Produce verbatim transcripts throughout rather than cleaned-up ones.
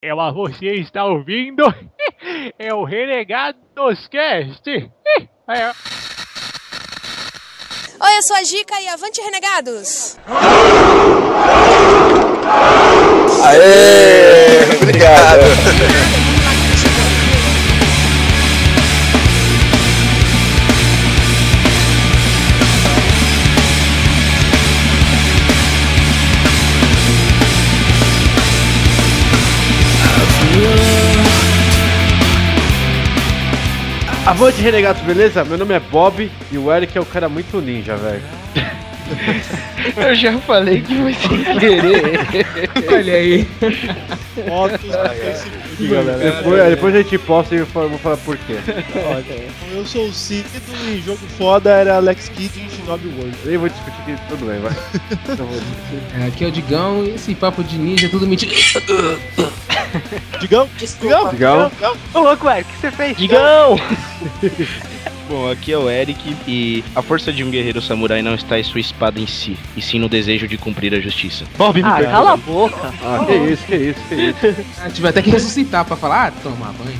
É, mas você está ouvindo? É o Renegados Cast. É. Oi, eu sou a Gica e avante, Renegados! Aê! Obrigado! Avante, Renegados, beleza? Meu nome é Bob e o Eric é o cara muito ninja, velho. Eu já falei que foi sem querer. Olha aí. Fotos no Facebook, galera. Depois, depois a gente posta e eu vou falar por quê. Eu sou o Cid e jogo foda era Alex Kidd em Shinobi World. Nem vou discutir que tudo bem, vai. É, aqui é o Digão e esse papo de ninja é tudo mentira. Digão? Desculpa. Digão? Ô louco, Eric, o que você fez? Digão! Bom, aqui é o Eric e a força de um guerreiro samurai não está em sua espada em si, e sim no desejo de cumprir a justiça. Bob, me Ah, perdoa. cala a boca. Ah, que isso, que isso, que isso. A gente vai até que ressuscitar pra falar, ah, tomar banho.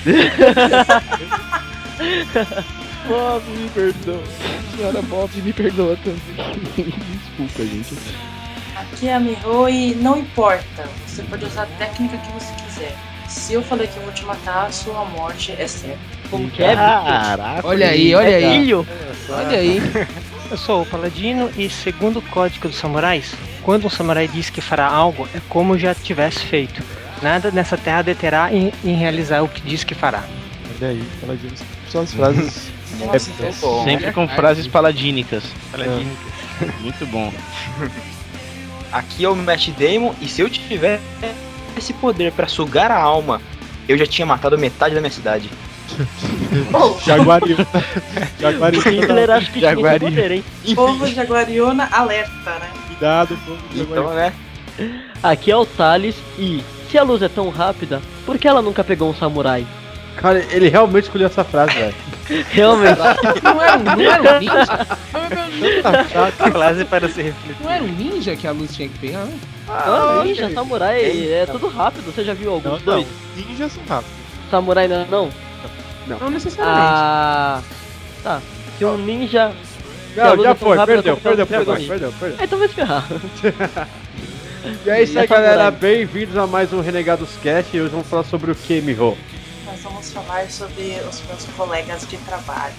Bob, me perdoa. Senhora Bob, me perdoa também. Desculpa, gente. Aqui é a Miho e não importa, você pode usar a técnica que você quiser. Se eu falei que eu vou te matar, a sua morte é certa. Como que é? Caraca. Olha aí, olha aí. Filho. Olha aí. Eu sou o Paladino e, segundo o Código dos Samurais, quando um samurai diz que fará algo, é como já tivesse feito. Nada nessa terra deterá em, em realizar o que diz que fará. Olha aí, ela diz só as frases. Nossa, É, então, Sempre com frases paladínicas. Paladínicas. Muito bom. Aqui é o Matt Damon e se eu tiver esse poder pra sugar a alma, eu já tinha matado metade da minha cidade. Jaguariúna. Jaguariúna. Hitler acho que tinha esse poder, hein? povo Jaguariúna alerta, né? Cuidado, povo de Então, Jaguariúna. né? Aqui é o Thales e, se a luz é tão rápida, por que ela nunca pegou um samurai? Cara, ele realmente escolheu essa frase, velho. Realmente. Não era, um- não era um ninja? A classe para ser refletida. Não era um ninja que a luz tinha que pegar, né? Ah, ninja, samurai, É é tudo rápido. Você já viu Não, alguns não. dois? Ninjas são rápidos. Samurai não, não? Não necessariamente. Ah, tá. Se um ninja... Não, já foi, rápida perdeu, como perdeu, pega perdeu, um ninja. perdeu, perdeu. Ah, então vai se ferrar. E é isso aí, É galera. samurai. Bem-vindos a mais um Renegados Cast e hoje vamos falar sobre o que, Miho? Nós vamos falar sobre os meus colegas de trabalho.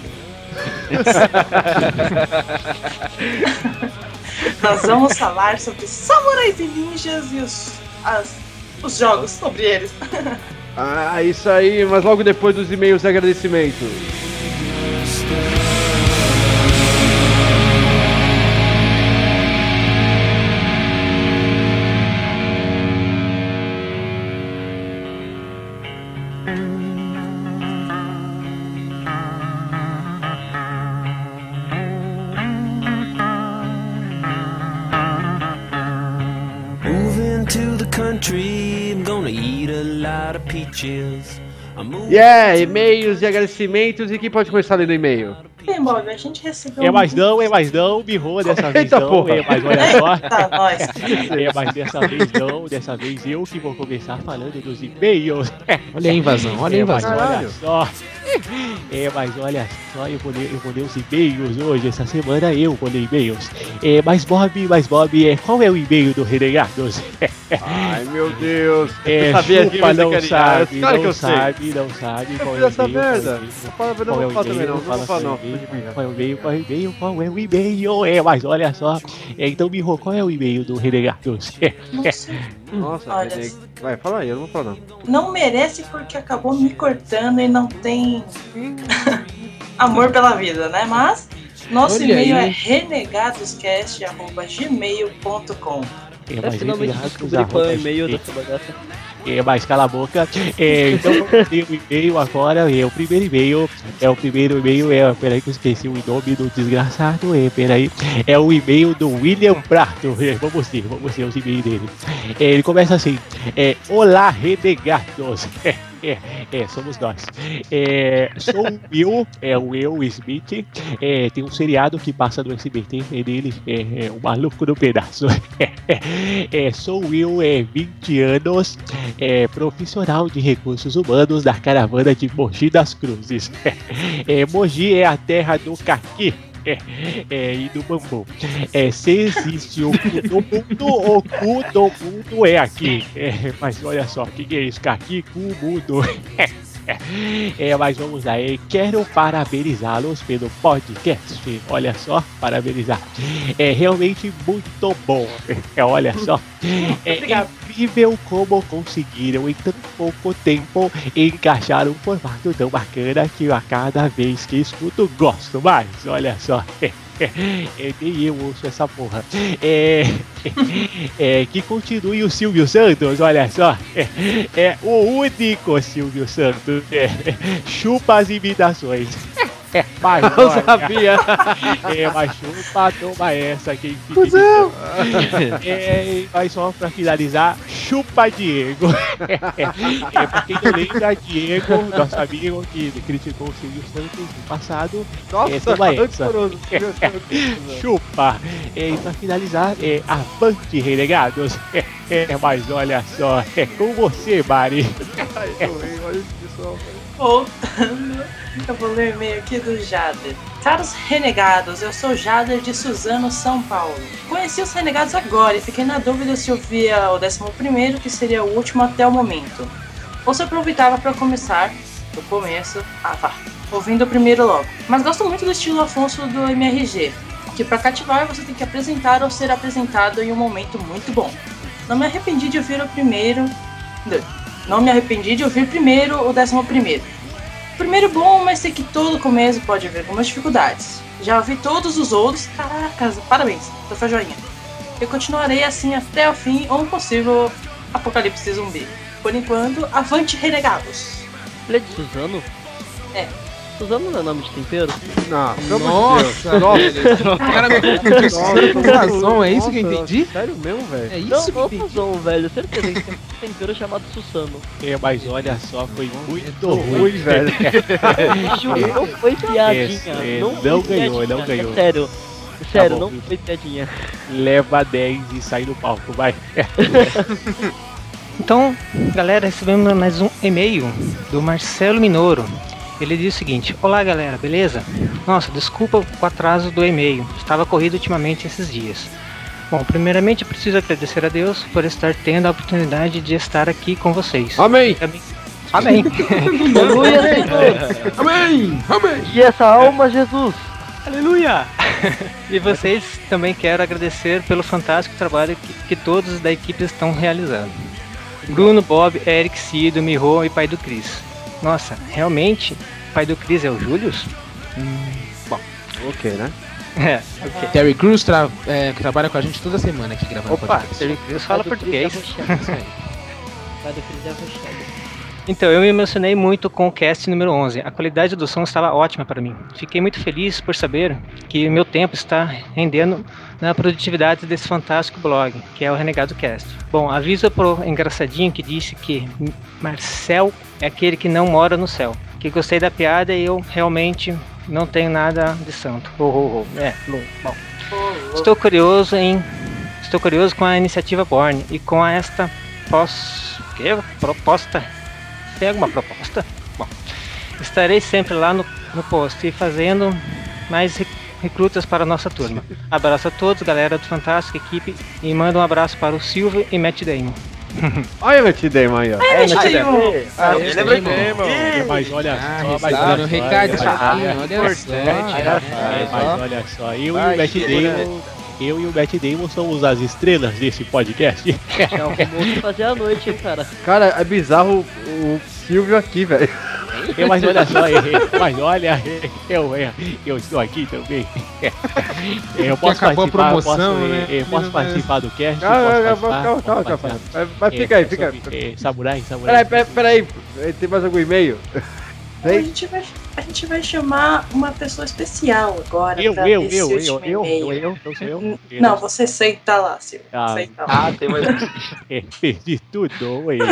Nós vamos falar sobre samurais e ninjas e os, as, os jogos sobre eles. Ah, isso aí, mas logo depois dos e-mails de agradecimento. Moving to the country, I'm gonna eat a lot of peaches. I'm moving Yeah, e-mails e agradecimentos. E quem pode começar lendo e-mail? Bem, Bob, a gente recebeu... É mais não, é mais não, birrou dessa vez Eita, não, porra. é mais olha só. Eita, nós. É, mas dessa vez não, dessa vez eu que vou começar falando dos e-mails. Olha a invasão, olha a É, mas invasão. olha só. É, mas olha só, eu vou ler, eu vou ler os e-mails hoje, essa semana eu vou ler e-mails. É, mas Bob, mas Bob, é, qual é o e-mail do Renegados? Ai, meu Deus. É, Eu sabia que chupa, você não queria. sabe, Claro que não eu sei. sabe, não sabe Eu qual fiz é o essa e-mail, merda. qual é o Não fala- não Qual é vou o falar também, e-mail? não. Não vou Fala falar, seu não. e-mail. Tô de brincadeira. Qual é o e-mail? Qual é o e-mail? Qual é o e-mail? É, mas olha só. É, então, Miho, qual é o e-mail do Renegados? Não sei. Nossa, Olha, Rene- vai, fala aí, eu não vou falar não. não merece porque acabou me cortando e não tem amor pela vida, né? Mas nosso Olha e-mail aí. é renegadoscast arroba gmail ponto com. É, Eu mas finalmente entre aspas, descobri qual é o arroba e-mail gmail. dessa bagaça. É, mas cala a boca. É, então vamos ter o e-mail agora. É o primeiro e-mail. É o primeiro e-mail. É, peraí que eu esqueci o nome do desgraçado. É, peraí. É o e-mail do William Prato. É, vamos ver, vamos ver os e-mails dele. É, ele começa assim. É, olá, renegados. É, É, é, somos nós. É, sou o Will, é o Will Smith. É, tem um seriado que passa no S B T, é dele, é, é o Maluco no Pedaço. É, é, sou o Will, é vinte anos, é profissional de recursos humanos da caravana de Mogi das Cruzes. É, Mogi é a terra do caqui. É, é, e do bambu. É, se existe o cu do mundo, o cu do mundo é aqui. É, mas olha só, o que, que é isso? Aqui, cu, mundo. É, é, mas vamos lá. É, quero parabenizá-los pelo podcast. Olha só, parabenizar. É realmente muito bom. É, olha só. É incrível como conseguiram em tão pouco tempo encaixar um formato tão bacana que a cada vez que escuto gosto mais. Olha só. É, nem eu ouço essa porra. É, é, que continue o Silvio Santos, olha só. É, é o único Silvio Santos. É, chupa as imitações. É, mas eu sabia. É, mas chupa, toma essa. Quem fica é, mas só pra finalizar, chupa Diego. É, é, pra quem não lembra, Diego, nosso amigo que criticou o Silvio Santos no passado. Nossa, é, toma essa. É, chupa. É, e pra finalizar, é, avante, renegados. É, é, mas olha só, é com você, Mari. Ai, olha isso, pessoal. Voltando, eu vou ler o e-mail aqui do Jader. Caros renegados, eu sou Jader de Suzano, São Paulo. Conheci os renegados agora e fiquei na dúvida se eu via o décimo primeiro, que seria o último até o momento, ou se eu aproveitava para começar do começo, ah tá, ouvindo o primeiro logo. Mas gosto muito do estilo Afonso do M R G, que para cativar você tem que apresentar ou ser apresentado em um momento muito bom. Não me arrependi de ouvir o primeiro... Não me arrependi de ouvir primeiro o décimo primeiro. Primeiro bom, mas sei que todo começo pode haver algumas dificuldades. Já ouvi todos os outros, caracas, parabéns, tô foi joinha. Eu continuarei assim até o fim ou um possível apocalipse zumbi. Por enquanto, avante renegados. Ele é de Suzano? É. Suzano não é nome de tempero? Não, pelo Nossa, amor de Deus. o cara me confundiu Suzano com Sazon, é isso que eu entendi? Sério mesmo, velho? É isso Não, que eu não entendi. Sazon, velho, certeza que tem um tempero chamado Susano. É, mas olha só, foi muito Ruim, ruim, velho. Juro, não foi piadinha. Esse, é, não não foi ganhou, piadinha, não ganhou. é sério, sério, bom, não foi piadinha. Leva dez e sai do palco, vai. Então, galera, recebemos mais um e-mail do Marcelo Minoro. Ele diz o seguinte: olá galera, beleza? Nossa, desculpa o atraso do e-mail, estava corrido ultimamente esses dias. Bom, primeiramente eu preciso agradecer a Deus por estar tendo a oportunidade de estar aqui com vocês. Amém! Amém! Aleluia, Senhor! Amém! Amém! E essa alma, Jesus! Aleluia! E vocês também quero agradecer pelo fantástico trabalho que, que todos da equipe estão realizando. Bruno, Bob, Eric, Cido, Miho e pai do Cris. Nossa, realmente, o pai do Chris é o Julius? Hum, bom. Ok, né? É, ok. Terry Crews tra é, que trabalha com a gente toda semana aqui gravando Opa, podcast. Terry Crews fala português. Pai do Cris é arrochado. Então, eu me emocionei muito com o cast número onze. A qualidade do som estava ótima para mim. Fiquei muito feliz por saber que meu tempo está rendendo na produtividade desse fantástico blog, que é o Renegado Cast. Bom, aviso pro engraçadinho que disse que Marcel é aquele que não mora no céu. Que gostei da piada e eu realmente não tenho nada de santo. Oh, oh, oh. É, bom. Estou curioso em... Estou curioso com a iniciativa Born e com esta pos... que? proposta... Tem alguma proposta? Bom, estarei sempre lá no, no post e fazendo mais recrutas para a nossa turma. Abraço a todos, galera do Fantástico, equipe, e manda um abraço para o Silvio e Matt Damon. Olha o Matt Damon aí, ó. É, Matt Damon! Ah, ele lembra de Mas olha Ah, só, mas está olha no só, recadinho, olha olha só. É, mas olha só, eu e o Matt Damon, eu e o Matt Damon somos as estrelas desse podcast. Já arrumou o que fazer à noite, hein, cara. Cara, é bizarro o Silvio aqui, velho. É, mas olha só, é, mas olha, eu, é, eu estou aqui também. É, eu posso acabou a participar, promoção, posso, né? é, eu posso participar do cast, Calma, posso calma, participar, calma, posso calma, participar. calma. Mas, mas É, fica aí, é fica aí. sobre, é, samurai, samurai. Peraí, peraí, peraí. Tem mais algum e-mail? A gente vai, a gente vai chamar uma pessoa especial agora. Eu, pra eu, esse eu, eu, último eu, e-mail. eu, eu, eu, sou eu. Não, você senta lá, Silvio. Ah, Senta lá. Ah, tem mais. É, perdi tudo, ué.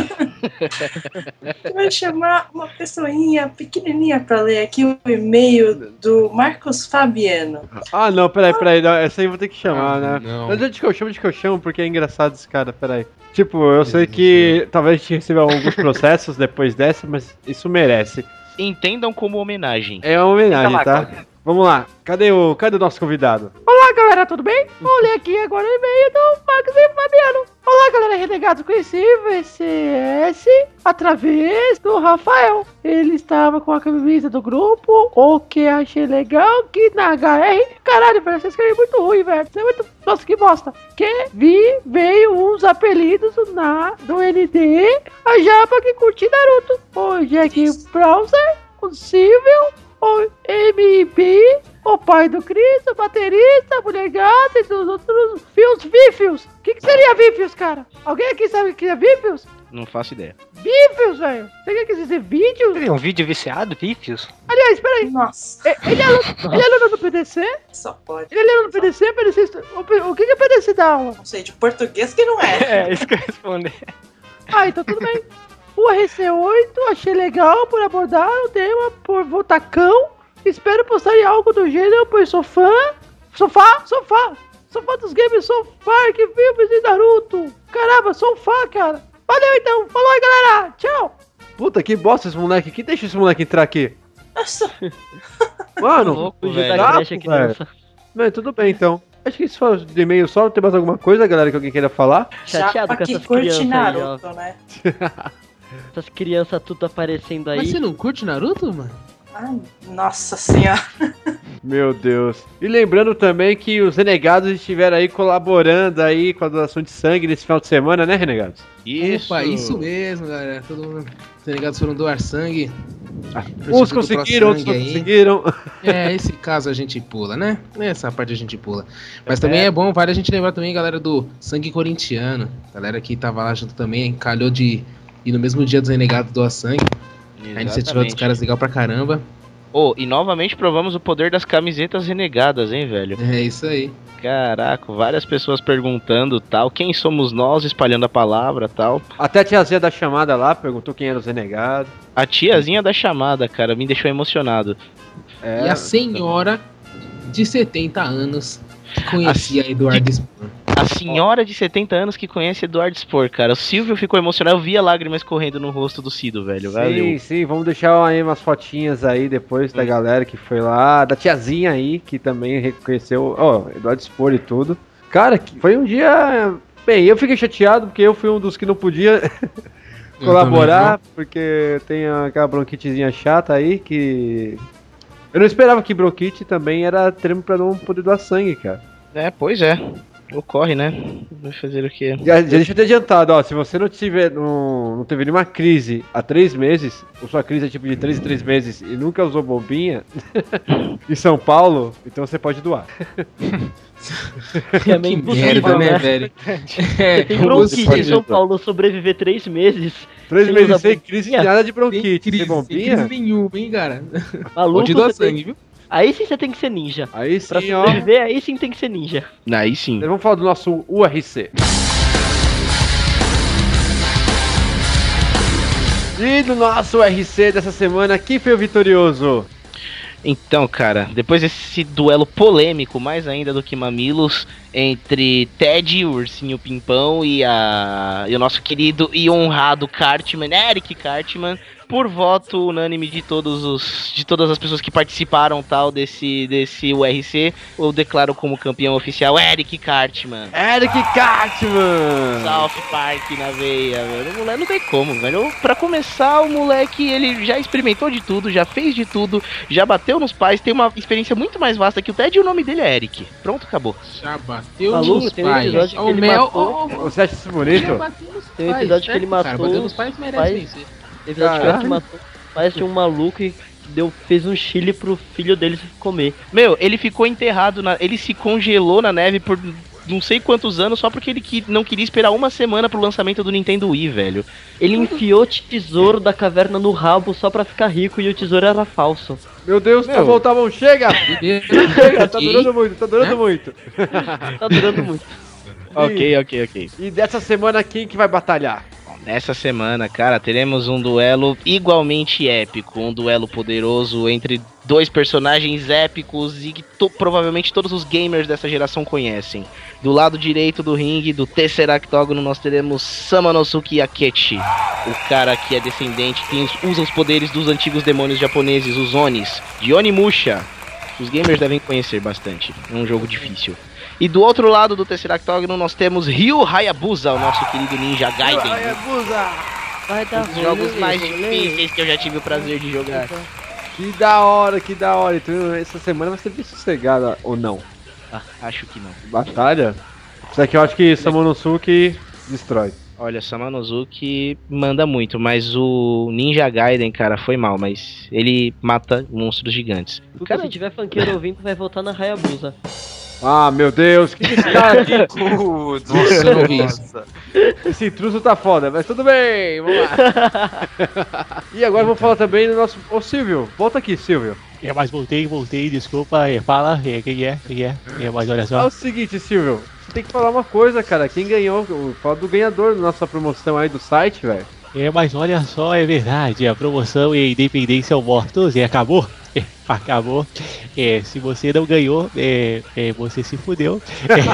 A gente vai chamar uma pessoinha pequenininha pra ler aqui o e-mail do Marcos Fabiano. Ah, não, peraí, peraí. Não, essa aí eu vou ter que chamar, Ah, né? não. Mas de que eu chamo, de que eu chamo, porque é engraçado esse cara, peraí. Tipo, eu sei que talvez a gente receba alguns processos depois dessa, mas isso merece. Entendam como homenagem. É uma homenagem, Tá lá, tá? Vamos lá. Cadê o, cadê o nosso convidado? Olá, galera, tudo bem? Vou ler aqui agora o e-mail do Marcos e Fabiano. Olá, galera renegado, conheci o V C S através do Rafael. Ele estava com a camisa do grupo, o que achei legal, que na H R... Caralho, velho, vocês querem muito ruim, velho. Você é muito... Nossa, que bosta. Que vi, veio uns apelidos na, do N D, a japa que curti Naruto. O Jack Browser, o Silvio, o M B, o pai do Chris, o baterista, a mulher gata e dos outros fios Vifios. O que, que seria Vifios, cara? Alguém aqui sabe o que é Vifios? Não faço ideia. Vifios, velho. Você quer dizer vídeos? Ele é um vídeo viciado, Pifios? Aliás, peraí. Nossa, E- Ele é aluno, ele é aluno do P D C? só pode. Ele é aluno do P D C? P D C o P- o que, que é P D C dá aula? Não sei, de português que não é. É, isso que eu respondi. Ah, então tudo bem. O R C oito, achei legal por abordar o tema por Votacão. Espero postar em algo do gênero, pois sou fã. Sofá, sofá. Sou fã dos games Sofá, que filmes de Naruto. Caramba, sou fã, cara. Valeu então, falou aí, galera. Tchau. Puta, que bosta esse moleque. Quem deixa esse moleque entrar aqui? Nossa, Mano, louco, Fugiu velho. da creche, Sapo, criança. Não, tudo bem então. Acho que isso foi de e-mail só. Tem mais alguma coisa, galera, que alguém queira falar? Chateado japa com que essas curte crianças aí, Naruto, né? Essas crianças tudo aparecendo aí. Mas você não curte Naruto, mano? Ai, nossa senhora. Meu Deus. E lembrando também que os renegados estiveram aí colaborando aí com a doação de sangue nesse final de semana, né, renegados? Isso. Opa, isso mesmo, galera. Todo mundo. Os renegados foram doar sangue. Uns conseguiram, outros não conseguiram. É, esse caso a gente pula, né? Essa parte a gente pula. Mas também é bom, vale a gente lembrar também, galera, do sangue corintiano. Galera que tava lá junto também, calhou de ir no mesmo dia dos renegados doar sangue. A iniciativa dos caras legal pra caramba. Oh, e novamente provamos o poder das camisetas renegadas, hein, velho? É isso aí. Caraca, várias pessoas perguntando tal, quem somos nós, espalhando a palavra tal. Até a tiazinha da chamada lá perguntou quem eram os renegados. A tiazinha da chamada, cara, me deixou emocionado. É, E a senhora de setenta anos que conhecia Eduardo Spor. A senhora de setenta anos que conhece Eduardo Spor, cara. O Silvio ficou emocionado, eu via lágrimas correndo no rosto do Cido, velho. Valeu. Sim, sim, vamos deixar aí umas fotinhas aí depois da galera que foi lá, da tiazinha aí, que também reconheceu, ó, Eduardo Spor e tudo. Cara, que foi um dia... Bem, eu fiquei chateado porque eu fui um dos que não podia colaborar, porque tem aquela bronquitezinha chata aí que... Eu não esperava que bronquite também era termo pra não poder doar sangue, cara. É, pois é. Ocorre, né? Vai fazer o quê? Já, já deixa eu ter adiantado, ó, se você não tiver, não, não teve nenhuma crise há três meses, ou sua crise é tipo de três em três meses e nunca usou bombinha em São Paulo, então você pode doar. Que é meio Que merda, impossível, né, velho? É, Tem você bronquite pode em São adiantar. Paulo, sobreviver três meses. Três Sem meses usar sem bombinha? crise, nada de Tem bronquite, crise, sem sem bombinha. crise nenhuma, hein, cara? Maluco, Pode doar você tem- sangue, viu? Aí sim você tem que ser ninja. Aí Pra sim, ó. sobreviver, aí sim tem que ser ninja. Aí sim. Vamos falar do nosso U R C. E do nosso U R C dessa semana, quem foi o vitorioso? Então, cara, depois desse duelo polêmico, mais ainda do que Mamilos, entre Ted, o ursinho Pimpão, e, a... e o nosso querido e honrado Cartman, Eric Cartman, por voto unânime de todos os de todas as pessoas que participaram tal desse desse U R C, eu declaro como campeão oficial Eric Cartman. Eric Cartman! South Park na veia, velho. O moleque não tem como, velho. Pra começar, o moleque, ele já experimentou de tudo, já fez de tudo, já bateu nos pais, tem uma experiência muito mais vasta que o Ted e o nome dele é Eric. Pronto, acabou. Já bateu Maluco, nos tem um pais. episódio que Ó, o ele Mel, matou. ó, ó, Você acha isso bonito? já bateu nos Tem um pais, episódio que ele certo, matou Cara, bateu nos os pais, merece pais. vencer. Teve episódio que Caralho. ele matou o pai de um maluco e deu, fez um chile pro filho dele comer. Meu, ele ficou enterrado, na, ele se congelou na neve por não sei quantos anos só porque ele que, não queria esperar uma semana pro lançamento do Nintendo Wii, velho. Ele enfiou tesouro da caverna no rabo só pra ficar rico e o tesouro era falso. Meu Deus, pra voltar, vamos, chega! Chega, tá durando muito, tá durando muito. Tá durando muito. Ok, ok, ok. E dessa semana, quem que vai batalhar? Nessa semana, cara, teremos um duelo igualmente épico, um duelo poderoso entre dois personagens épicos e que to- provavelmente todos os gamers dessa geração conhecem. Do lado direito do ringue, do Tesseractógono, nós teremos Samanosuke Akechi, o cara que é descendente, tem, usa os poderes dos antigos demônios japoneses, os Onis, de Onimusha. Os gamers devem conhecer bastante, é um jogo difícil. E do outro lado do Tesseractógono nós temos Ryu Hayabusa, o nosso querido Ninja Gaiden. Ryu Hayabusa! Vai dar Um dos jogos mais difíceis que eu já tive o prazer de jogar. Que da hora, que da hora. Então essa semana vai ser bem sossegada, ou não? Ah, acho que não. Batalha? Isso aqui eu acho que Samanosuke destrói. Olha, Samanosuke manda muito, mas o Ninja Gaiden, cara, foi mal, mas ele mata monstros gigantes. Porque Cara... se tiver funkeiro ouvindo, vai voltar na Hayabusa. Ah, meu Deus, que esse cara aqui? Nossa, eu não vi isso. Esse intruso tá foda, mas tudo bem, vamos lá. E agora vamos falar também do nosso... Ô Silvio, volta aqui, Silvio. É, mas voltei, voltei, desculpa, é, fala, é, quem é, quem é, é, mas olha É só. o seguinte, Silvio, você tem que falar uma coisa, cara. Quem ganhou, fala do ganhador da nossa promoção aí do site, velho. É, mas olha só, é verdade, a promoção é Independência ou Mortos e acabou. É, acabou. É, se você não ganhou, é, é, você se fudeu.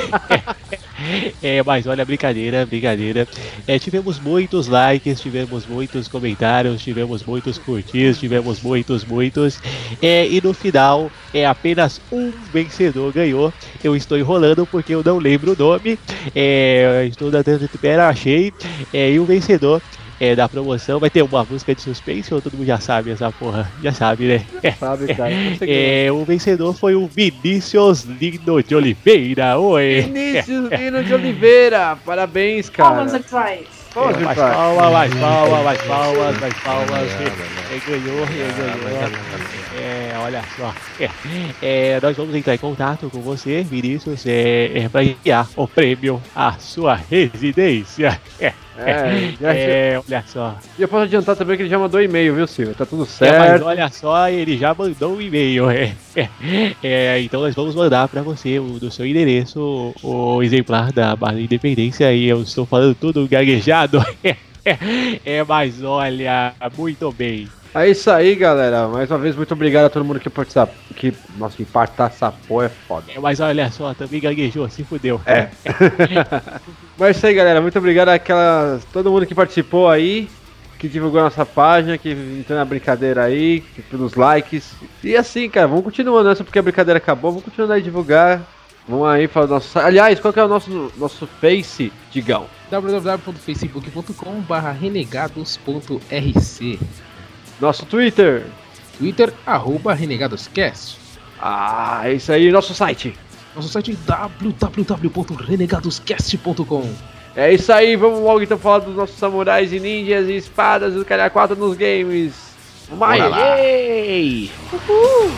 É, é, mas olha, brincadeira, brincadeira. É, tivemos muitos likes, tivemos muitos comentários, tivemos muitos curtidos, tivemos muitos, muitos. É, e no final, é apenas um vencedor ganhou. Eu estou enrolando porque eu não lembro o nome. É, estou dando espera, achei. É, e o vencedor. É, da promoção, vai ter uma música de suspense ou todo mundo já sabe essa porra? Já sabe, né? É, sabe, cara. É, o vencedor foi o Vinícius Lino de Oliveira. Oi! Vinícius Lino de Oliveira, parabéns, cara. Palmas atrás. Palmas É, mais palmas, mais palmas, mais palmas, mais palmas. Ele ganhou, ele ganhou. É, olha só. É, é, nós vamos entrar em contato com você, Vinícius, é, é, para enviar o prêmio à sua residência. É. É, já É, olha só. E eu posso adiantar também que ele já mandou e-mail, viu, Silvio? Tá tudo É, certo. mas olha só, ele já mandou um e-mail. É, é, é, então nós vamos mandar para você o, do seu endereço o, o exemplar da Barra Independência. E eu estou falando tudo gaguejado. É, é, é, mas olha, muito bem. É isso aí, galera. Mais uma vez, muito obrigado a todo mundo que participou. Que, nossa, que parta essa porra é foda. É, mas olha só, também gaguejou, se fudeu. É. Mas é isso aí, galera. Muito obrigado àquela, todo mundo que participou aí, que divulgou a nossa página, que entrou na brincadeira aí, que, pelos likes. E assim, cara, vamos continuando essa porque a brincadeira acabou. Vamos continuar aí divulgar. Vamos aí falar do nosso. Aliás, qual que é o nosso, nosso Face, Digão? w w w ponto facebook ponto com barra renegados ponto r c. Nosso Twitter. Twitter, arroba renegadoscast. Ah, é isso aí, nosso site. Nosso site é w w w ponto renegadoscast ponto com. É isso aí, vamos logo então falar dos nossos samurais e ninjas e espadas e o cara quatro nos games. Vai! Yay! Uhul!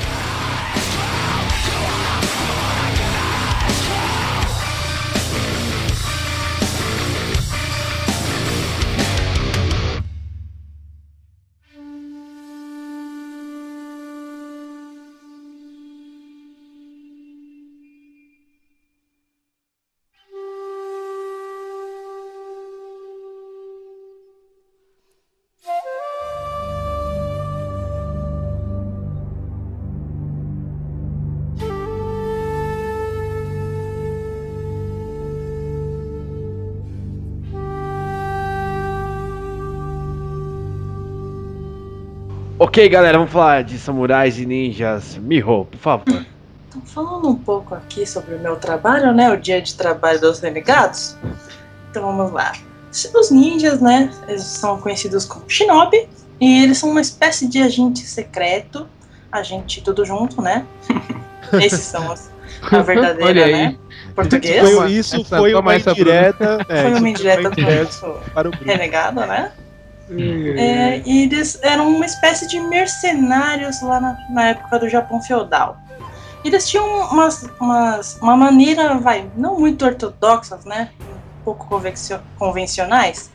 Ok, galera, vamos falar de samurais e ninjas. Miho, por favor. Então, falando um pouco aqui sobre o meu trabalho, né? O dia de trabalho dos renegados. Então vamos lá. Os ninjas, né? Eles são conhecidos como shinobi. E eles são uma espécie de agente secreto. Agente tudo junto, né? Esses são os, a verdadeira, né? Português. Foi, isso essa, foi uma indireta. Foi é, uma indireta para o renegado, né? É, eles eram uma espécie de mercenários lá na, na época do Japão feudal. eles tinham umas, umas, uma maneira, vai, não muito ortodoxas, né? Um pouco convencionais,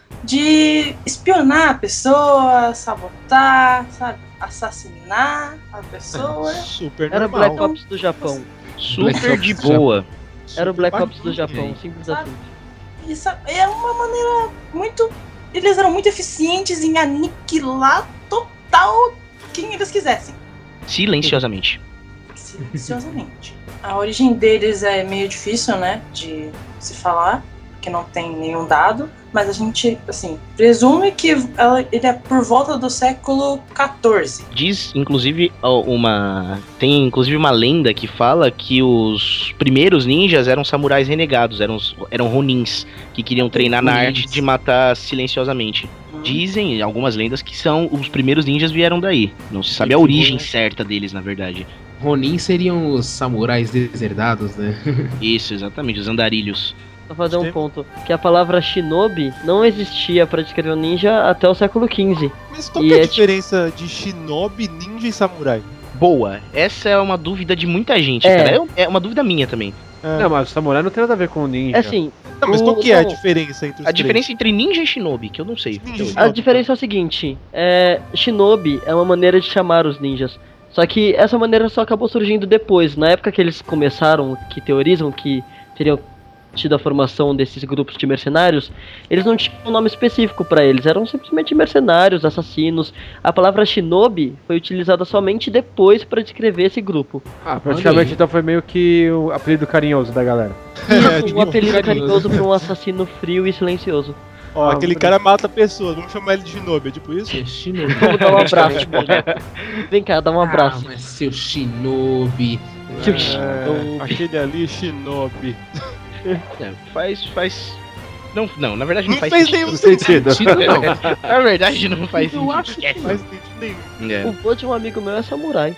de espionar a pessoa, sabotar, sabe? Assassinar a pessoa. Super Era o normal. Black Ops do Japão. Super de boa. Era o Black Super Ops do Japão, simples assim. Isso é uma maneira muito... Eles eram muito eficientes em aniquilar total quem eles quisessem. Silenciosamente. Silenciosamente. A origem deles é meio difícil, né, de se falar, porque não tem nenhum dado, mas a gente, assim, presume que ela, ele é por volta do século quatorze. Diz, inclusive, ó, uma... Tem, inclusive, uma lenda que fala que os primeiros ninjas eram samurais renegados, eram, os- eram ronins, que queriam treinar na arte de matar silenciosamente. Dizem, algumas lendas, que são os primeiros ninjas vieram daí. Não se sabe a origem certa deles, na verdade. Ronin seriam os samurais deserdados, né? Isso, exatamente, os andarilhos. Pra fazer um ponto, que a palavra shinobi não existia pra descrever um ninja até o século quinze. Mas qual E que é a é diferença de shinobi, ninja e samurai? Boa, essa é uma dúvida de muita gente, É. cara. É, é uma dúvida minha também. Não, mas o samurai não tem nada a ver com o ninja. É assim. Não, mas o- qual que é a não, diferença entre os A três? diferença entre ninja e shinobi, que eu não sei. Ninja e A diferença é o seguinte, é, shinobi é uma maneira de chamar os ninjas. Só que essa maneira só acabou surgindo depois. Na época que eles começaram, que teorizam que teriam tido a formação desses grupos de mercenários, eles não tinham um nome específico pra eles, eram simplesmente mercenários, assassinos. A palavra shinobi foi utilizada somente depois pra descrever esse grupo. Ah, praticamente então foi meio que o apelido carinhoso da galera. Isso, um apelido carinhoso pra um assassino frio e silencioso. Ó, aquele cara mata pessoas, vamos chamar ele de shinobi, é tipo isso? Shinobi. Vamos dar um abraço. Vem cá, dá um abraço. Ah, mas seu shinobi. Seu É, shinobi. aquele ali, shinobi. É, faz, faz... Não, não, na verdade não, Não faz fez sentido. nenhum sentido. Sentido não. Na verdade não faz Eu sentido. acho que Esquece. Não faz sentido nenhum. É. O vô de um amigo meu é samurai.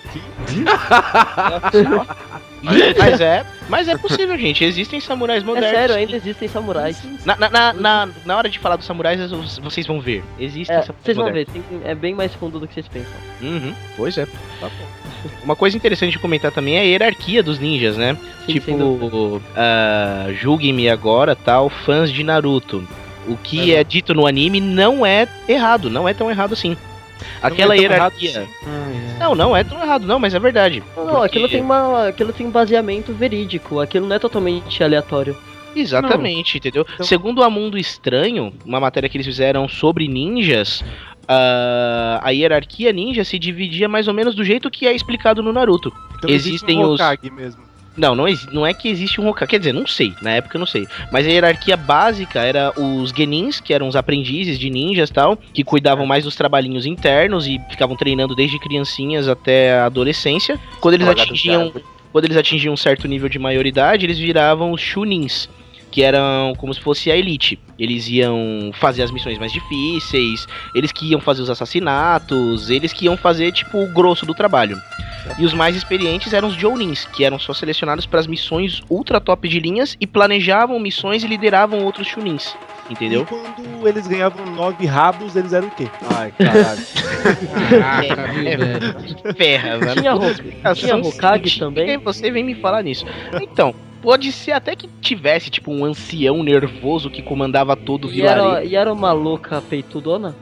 Mas é, mas é possível, gente. Existem samurais É modernos. sério, ainda existem samurais. Na, na, na, na, na hora de falar dos samurais, vocês vão ver. Existem É, samurais vocês vão modernos. ver, tem- é bem mais fundo do que vocês pensam. Uhum, pois é. Uma coisa interessante de comentar também é a hierarquia dos ninjas, né? Sim, sem tipo, ah, julguem-me agora, tal, fãs de Naruto. O que é dito no anime não é errado, não é tão errado assim. Aquela é tão errado hierarquia. Não, não é tão errado, não, mas é verdade. Não, não, Porque- aquilo tem uma, aquilo tem um baseamento verídico, aquilo não é totalmente aleatório. Exatamente, entendeu? Segundo a Mundo Estranho, uma matéria que eles fizeram sobre ninjas, ah, a hierarquia ninja se dividia mais ou menos do jeito que é explicado no Naruto. Então Existem existe um os. Hokage mesmo. Não, não, exi- não é que existe um Hokage. Quer dizer, não sei. Na época eu não sei. Mas a hierarquia básica era os genins, que eram os aprendizes de ninjas e tal, que cuidavam mais dos trabalhinhos internos e ficavam treinando desde criancinhas até a adolescência. Quando eles Olha, atingiam, cara. quando eles atingiam um certo nível de maioridade, eles viravam os shunins, que eram como se fosse a elite. Eles iam fazer as missões mais difíceis, eles que iam fazer os assassinatos, eles que iam fazer, tipo, o grosso do trabalho. E os mais experientes eram os jounins, que eram só selecionados para as missões ultra top de linhas e planejavam missões e lideravam outros shunins. Entendeu? E quando eles ganhavam nove rabos, eles eram o quê? Ai, caralho. Caraca, viu, velho? Ferra, mano. Tinha, Ho- Explicação tinha Hokage científica, também? e você vem me falar nisso. Então, pode ser até que tivesse, tipo, um ancião nervoso que comandava todo o E era, vilarejo. e era uma louca peitudona?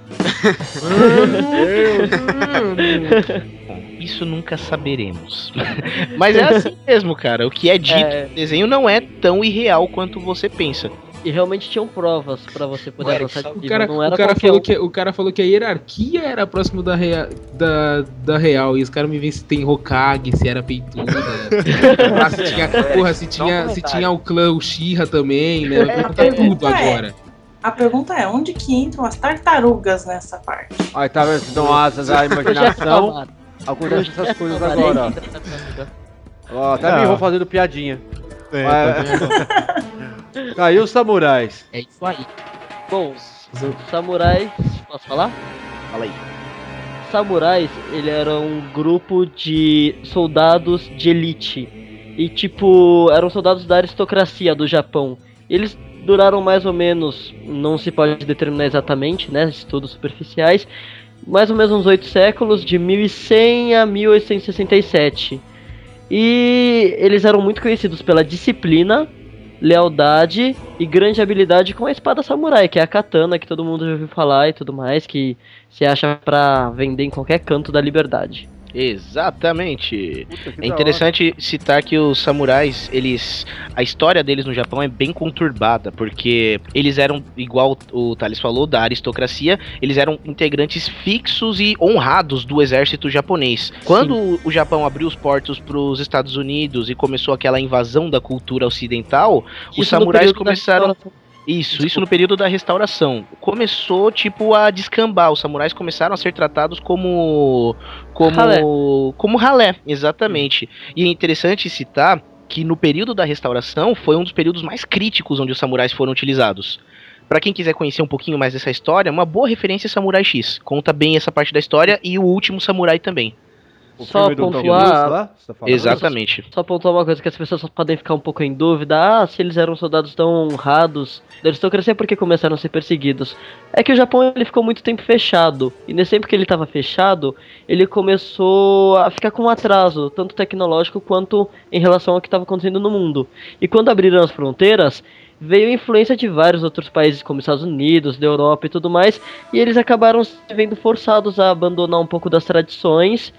Isso nunca saberemos. Mas é assim mesmo, cara. O que é dito É. no desenho não é tão irreal quanto você pensa. E realmente tinham provas pra você poder Ué, avançar de O nível, cara, não era o, cara qualquer falou um. que, o cara falou que a hierarquia era próximo da, rea, da, da real. E os caras me veem se tem Hokage, se era peituda. Ah, se tinha, porra, se tinha, se tinha o clã Uchiha também, né? Vai perguntar tudo É. agora. A pergunta é, onde que entram as tartarugas nessa parte? Ai, tá vendo? Dão asas à Projeto imaginação. Calmar. Acontece essas coisas Calmar, agora, aí ó. entra a tartaruga. Ó, até Ah. me vou fazendo piadinha. É, Mas- tá Caiu os samurais. É isso aí. Bom, samurais... Posso falar? Fala aí. Samurais, ele era um grupo de soldados de elite. E tipo, eram soldados da aristocracia do Japão. Eles duraram mais ou menos, não se pode determinar exatamente, né, estudos superficiais, mais ou menos uns oito séculos, de mil e cem a mil oitocentos e sessenta e sete. E eles eram muito conhecidos pela disciplina, lealdade e grande habilidade com a espada samurai, que é a katana, que todo mundo já ouviu falar e tudo mais, que se acha pra vender em qualquer canto da liberdade. Exatamente. Puta, que É da interessante citar que os samurais, eles, a história deles no Japão é bem conturbada, porque eles eram, igual o Thales falou, da aristocracia, eles eram integrantes fixos e honrados do exército japonês. Quando o Japão abriu os portos para os Estados Unidos e começou aquela invasão da cultura ocidental, os Isso no samurais período da começaram... restauração. Isso, isso no período da restauração. Começou, tipo, a descambar. Os samurais começaram a ser tratados como... Como Ralé. como ralé, exatamente. E é interessante citar que no período da restauração foi um dos períodos mais críticos onde os samurais foram utilizados. Pra quem quiser conhecer um pouquinho mais dessa história, uma boa referência é Samurai X. Conta bem essa parte da história e o último Samurai também. O Só filme do Tom pontuar- Cruise lá, você tá falando? Exatamente. Só pontuar uma coisa que as pessoas podem ficar um pouco em dúvida. Ah, se eles eram soldados tão honrados da aristocracia, por que começaram a ser perseguidos? É que o Japão ele ficou muito tempo fechado. E nesse tempo que ele estava fechado, ele começou a ficar com um atraso, tanto tecnológico quanto em relação ao que estava acontecendo no mundo. E quando abriram as fronteiras, veio a influência de vários outros países, como Estados Unidos, da Europa e tudo mais. E eles acabaram se vendo forçados a abandonar um pouco das tradições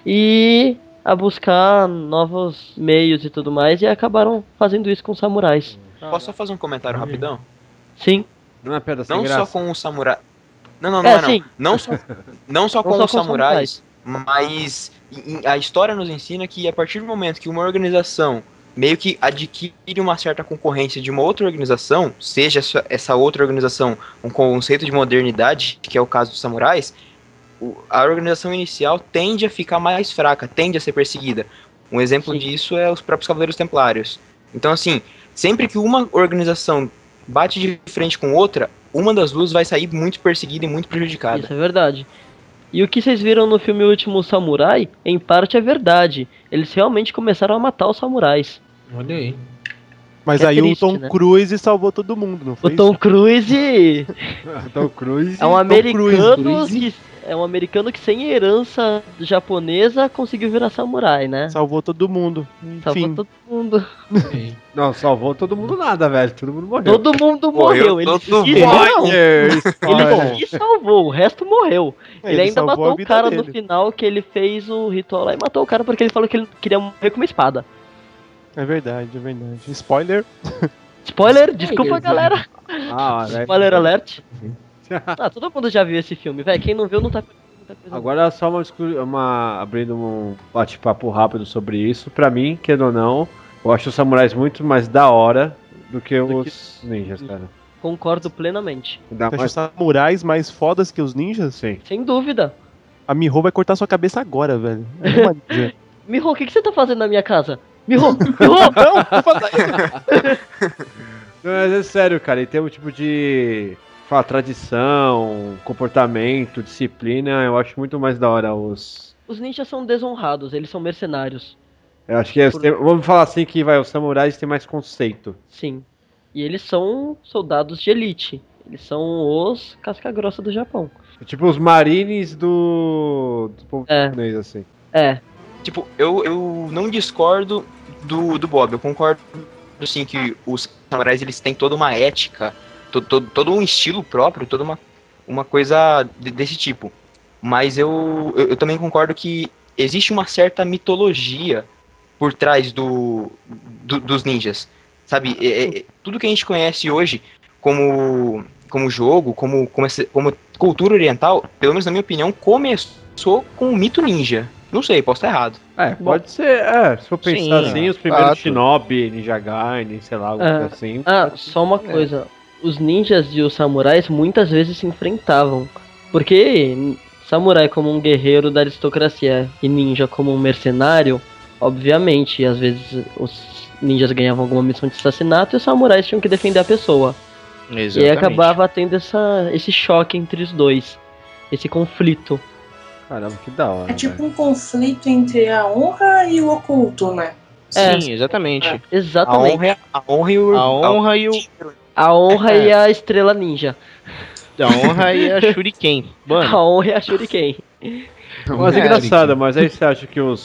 e a buscar novos meios e tudo mais, e acabaram fazendo isso com os samurais. Posso só fazer um comentário rapidão? Sim. Não é pedra sem Não graça? só com o samurai. Não, não, não É, é, não. sim. Não só, não só Não com só os com os samurais, mas em- em- a história nos ensina que a partir do momento que uma organização meio que adquire uma certa concorrência de uma outra organização, seja essa, essa outra organização um conceito de modernidade, que é o caso dos samurais, o- a organização inicial tende a ficar mais fraca, tende a ser perseguida. Um exemplo Sim. disso é os próprios Cavaleiros Templários. Então, assim, sempre que uma organização bate de frente com outra, uma das duas vai sair muito perseguida e muito prejudicada. Isso é verdade. E o que vocês viram no filme O Último Samurai, em parte é verdade. Eles realmente começaram a matar os samurais. Olha aí. Mas Que é aí triste, o Tom né? Cruise salvou todo mundo, não O foi? Tom Cruise Tom Cruise. é um Tom americano Cruise. que é um americano que sem herança japonesa conseguiu virar samurai, né? Salvou todo mundo. Salvou Enfim, todo mundo. Não, salvou todo mundo nada, velho. Todo mundo morreu. Todo mundo Morreu morreu. Ele todo se mundo. não, Spoiler. ele se salvou, o resto morreu. Ele, ainda salvou matou a o vida cara dele. no final que ele fez o ritual lá e matou o cara porque ele falou que ele queria morrer com uma espada. É verdade, é verdade. Spoiler. Spoiler, desculpa galera. Ah, velho. Spoiler alert. Ah, todo mundo já viu esse filme, velho. Quem não viu não tá perdendo muita coisa. Agora só uma, discu- uma abrindo um bate-papo rápido sobre isso. Pra mim, querendo ou não, eu acho os samurais muito mais da hora do que Do os ninjas, cara. Concordo plenamente. Ainda Você acha mais... os samurais mais fodas que os ninjas? Sim. Sem dúvida. A Miho vai cortar sua cabeça agora, velho. É uma ninja. Miho, o que, que você tá fazendo na minha casa? Miho, Miho! Não, não faça isso. Não, mas é sério, cara. E tem um tipo de fala, tradição, comportamento, disciplina. Eu acho muito mais da hora os. Os ninjas são desonrados, eles são mercenários. Eu acho que é, Por- tem- vamos falar assim que vai, os samurais têm mais conceito. Sim. E eles são soldados de elite. Eles são os casca-grossa do Japão. Tipo os marines do, do povo É. japonês, assim. É, Tipo, eu, eu não discordo do, do Bob, eu concordo sim que os samurais eles têm toda uma ética, to, to, todo um estilo próprio, toda uma, uma coisa de- desse tipo. Mas eu, eu, eu também concordo que existe uma certa mitologia por trás do, do- dos ninjas. Sabe, É- é- tudo que a gente conhece hoje como, como jogo, como, como, essa- como cultura oriental, pelo menos na minha opinião, começou com o mito ninja. Não sei, posso estar errado. É, pode ser, é, se for pensar Sim, assim, os primeiros fato. Shinobi, Ninja Gaiden, sei lá, algo É. assim. Ah, só uma coisa. Os ninjas e os samurais muitas vezes se enfrentavam. Porque samurai como um guerreiro da aristocracia e ninja como um mercenário, obviamente, às vezes os ninjas ganhavam alguma missão de assassinato e os samurais tinham que defender a pessoa. Exatamente. E aí acabava tendo essa, esse choque entre os dois. Esse conflito. Caramba, que da hora. É tipo um conflito entre a honra e o oculto, né? É. Sim, exatamente. A Exatamente. honra, é- a honra e o. A honra e o. A honra É. e a estrela ninja. A honra e a Shuriken. Mano, A honra e a shuriken. Mas é É, engraçado, mas aí você acha que os.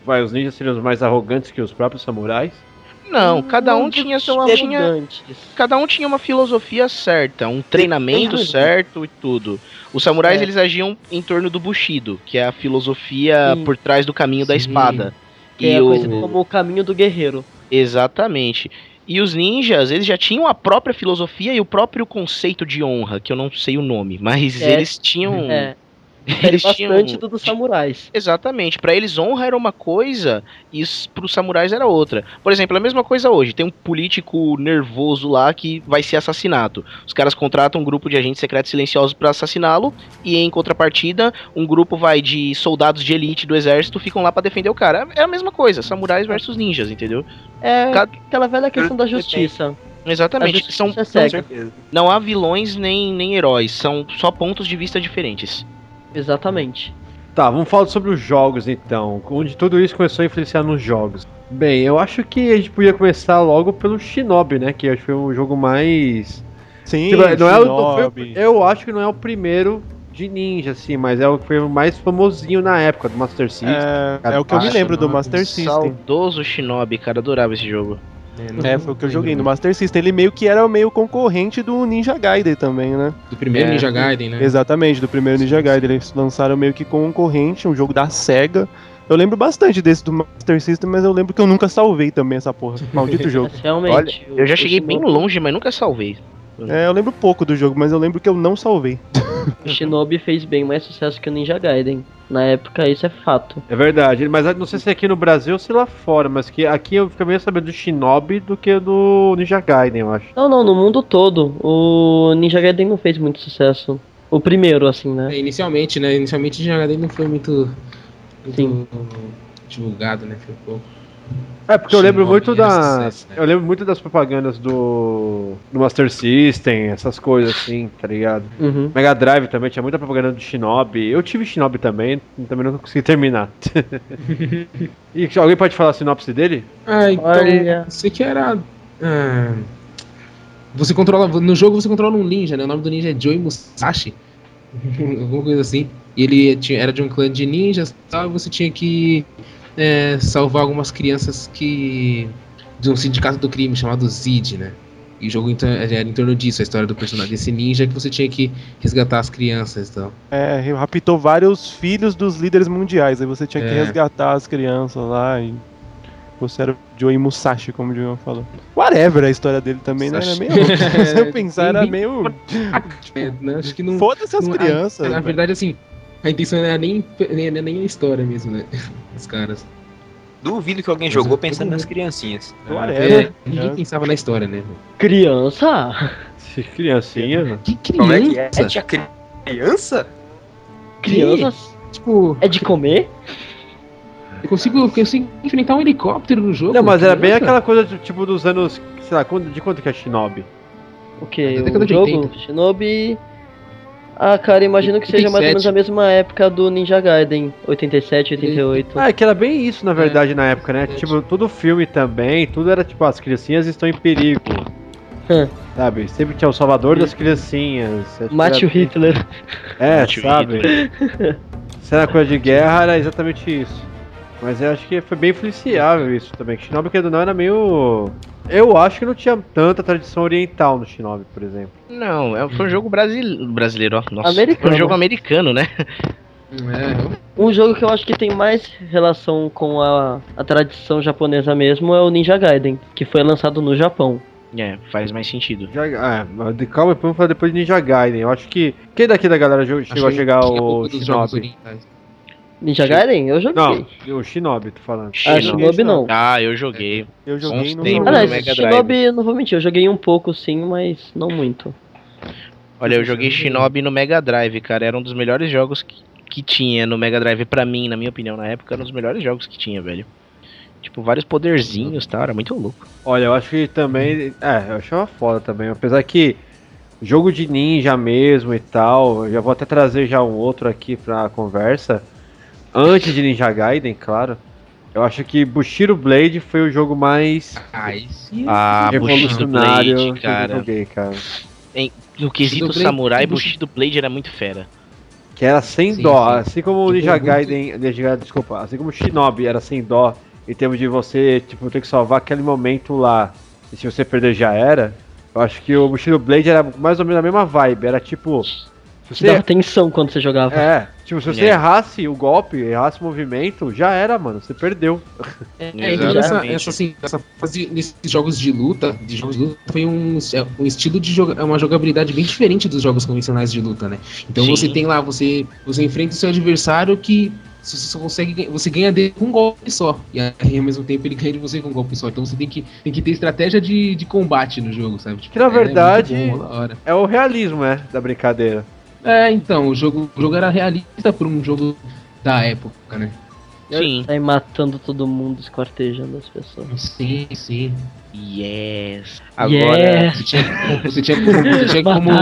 vai, os ninjas seriam os mais arrogantes que os próprios samurais? Não, cada um Não tinha, são tinha arrogantes. cada um tinha uma filosofia certa, um treinamento certo e tudo. Os samurais É. eles agiam em torno do Bushido, que é a filosofia Sim. por trás do caminho da Sim. espada. Que é o- conhecido como o caminho do guerreiro. Exatamente. E os ninjas, eles já tinham a própria filosofia e o próprio conceito de honra, que eu não sei o nome, mas É. eles tinham É. Difere eles bastante tinham do dos samurais. Exatamente, pra eles honra era uma coisa e s- pros samurais era outra. Por exemplo, a mesma coisa hoje, tem um político nervoso lá que vai ser assassinato. Os caras contratam um grupo de agentes secretos silenciosos pra assassiná-lo e em contrapartida, um grupo vai de soldados de elite do exército ficam lá pra defender o cara. É a mesma coisa, samurais versus ninjas, entendeu? É Cada- aquela velha questão da justiça. A Exatamente, justiça são, é são- cega. não há vilões nem, nem heróis, são só pontos de vista diferentes. Exatamente. Tá, vamos falar sobre os jogos então, onde tudo isso começou a influenciar nos jogos. Bem, eu acho que a gente podia começar logo pelo Shinobi, né? Que acho que foi o jogo mais. Sim, Tipo, não é o- não foi o- Shinobi. eu acho que não é o primeiro de ninja, assim, mas é o que foi o mais famosinho na época do Master System. É, é o que eu me Ah, lembro do Shinobi. Master System. Saudoso Shinobi, cara, adorava esse jogo. É, foi o que eu joguei no Master System. Ele meio que era meio concorrente do Ninja Gaiden também, né? Do primeiro É, Ninja Gaiden, né? Exatamente, do primeiro Ninja Gaiden. Eles lançaram meio que concorrente, um jogo da SEGA. Eu lembro bastante desse do Master System, mas eu lembro que eu nunca salvei também essa porra. Maldito jogo. Realmente. Olha, eu já o- cheguei o bem Shinobi- longe, mas nunca salvei. É, eu lembro pouco do jogo, mas eu lembro que eu não salvei. O Shinobi fez bem mais sucesso que o Ninja Gaiden. Na época, isso é fato. É verdade, mas não sei se é aqui no Brasil ou se lá fora, mas que aqui eu fico meio sabendo do Shinobi do que do Ninja Gaiden, eu acho. Não, não, no mundo todo. O Ninja Gaiden não fez muito sucesso. O primeiro, assim, né? É, inicialmente, né? Inicialmente o Ninja Gaiden não foi muito, muito Sim. divulgado, né? Foi pouco. É, porque eu lembro Shinobi muito era das. sucesso, né? Eu lembro muito das propagandas do. do Master System, essas coisas assim, tá ligado? Uhum. Mega Drive também tinha muita propaganda do Shinobi. Eu tive Shinobi também, também não consegui terminar. E alguém pode falar a sinopse dele? Ah, então. Olha. Você que era. ah, você controla. No jogo você controla um ninja, né? O nome do ninja é Joey Musashi. Alguma coisa assim. E ele tinha, era de um clã de ninjas e tal, e você tinha que é, salvar algumas crianças que. De um sindicato do crime chamado Zid, né? E o jogo então, era em torno disso, a história do personagem desse ninja, que você tinha que resgatar as crianças e tal. É, raptou vários filhos dos líderes mundiais. Aí você tinha que É. resgatar as crianças lá e. Você era o Joey Musashi, como o Joey falou. Whatever a história dele também, né? Era meio. Se eu pensar, era meio. É, né, acho que não. Foda-se as não- a- crianças. Na velho. verdade, assim, a intenção não era nem, nem, nem a história mesmo, né? Os caras. Duvido que alguém jogou pensando nas criancinhas. Whatever. É, ninguém pensava na história, né? Criança? Criancinha. Que Como é que é? criança? Tinha criança? Crianças? Tipo, É de comer? eu consigo, eu consigo enfrentar um helicóptero no jogo. Não, mas era bem criança? aquela coisa de, tipo dos anos. Sei lá, quando- de quanto que é Shinobi? O que? Da década O de jogo? oitenta. Shinobi. Ah, cara, imagino que seja mais ou menos a mesma época do Ninja Gaiden. oitenta e sete, oitenta e oito. Ah, é que era bem isso, na verdade, na época, né? Tipo, todo filme também, tudo era tipo, as criancinhas estão em perigo. Hã. Sabe? Sempre tinha o salvador das criancinhas. Acho que Mate o era- Hitler. É, Mate o sabe? Se era coisa de guerra, era exatamente isso. Mas eu acho que foi bem influenciável isso também. Que Shinobi, querendo ou não, era meio. Eu acho que não tinha tanta tradição oriental no Shinobi, por exemplo. Não, é- foi um jogo brasile... brasileiro, ó. Nossa, Americano. foi um jogo americano, né? É, Um jogo que eu acho que tem mais relação com a, a tradição japonesa mesmo é o Ninja Gaiden, que foi lançado no Japão. É, faz mais sentido. Já, é, mas de calma, vamos falar depois de Ninja Gaiden. Eu acho que. Quem daqui da galera jo- chegou a achei chegar que tinha o pouco dos jogos Shinobi? orientais. Ninja Gaiden? Eu joguei. Não, o Shinobi, tô falando. Ah, Shinobi não. Ah, eu joguei. Eu joguei Bons no. tempos. Aliás, no Mega Drive. Shinobi, eu não vou mentir, eu joguei um pouco sim, mas não muito. Olha, eu joguei Shinobi no Mega Drive, cara. Era um dos melhores jogos que, que tinha no Mega Drive. Pra mim, na minha opinião, na época, era um dos melhores jogos que tinha, velho. Tipo, vários poderzinhos e tal, era muito louco. Olha, eu acho que também. É, eu achava foda também. Apesar que jogo de ninja mesmo e tal. Eu já vou até trazer já um outro aqui pra conversa. Antes de Ninja Gaiden, claro. Eu acho que Bushido Blade foi o jogo mais Ai, sim. Ah, Bushido revolucionário Blade, que cara. eu joguei, cara. No quesito Bushido Blade- samurai, Bush- Bushido Blade era muito fera. Que era sem Sim, dó, sim. assim como o E Ninja tem muito- Gaiden, Ninja Gaiden, desculpa, assim como o Shinobi era sem dó, em termos de você, tipo, ter que salvar aquele momento lá, e se você perder já era, eu acho que o Bushido Blade era mais ou menos a mesma vibe, era tipo... Se Te dava você, tensão quando você jogava. é, tipo, se você É. errasse o golpe, errasse o movimento, já era, mano, você perdeu. É, então essa, Exatamente. essa, assim, essa fase nesses jogos de luta, de jogos de luta, foi um, é, um estilo de joga, é uma jogabilidade bem diferente dos jogos convencionais de luta, né? Então Sim. você tem lá, você, você enfrenta o seu adversário que você só consegue, ganha- você ganha dele com um golpe só. E aí, ao mesmo tempo ele ganha de você com um golpe só. Então você tem que, tem que ter estratégia de, de combate no jogo, sabe? Tipo, Que na é verdade- muito bom, da hora. É o realismo, é, da brincadeira. É, então, o jogo, o jogo era realista por um jogo da época, né? Sim. Sai matando todo mundo, esquartejando as pessoas. Sim, sim. Yes. Agora, Yeah. Você tinha, você tinha como. Você tinha como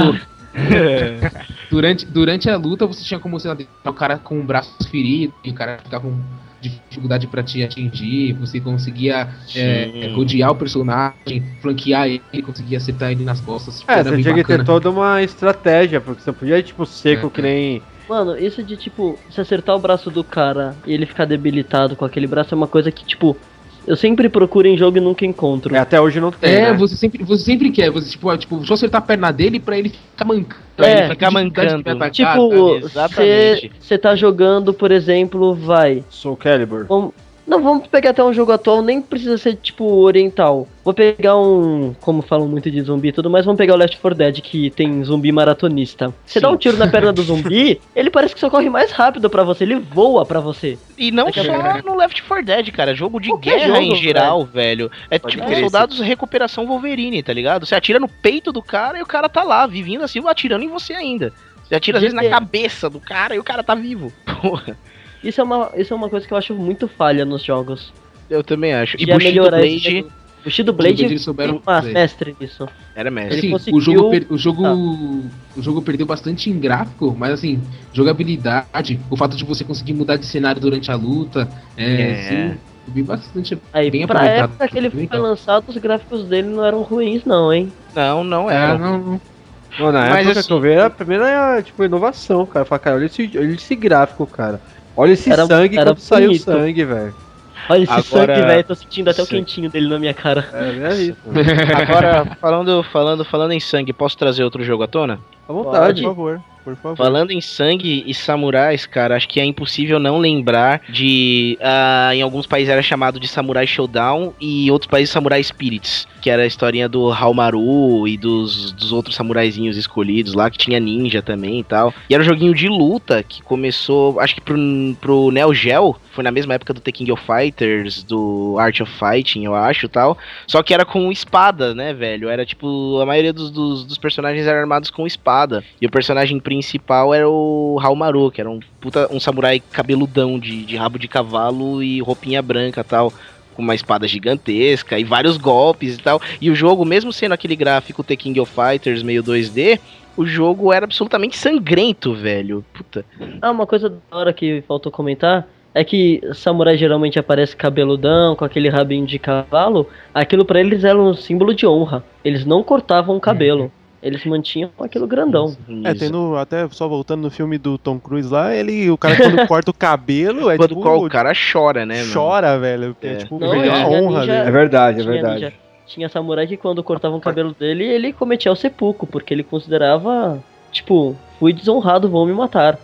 durante, durante a luta, você tinha como, sei lá, deixar o cara com o braço ferido e o cara ficar com dificuldade pra te atingir. Você conseguia é, Sim. rodear o personagem, flanquear ele, conseguia acertar ele nas costas. Tipo, é, era você bem tinha que ter bacana. toda uma estratégia, porque você podia ir, tipo, seco É. que nem... Mano, isso de, tipo, se acertar o braço do cara e ele ficar debilitado com aquele braço é uma coisa que, tipo, eu sempre procuro em jogo e nunca encontro. É, até hoje não tem, É, né? você sempre, você sempre quer, você tipo, ó, tipo, deixa eu acertar a perna dele pra ele ficar mancando. É, pra ele ter ficar dificuldade de me mancando. atacar, Tipo, sabe? Exatamente. você tá jogando, por exemplo, vai. Soul Calibur. Vamos, não, vamos pegar até um jogo atual, nem precisa ser tipo oriental. Vou pegar um, como falam muito de zumbi e tudo mais, vamos pegar o Left four Dead, que tem zumbi maratonista. Você dá um tiro na perna do zumbi, ele parece que só corre mais rápido pra você, ele voa pra você. E não Daqui a só pouco- no Left four Dead, cara. Jogo de Qualquer guerra jogo, em geral, velho. É Pode tipo crer, soldados recuperação Wolverine, tá ligado? Você atira no peito do cara e o cara tá lá, vivinho assim, atirando em você ainda. Você atira às vezes na G T A. cabeça do cara e o cara tá vivo. Porra. Isso é uma, isso é uma coisa que eu acho muito falha nos jogos. Eu também acho. E Ia Bushido melhorar Blade esse jogo. O Shido Blade, Blade eles souberam tem uma fazer. mestre nisso. era mestre. Ele Assim, conseguiu- o jogo, per- o jogo, Ah. o jogo perdeu bastante em gráfico, mas assim, jogabilidade, o fato de você conseguir mudar de cenário durante a luta, é, É. sim, eu vi bastante Aí, bem pra aproveitado. época que ele foi Então. lançado, os gráficos dele não eram ruins não, hein? Não, não É, era. não, não. Não, na Mas época assim- que eu vi, era a primeira, tipo, inovação, cara. Falar, cara, olha esse, olha esse gráfico, cara. Olha esse Era- sangue era quando saiu bonito. sangue, velho. Olha esse Agora- sangue, velho, tô sentindo até o Sim. quentinho dele na minha cara. É, é isso. Agora, falando, falando, falando em sangue, posso trazer outro jogo à tona? À vontade. Por favor, por favor. Falando em sangue e samurais, cara, acho que é impossível não lembrar de... ah, em alguns países era chamado de Samurai Showdown e outros países Samurai Spirits, que era a historinha do Haomaru e dos, dos outros samuraizinhos escolhidos lá, que tinha ninja também e tal. E era um joguinho de luta que começou, acho que pro, pro Neo Geo, foi na mesma época do The King of Fighters, do Art of Fighting, eu acho e tal. Só que era com espada, né, velho? Era tipo, a maioria dos, dos, dos personagens eram armados com espada. E o personagem principal era o Haomaru, que era um puta, um samurai cabeludão de, de rabo de cavalo e roupinha branca e tal, com uma espada gigantesca e vários golpes e tal. E o jogo, mesmo sendo aquele gráfico The King of Fighters meio dois D, o jogo era absolutamente sangrento, velho. Puta. Ah, uma coisa da hora que faltou comentar é que samurai geralmente aparece cabeludão, com aquele rabinho de cavalo. Aquilo pra eles era um símbolo de honra. Eles não cortavam o cabelo. Eles mantinham aquilo grandão. É, tem no, até só voltando no filme do Tom Cruise lá, ele, o cara quando corta o cabelo, é Quando tipo... qual- o cara chora, né, mano? Chora, velho, porque é, É. tipo, Não, perder a tinha honra ninja- dele. É verdade, é Tinha verdade. ninja- Tinha samurai que quando cortavam o cabelo dele, ele cometia o seppuku, porque ele considerava, tipo, fui desonrado, vão me matar.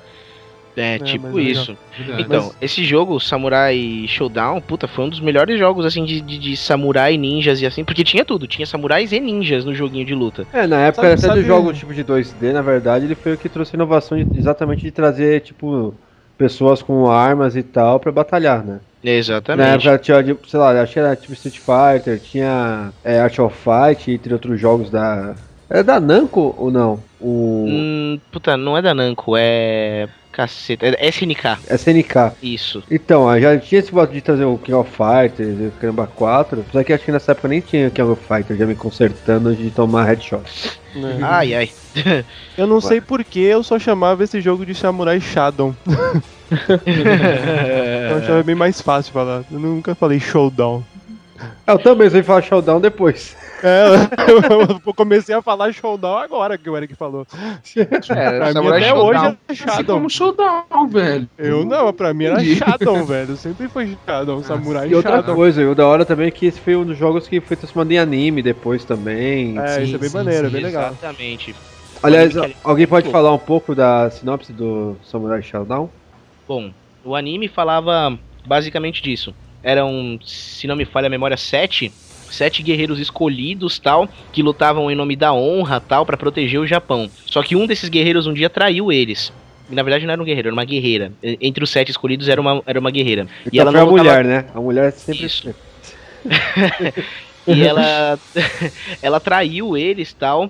É, É, tipo mas é legal. isso. Então, esse jogo, Samurai Showdown, puta, foi um dos melhores jogos, assim, de, de, de samurai, ninjas e assim, porque tinha tudo, tinha samurais e ninjas no joguinho de luta. É, na época Sabe- até sabe- dos jogos tipo de dois D, na verdade, ele foi o que trouxe inovação de- exatamente de trazer, tipo, pessoas com armas e tal pra batalhar, né? Na Exatamente. época tinha, de- sei lá, acho que era tipo Street Fighter, tinha é, Art of Fight, entre outros jogos da... É da Namco ou não? O Hum, puta, não é da Namco, é... Caceta, é S N K, S N K. isso. Então, aí já tinha esse voto de trazer o King of Fighters e o Caramba quatro, só que acho que nessa época nem tinha o King of Fighters, já me consertando de tomar headshot. né? Ai, ai. Eu não sei porque eu só chamava esse jogo de Samurai Shadow. Eu achava bem mais fácil falar. Eu nunca falei Showdown. Eu também sei falar Showdown depois. É, eu, eu comecei a falar Showdown agora que o Eric falou. É, pra mim até hoje é Assim Shadow. como Showdown, velho. Eu não, pra mim era Shadow, velho. Sempre foi Shadow, Samurai E outra Shadow. coisa, o da hora também é que esse foi um dos jogos que foi transformado em anime depois também. É, isso é bem maneiro, é bem legal. Exatamente. Aliás, O anime que é- alguém pode falar um pouco da sinopse do Samurai Showdown? Bom, o anime falava basicamente disso. Eram, se não me falha a memória, sete, sete guerreiros escolhidos, tal, que lutavam em nome da honra, tal, pra proteger o Japão. Só que um desses guerreiros um dia traiu eles. E, na verdade não era um guerreiro, era uma guerreira. Entre os sete escolhidos era uma, era uma guerreira. E ela foi a mulher, né? A mulher sempre... Isso. E ela ela traiu eles, tal,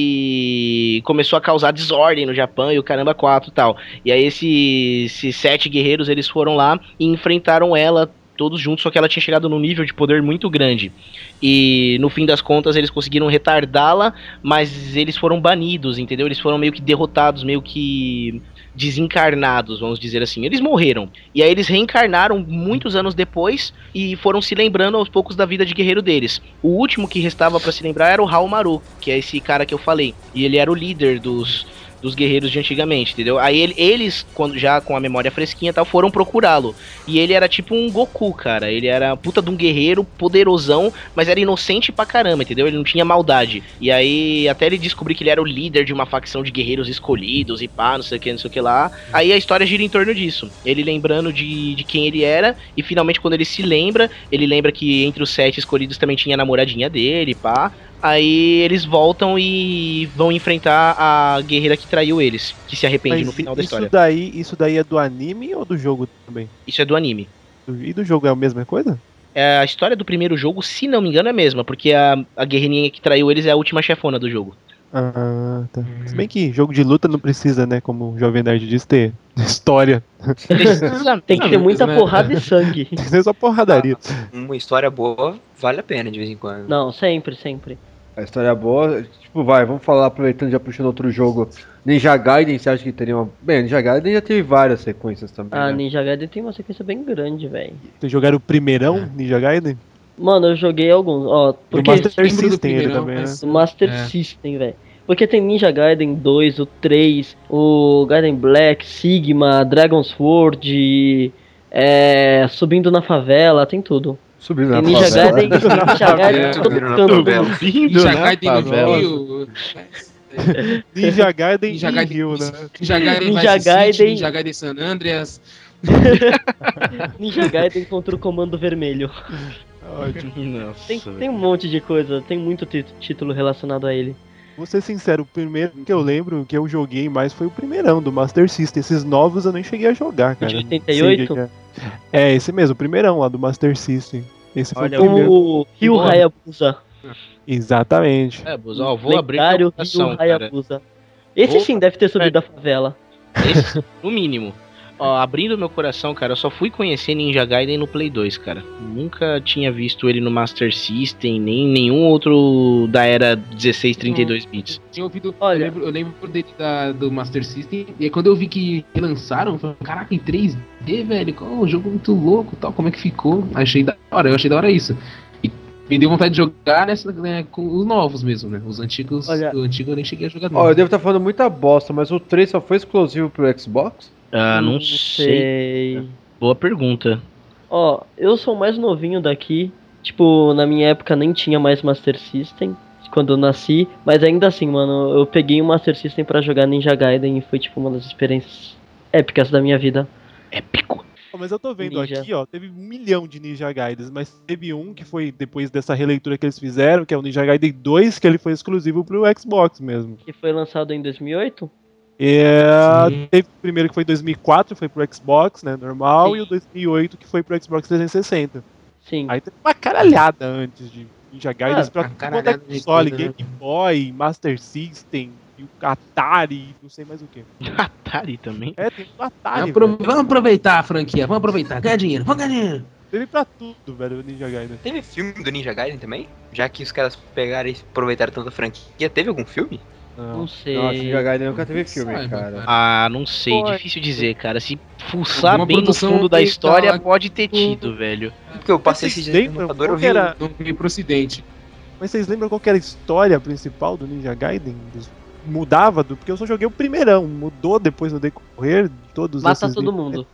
e começou a causar desordem no Japão e o caramba quatro, tal. E aí esses, esses sete guerreiros, eles foram lá e enfrentaram ela todos juntos, só que ela tinha chegado num nível de poder muito grande. E no fim das contas eles conseguiram retardá-la, mas eles foram banidos, entendeu? Eles foram meio que derrotados, meio que desencarnados, vamos dizer assim. Eles morreram. E aí eles reencarnaram muitos anos depois e foram se lembrando aos poucos da vida de guerreiro deles. O último que restava pra se lembrar era o Haomaru, que é esse cara que eu falei. E ele era o líder dos... dos guerreiros de antigamente, entendeu? Aí ele, eles, quando já com a memória fresquinha e tal, foram procurá-lo. E ele era tipo um Goku, cara. Ele era puta de um guerreiro poderosão, mas era inocente pra caramba, entendeu? Ele não tinha maldade. E aí, até ele descobrir que ele era o líder de uma facção de guerreiros escolhidos e pá, não sei o que, não sei o que lá. Aí a história gira em torno disso. Ele lembrando de, de quem ele era, e finalmente quando ele se lembra, ele lembra que entre os sete escolhidos também tinha a namoradinha dele, pá. Aí eles voltam e vão enfrentar a guerreira que traiu eles, que se arrepende Mas no final da isso história. Daí, isso daí é do anime ou do jogo também? Isso é do anime. E do jogo é a mesma coisa? É, a história do primeiro jogo, se não me engano, é a mesma, porque a, a guerreirinha que traiu eles é a última chefona do jogo. Ah, tá. Se bem que jogo de luta não precisa, né, como o Jovem Nerd diz, ter história. Tem que ter muita porrada e sangue. Tem que ser só porradaria. Uma história boa vale a pena de vez em quando. Não, sempre, sempre. A história é boa. Tipo, vai, vamos falar, aproveitando, já puxando outro jogo. Ninja Gaiden, você acha que teria uma... Bem, Ninja Gaiden já teve várias sequências também, Ah, né? Ninja Gaiden tem uma sequência bem grande, velho. Vocês jogaram o primeirão Ninja Gaiden? Mano, eu joguei alguns, ó. Porque Do Master lembro do System ele primeirão, também, né? mas- do Master É. System, velho. Porque tem Ninja Gaiden dois, o três, o Gaiden Black, Sigma, Dragon's Sword, é, Subindo na Favela, tem tudo. Subindo Tem na Ninja favela. Gaiden, Ninja Gaiden É, todo subindo na canto. favela. Ninja Gaiden no favela. Rio. Ninja Gaiden Ninja e Gaiden, Rio, né? Ninja Gaiden Ninja Vice City, Gaiden- Ninja Gaiden San Andreas. Ninja Gaiden contra o Comando Vermelho. Ótimo. Nossa, Tem, tem um monte de coisa, tem muito ti- título relacionado a ele. Vou ser sincero, o primeiro que eu lembro que eu joguei mais foi o primeirão do Master System. Esses novos eu nem cheguei a jogar, cara. De Não oitenta e sei o oito? que que é. É, esse mesmo, o primeirão lá do Master System. Esse foi Olha, o primeiro. O Ryu Boa. Hayabusa. Exatamente. É, Buzão, vou abrir meu Lendário coração, Ryu cara. Hayabusa. Esse Vou- sim deve ter subido da favela. Esse, no mínimo. Ó, abrindo meu coração, cara, eu só fui conhecer Ninja Gaiden no Play dois, cara. Nunca tinha visto ele no Master System, nem nenhum outro da era dezesseis, trinta e dois bits. Tinha ouvido, Olha. eu lembro, eu lembro dele da, do Master System, e aí quando eu vi que relançaram, eu falei, caraca, em três D, velho, qual um jogo muito louco, tal, como é que ficou? Achei da hora, eu achei da hora isso. E me deu vontade de jogar nessa, né, com os novos mesmo, né, os antigos, Olha. o antigo eu nem cheguei a jogar Ó, eu não. devo estar falando muita bosta, mas o três só foi exclusivo pro Xbox? Ah, não sei. Boa pergunta. Ó, eu sou o mais novinho daqui. Tipo, na minha época nem tinha mais Master System. Quando eu nasci. Mas ainda assim, mano, eu peguei o Master System pra jogar Ninja Gaiden. E foi tipo uma das experiências épicas da minha vida. Épico. Ó, mas eu tô vendo Ninja. aqui, ó, teve um milhão de Ninja Gaidens, mas teve um que foi depois dessa releitura que eles fizeram, que é o Ninja Gaiden dois, que ele foi exclusivo pro Xbox mesmo. Que foi lançado em dois mil e oito. É, Sim. teve o primeiro que foi em dois mil e quatro, foi pro Xbox, né, normal, Sim. e o dois mil e oito que foi pro Xbox trezentos e sessenta. Sim. Aí teve uma caralhada antes de Ninja Gaiden Ah, pra uma tudo quanto é caralhada de console, coisa, né? Game Boy, Master System, e o Atari, não sei mais o que. Atari também. É, tem o Atari, Vamos, apro- velho. vamos aproveitar a franquia, vamos aproveitar, ganhar dinheiro, vamos ganhar dinheiro. Teve pra tudo, velho, o Ninja Gaiden. Teve filme do Ninja Gaiden também? Já que os caras pegaram e aproveitaram tanta franquia, teve algum filme? Não sei. Nossa, Ninja Gaiden nunca teve filme, Sabe, cara. Ah, não sei, Pô, difícil dizer, cara. Se fuçar Alguma bem no produção fundo da tem que história, tá- pode ter tido, velho. Porque eu passei esse Vocês dia no lembram computador, eu qual vi que era- Não veio pro ocidente. Mas vocês lembram qual que era a história principal do Ninja Gaiden? Dos- Mudava do. Porque eu só joguei o primeirão. Mudou depois no decorrer de todos Mata esses todo Ninja- mundo.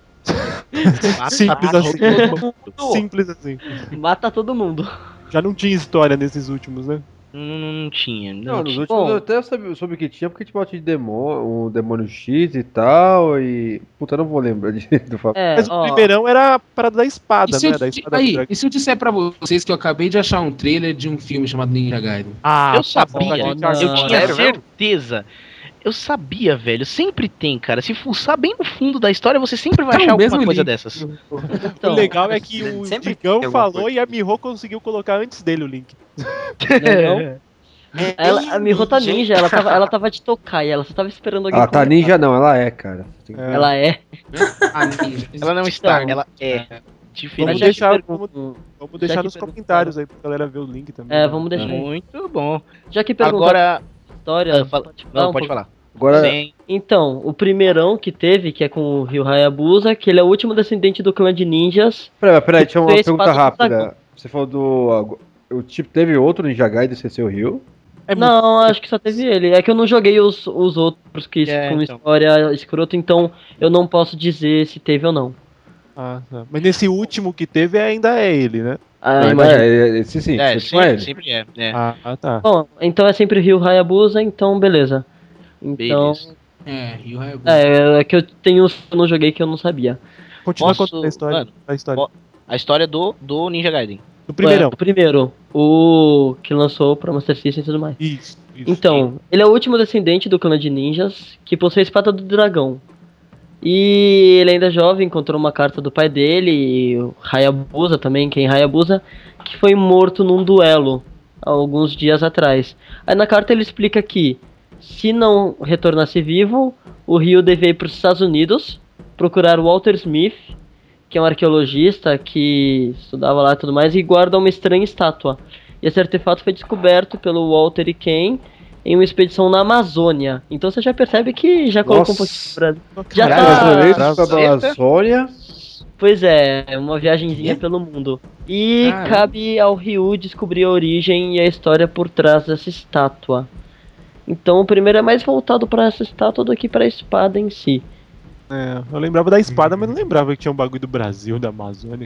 Simples assim. Simples assim. Mata todo mundo. Já não tinha história nesses últimos, né? Não, não, não tinha. Não, Não, nos tinha. últimos Bom. eu até soube, soube que tinha, porque tinha um monte de demônio, um demônio X e tal, e... Puta, eu não vou lembrar de, do fato. É, Mas o ó, primeirão era a parada da espada, E se, né? eu, Da di- espada aí, do e se eu disser pra vocês que eu acabei de achar um trailer de um filme chamado Ninja Gaiden? Ah, Eu sabia, bom, eu não. tinha Sério mesmo? certeza. Eu sabia, velho. Sempre tem, cara. Se fuçar bem no fundo da história, você sempre vai Tá, achar o mesmo alguma coisa link. dessas. então, O legal é que o Sempre Digão tem alguma falou coisa. e a Miho conseguiu colocar antes dele o link. não, não. Ela, a Miho tá ninja, ela tava, ela tava de Tokai, ela só tava esperando alguém Ela tá comentar. ninja não, ela é, cara. Tem que- É. Ela é. Ah, Ninja. Ela não está, Então, ela é. Vamos Diferente. já deixar, que pergun- vamos, vamos já deixar que nos perguntaram- comentários aí pra galera ver o link também. É, vamos deixar aí. Muito bom. Já que perguntaram Agora. a história, Ah, fala- pode falar Não, um pode pouco? falar. Agora, Sim. Então, o primeirão que teve, que é com o Ryu Hayabusa, que ele é o último descendente do clã de ninjas. peraí, peraí, tinha uma Fez pergunta espada do rápida. dragão. Você falou do... O tipo, teve outro Ninja Gaiden sem ser o Ryu? É Não, acho que só teve ele. É que eu não joguei os, os outros que É, com então. história escrota, então eu não posso dizer se teve ou não. Ah, tá. Mas nesse último que teve ainda é ele, né? Ah, Não, imagino. é, é, é, sim, sim, É, sempre com ele. sempre, sempre é. é. Ah, ah, tá. Bom, então é sempre Ryu Hayabusa, então beleza. Então, Beleza. É, e o Hayabusa. é, é que eu tenho os que eu não joguei que eu não sabia. Continua Posso- contando a história. mano, a história. ó, A história do, do Ninja Gaiden. Do primeirão. É, o primeiro, o que lançou pra Master System e tudo mais. Isso, isso. Então, ele é o último descendente do clã de ninjas que possui a espada do dragão. E ele ainda é jovem, encontrou uma carta do pai dele, e o Hayabusa também, quem é Hayabusa, que foi morto num duelo há alguns dias atrás. Aí na carta ele explica que, se não retornasse vivo, o Ryu devia ir para os Estados Unidos, procurar o Walter Smith, que é um arqueologista que estudava lá e tudo mais, e guarda uma estranha estátua. E esse artefato foi descoberto pelo Walter e Ken em uma expedição na Amazônia. Então você já percebe que já colocou um pouquinho Nossa. de Brasil. Já Caralho, tá- Brasileiro Brasileiro. pra Amazônia. Pois é, uma viagenzinha pelo mundo. E Caramba. cabe ao Ryu descobrir a origem e a história por trás dessa estátua. Então o primeiro é mais voltado pra essa estátua do que pra espada em si. É, eu lembrava da espada, mas não lembrava que tinha um bagulho do Brasil, da Amazônia.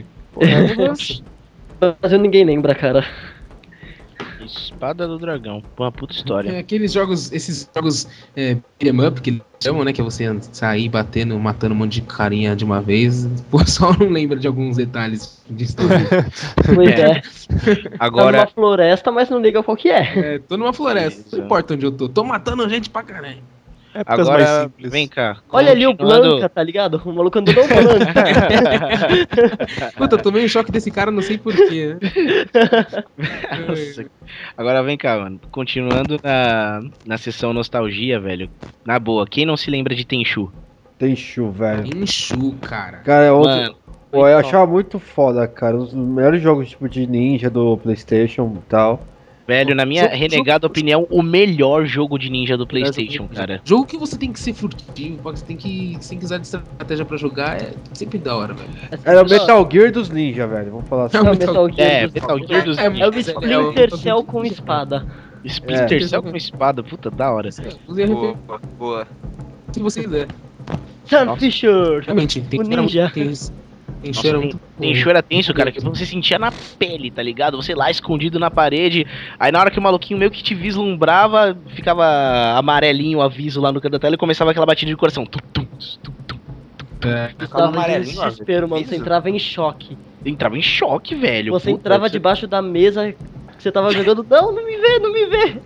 No Brasil ninguém lembra, cara. Espada do Dragão. Uma puta história. É, aqueles jogos, esses jogos é, beat'em up que eles chamam, né? Que é você sair batendo, matando um monte de carinha de uma vez. O pessoal não lembra de alguns detalhes de história. Pois é. Tá Agora, numa floresta, mas não liga qual que é. É, tô numa floresta, Isso. não importa onde eu tô. Tô matando gente pra caralho. Épocas mais agora simples. vem cá. Olha ali o continuando- Blanca, tá ligado? O maluco andou no Blanca. Puta, eu tomei um choque desse cara, não sei porquê. Nossa. Agora vem cá, mano. Continuando na, na sessão nostalgia, velho. Na boa, quem não se lembra de Tenchu? Tenchu, velho. Enxu, cara. Cara, outro, Mano, pô, eu achava muito foda, cara. Os melhores jogos tipo de ninja do PlayStation e tal. velho, na minha Jogo- renegada opinião, o melhor jogo de ninja do PlayStation, cara. Jogo que você tem que ser furtivo, você tem que, você tem que usar de estratégia pra jogar, é sempre da hora, velho. Era o Metal Gear dos ninja, velho. Vamos falar assim. É o Metal Gear. É, dos- Metal Gear dos É, É o ninjas. Splinter Cell com espada. Splinter É. Cell com espada, puta, da hora. Use R P G Boa, boa. se você quiser. Sam Fisher. Realmente, tem O que ninja. Tem, tem Nossa, cheiro tem, muito tem show era tenso, cara, que você sentia na pele, tá ligado? Você lá escondido na parede, aí na hora que o maluquinho meio que te vislumbrava, ficava amarelinho o aviso lá no canto da tela e começava aquela batida de coração. Tum, tum, tum, tum. É, Tava em amarelinho, ó, desespero, mano. Você isso. entrava em choque. Entrava em choque, velho. Você Puta, entrava você- debaixo da mesa que você tava jogando. Não, não me vê, não me vê.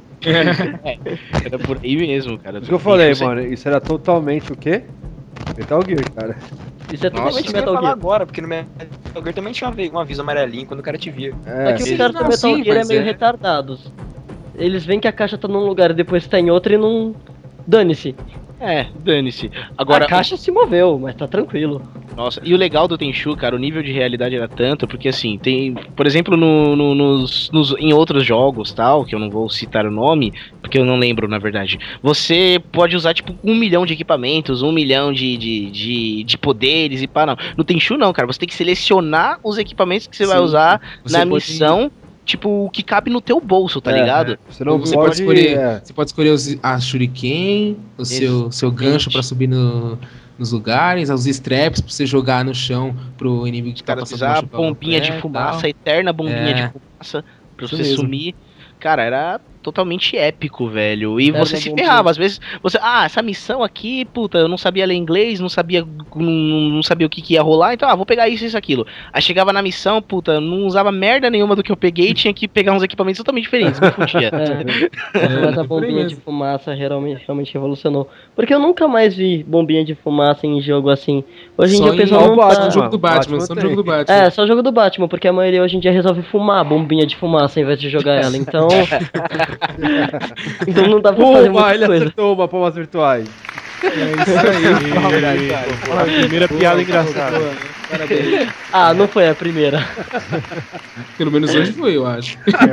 Era por aí mesmo, cara. Isso que eu falei, Você- mano. Isso era totalmente o quê? Metal Gear, cara. Isso é Nossa, totalmente Isso que eu ia Metal falar Gear. agora, porque no Metal Gear também tinha um aviso amarelinho quando o cara te via. Só É, que Sim, os caras do não, Metal sim, Gear é mas meio é- retardados. Eles veem que a caixa tá num lugar e depois tá em outro e não. Dane-se. É, dane-se. Agora, A caixa se moveu, mas tá tranquilo. nossa, e o legal do Tenchu, cara, o nível de realidade era tanto, porque assim, tem, por exemplo, no, no- nos, nos- em outros jogos, tal, que eu não vou citar o nome, porque eu não lembro, na verdade. Você pode usar, tipo, um milhão de equipamentos, um milhão de, de, de, de poderes e pá, não. No Tenchu não, cara, você tem que selecionar os equipamentos que você Sim. vai usar você na pode... missão, tipo, o que cabe no teu bolso, tá é, ligado? É. Você não você pode, pode escolher, é. Você pode escolher os, a shuriken, o seu, seu gancho pra subir no... nos lugares, os straps pra você jogar no chão pro inimigo que tá passando. Usar bombinha de fumaça, eterna bombinha é. de fumaça pra Isso você mesmo. sumir. Cara, era totalmente épico, velho. E era você se ferrava, às vezes, você, ah, essa missão aqui, puta, eu não sabia ler inglês, não sabia, não, não sabia o que, que ia rolar, então, ah, vou pegar isso e isso, aquilo. Aí chegava na missão, puta, não usava merda nenhuma do que eu peguei e tinha que pegar uns equipamentos totalmente diferentes, me fudia. É, mas a bombinha de fumaça realmente, realmente revolucionou. Porque eu nunca mais vi bombinha de fumaça em jogo assim. Hoje em só dia o pessoal não tá... Só no jogo do Batman, Batman só no jogo do Batman. É, só o jogo do Batman, porque a maioria hoje em dia resolve fumar a bombinha de fumaça em vez de jogar ela, então... então não dá pra fazer Uma, muita ele coisa. acertou uma palmas virtuais. É isso aí. A primeira piada engraçada. Ah, não foi a primeira. Pelo menos hoje foi, eu acho. É,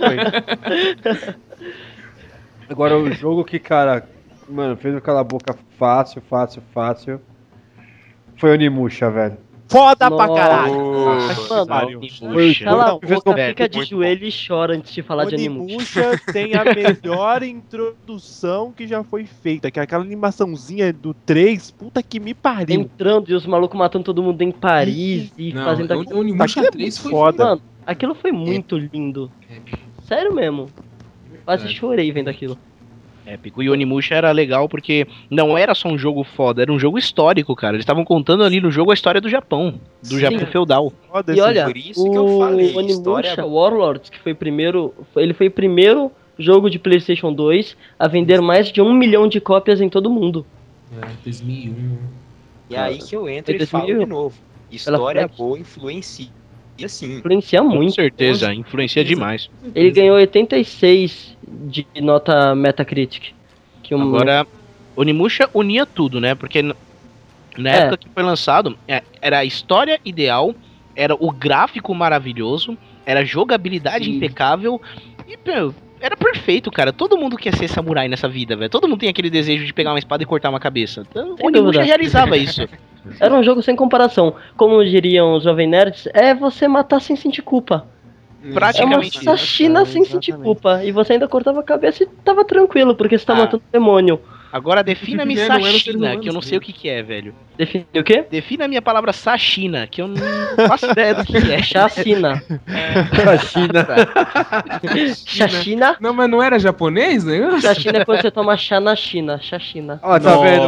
mas foi. Agora o jogo que, cara, mano, fez eu calar a boca fácil, fácil, fácil. Foi Onimusha, velho. Foda Nossa. pra caralho! Nossa, mano, cala a boca, fica de joelho e chora antes de falar de Onimusha. Onimusha tem a melhor introdução que já foi feita, que é aquela animaçãozinha do três, puta que me pariu. Entrando e os malucos matando todo mundo em Paris e Não, fazendo o, aquilo. o Onimusha Aquilo é três foi foda. Mano, aquilo foi muito é. lindo. É. Sério mesmo. Quase é. chorei vendo aquilo. Épico. E o Onimusha era legal porque não era só um jogo foda, era um jogo histórico, cara. Eles estavam contando ali no jogo a história do Japão, do Sim. Japão feudal. Foda e olha, o Onimusha história... Warlords, que foi primeiro, ele foi o primeiro jogo de PlayStation dois a vender mais de um milhão de cópias em todo o mundo. É, dois mil e um. E aí que eu entro e falo de novo. História boa influencia. E assim, influencia muito. Com certeza, influencia demais. Ele ganhou oitenta e seis de nota Metacritic. Que um... Agora, Onimusha unia tudo, né? Porque na é. época que foi lançado, era a história ideal, era o gráfico maravilhoso, era a jogabilidade Sim. impecável e, meu, era perfeito, cara. Todo mundo quer ser samurai nessa vida, velho. Todo mundo tem aquele desejo de pegar uma espada e cortar uma cabeça. Então, o Onimusha realizava isso. Era um jogo sem comparação. Como diriam os jovens nerds, é você matar sem sentir culpa. Praticamente. É uma assassina sem sentir culpa. E você ainda cortava a cabeça e tava tranquilo, porque você tá ah. matando o demônio. Agora defina-me Sashina, que eu não sei o que que é, velho. Define o quê? Defina a minha palavra Sashina, que eu não faço ideia do que é. Chacina. Chacina. Chacina? Não, mas não era japonês, né? Chacina é quando você toma chá na China. Chacina. Ó, tá vendo?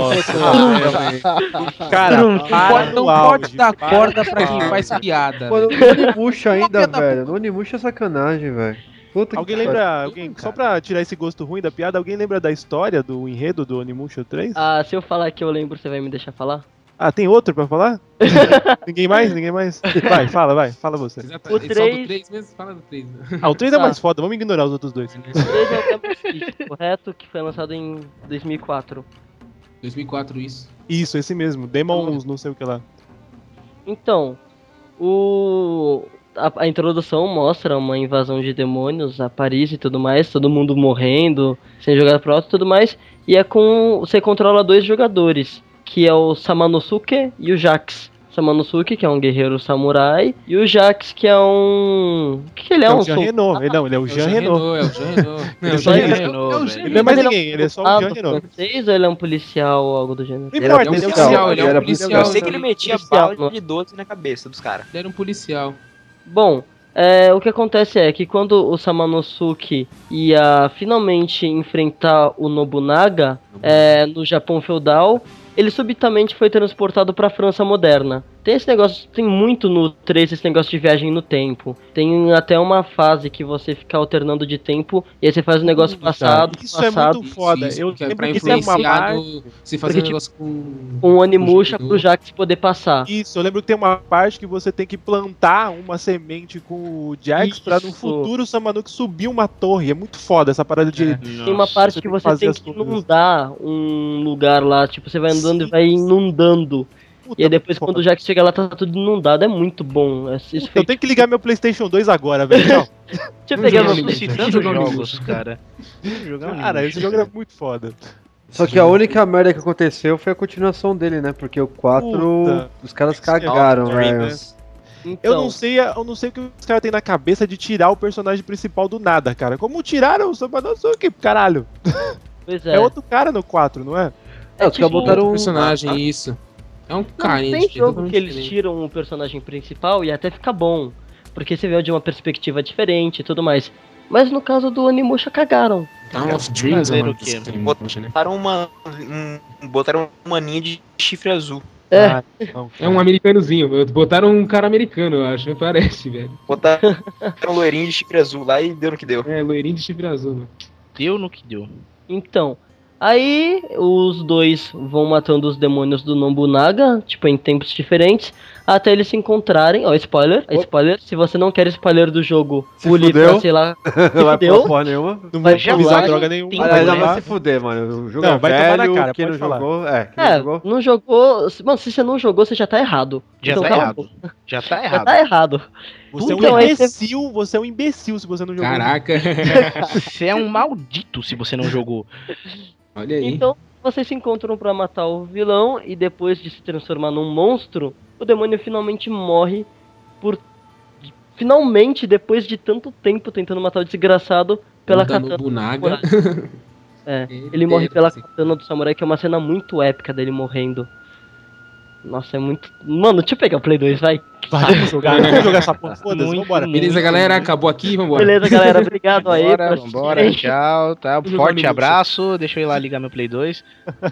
Cara, para não pode dar corda pra quem faz piada. Pô, no Onimusha ainda, velho. No Onimusha é sacanagem, velho. Puta alguém lembra, alguém, só pra tirar esse gosto ruim da piada, alguém lembra da história do enredo do Onimusha três? Ah, se eu falar que eu lembro, você vai me deixar falar? Ah, tem outro pra falar? Ninguém mais? Ninguém mais? Vai, fala, vai, fala você. O três... três mesmo, fala do três. Ah, o três é mais foda, vamos ignorar os outros dois. O três é o Campus City, correto? Que foi lançado em dois mil e quatro. dois mil e quatro, isso. Isso, esse mesmo, Demons, não sei o que lá. Então, o... A, a introdução mostra uma invasão de demônios a Paris e tudo mais, todo mundo morrendo, sem jogar pro alto e tudo mais, e é com... você controla dois jogadores, que é o Samanosuke e o Jax. Samanosuke, que é um guerreiro samurai, e o Jax, que é um... O que, que ele é? É um o Jean Reno, ele não, ele é o Jean Reno. É o Jean Reno, Ele é só Jean Reno. Ele não é mais ninguém, ele é só o Jean Reno. Ou ele é um policial ou algo do gênero? Não importa, ele é um policial, ele é um policial. Eu sei que ele metia bala de doze na cabeça dos caras. Ele era um policial. Bom, é, o que acontece é que quando o Samanosuke ia finalmente enfrentar o Nobunaga é, no Japão feudal, ele subitamente foi transportado para a França moderna. Tem esse negócio, tem muito no três esse negócio de viagem no tempo. Tem até uma fase que você fica alternando de tempo e aí você faz o negócio hum, passado, Isso passado. é muito foda. Isso, eu que é lembro pra que tem uma parte... Se fazer Porque, um negócio tipo, com... Um Onimusha pro Jax poder passar. Isso, eu lembro que tem uma parte que você tem que plantar uma semente com o Jax pra no futuro o Samanuki subir uma torre. É muito foda essa parada de... É. Tem uma parte você que você tem que inundar um lugar lá. Tipo, você vai andando Sim. e vai inundando. Puta, e aí depois quando o Jax chega lá tá tudo inundado, é muito bom. Isso Puta, eu tenho que ligar meu PlayStation dois agora, velho. Deixa eu pegar meu Play. Citando jogos, cara. Cara, esse jogo era muito foda. Só que a única merda que aconteceu foi a continuação dele, né? Porque o quatro, Puta. os caras cagaram, Né? velho. Então, Eu não sei, eu não sei o que os caras têm na cabeça de tirar o personagem principal do nada, cara. Como tiraram o Samanosuke, caralho? pois É. é. outro cara no quatro, não é? É, os caras botaram um... personagem, isso. É um Não, carinha. tem de jogo totalmente que eles diferente. tiram o personagem principal e até fica bom. Porque você vê de uma perspectiva diferente e tudo mais. Mas no caso do Onimusha cagaram. Town of Dreams, Fazer mano. o quê? Esse Onimusha, né? Botaram uma. Um, botaram uma maninha de chifre azul. É, Ah, não, É um americanozinho. Botaram um cara americano, eu acho. Parece, velho. Botaram um loirinho de chifre azul lá e deu no que deu. É, loirinho de chifre azul, mano. Deu no que deu. então. Aí os dois vão matando os demônios do Nobunaga, tipo, em tempos diferentes, até eles se encontrarem. Ó, spoiler, é spoiler. Se você não quer spoiler do jogo, Se pule fudeu. pra, sei lá, Não vai fudeu. pôr porra nenhuma. Não Vai vou já avisar vai, droga nenhuma. tem Aliás, como, ela vai né? se fuder, mano. O jogo Não, é vai tomar velho, na cara, quem pode não falar. jogou... É, quem É, não jogou... não jogou. Mano, se você não jogou, você já tá errado. Já Então, tá cala a errado. boca. Já tá Já errado. tá errado. Você é um Então, aí você- imbecil, você é um imbecil se você não jogou. Caraca. Você é um maldito se você não jogou. Olha aí. Então, vocês se encontram pra matar o vilão e depois de se transformar num monstro, o demônio finalmente morre por. Finalmente, depois de tanto tempo tentando matar o desgraçado pela Oda katana. Nobunaga. É, ele morre pela katana do samurai, que é uma cena muito épica dele morrendo. Nossa, é muito. Mano, deixa eu pegar o Play dois, vai. Vai, vamos jogar, vamos jogar essa porra, foda-se, Muito, vambora. muito. Beleza, galera. Acabou aqui, vambora. Beleza, galera, obrigado aí. Bora, por vambora, assistirem. tchau, tá? Vamos jogar Forte Onimusha. abraço, deixa eu ir lá ligar meu Play dois.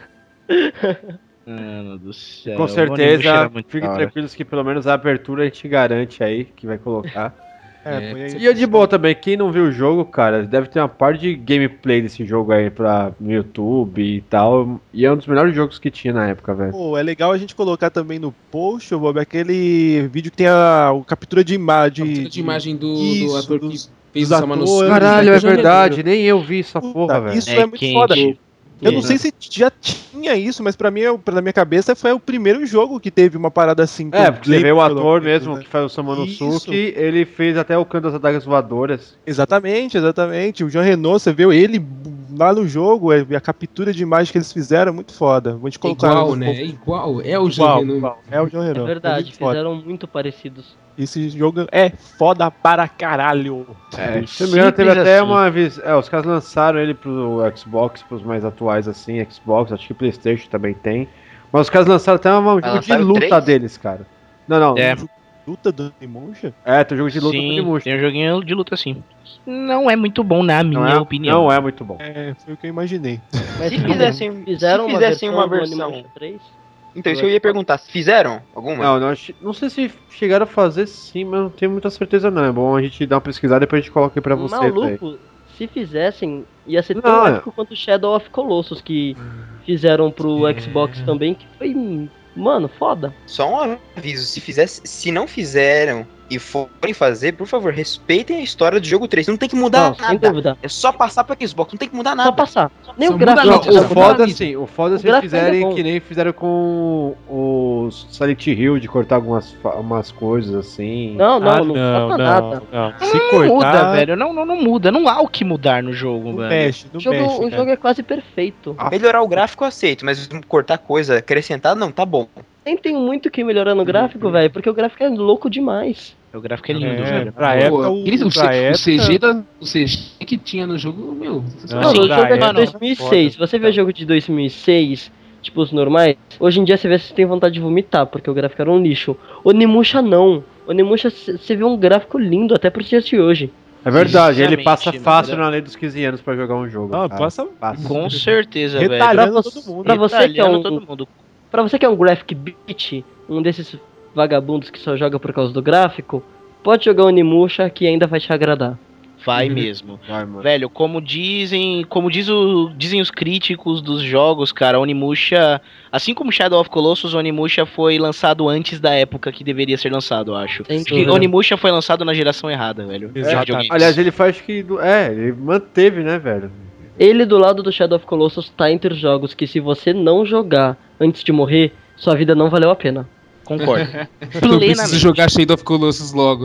Mano do céu. Com o Onimusha certeza, era muito fiquem da hora. tranquilos que pelo menos a abertura a gente garante aí que vai colocar. É, põe aí. E eu de boa também, quem não viu o jogo, cara, deve ter uma parte de gameplay desse jogo aí pra, no YouTube e tal. E é um dos melhores jogos que tinha na época, velho. Pô, é legal a gente colocar também no post, ô Bob, aquele vídeo que tem a, a captura de imagem. Captura de imagem do, Isso, do ator dos- que fez dos o Samanosuke. atores. Caralho, é Janeiro. verdade, nem eu vi essa porra, velho. Isso É é, muito quente. foda. Eu não É. sei se já tinha isso, mas pra mim, eu- pra minha cabeça, foi o primeiro jogo que teve uma parada assim. que É, eu porque você vê lembro, o pelo ator menos, mesmo né? que faz o Samanosuke, ele fez até o canto das adagas voadoras. Exatamente, exatamente. O Jean Renault, você viu ele lá no jogo, é, a captura de imagem que eles fizeram, muito foda. Vou te colocar. Igual, no- né? É igual. É o Igual, Jean igual. É o Jean É Renault. verdade, muito foda. fizeram muito parecidos. Esse jogo é foda para caralho. É, se não me engano, teve Simples até assim. uma vez. É, os caras lançaram ele pro Xbox, pros mais atuais assim, Xbox, acho que PlayStation também tem. Mas os caras lançaram até um jogo de lançaram luta três? deles, cara. Não, não. É. Luta do Onimusha? É, tem um jogo de luta do Sim, Onimusha. tem um joguinho de luta assim. Não é muito bom na minha Não é, opinião. não é muito bom. É, foi o que eu imaginei. Mas Se fizessem, fizeram se uma fizessem versão uma do versão. Onimusha três? Então, isso que eu ia perguntar. Fizeram alguma? Não, não, acho- não sei se chegaram a fazer sim, mas não tenho muita certeza não. É bom a gente dar uma pesquisada e depois a gente coloca aí pra vocês aí. Maluco, se fizessem, ia ser tão Não, é. épico quanto Shadow of Colossus, que fizeram pro Xbox também, que foi, mano, foda. Só um aviso, se fizesse, se não fizeram e forem fazer, por favor, respeitem a história do jogo três. Não tem que mudar Não, sem nada. dúvida. É só passar pra Xbox, não tem que mudar Só nada. passar. Nem Só o muda gráfico. a Não, mídia, o só muda foda a mídia. sim, o foda O se eles gráfico ainda é fizerem bom. que nem fizeram com os Silent Hill, de cortar algumas fa- umas coisas assim. Não, não, Ah, não, não, falta não, nada. não. Não, Se não cortar, muda, velho. Não, não, não muda. Não há o que mudar no jogo, não velho. mexe, não O jogo, mexe, o cara. jogo é quase perfeito. Melhorar o gráfico eu aceito, mas cortar coisa, acrescentar, não, tá bom. Nem tem muito o que melhorar no gráfico, velho, porque o gráfico é louco demais. O gráfico é lindo, É, velho. pra Pô, época, o, aquele- o, pra C- época, o C G da, o C G que tinha no jogo, meu. Não, Mano, sim, o jogo é de mano, dois mil e seis. Se você vê jogo de dois mil e seis, tipo os normais, hoje em dia você vê se tem vontade de vomitar, porque o gráfico era um lixo. Onimusha não. Onimusha você vê um gráfico lindo até pro dia de hoje. É verdade, ele Sinceramente, passa mano, fácil era- na lei dos quinze anos pra jogar um jogo. Não, cara. passa Passa. Com certeza, velho. retalhando Pra todo você- mundo. pra você que é Retalhando um- todo mundo. Pra você que é um graphic beat, um desses vagabundos que só joga por causa do gráfico, pode jogar Onimusha que ainda vai te agradar. Vai mesmo. Vai, mano. Velho, como dizem, como diz o, dizem os críticos dos jogos, cara, Onimusha, assim como Shadow of Colossus, Onimusha foi lançado antes da época que deveria ser lançado, eu acho. Sem Acho que dúvida. Onimusha foi lançado na geração errada, velho. de Exatamente. videogames. Aliás, ele faz que. do- É, ele manteve, né, velho? Ele do lado do Shadow of Colossus tá entre os jogos que se você não jogar antes de morrer, sua vida não valeu a pena. Concordo. Eu preciso Plenamente. jogar Shade of Colossus logo.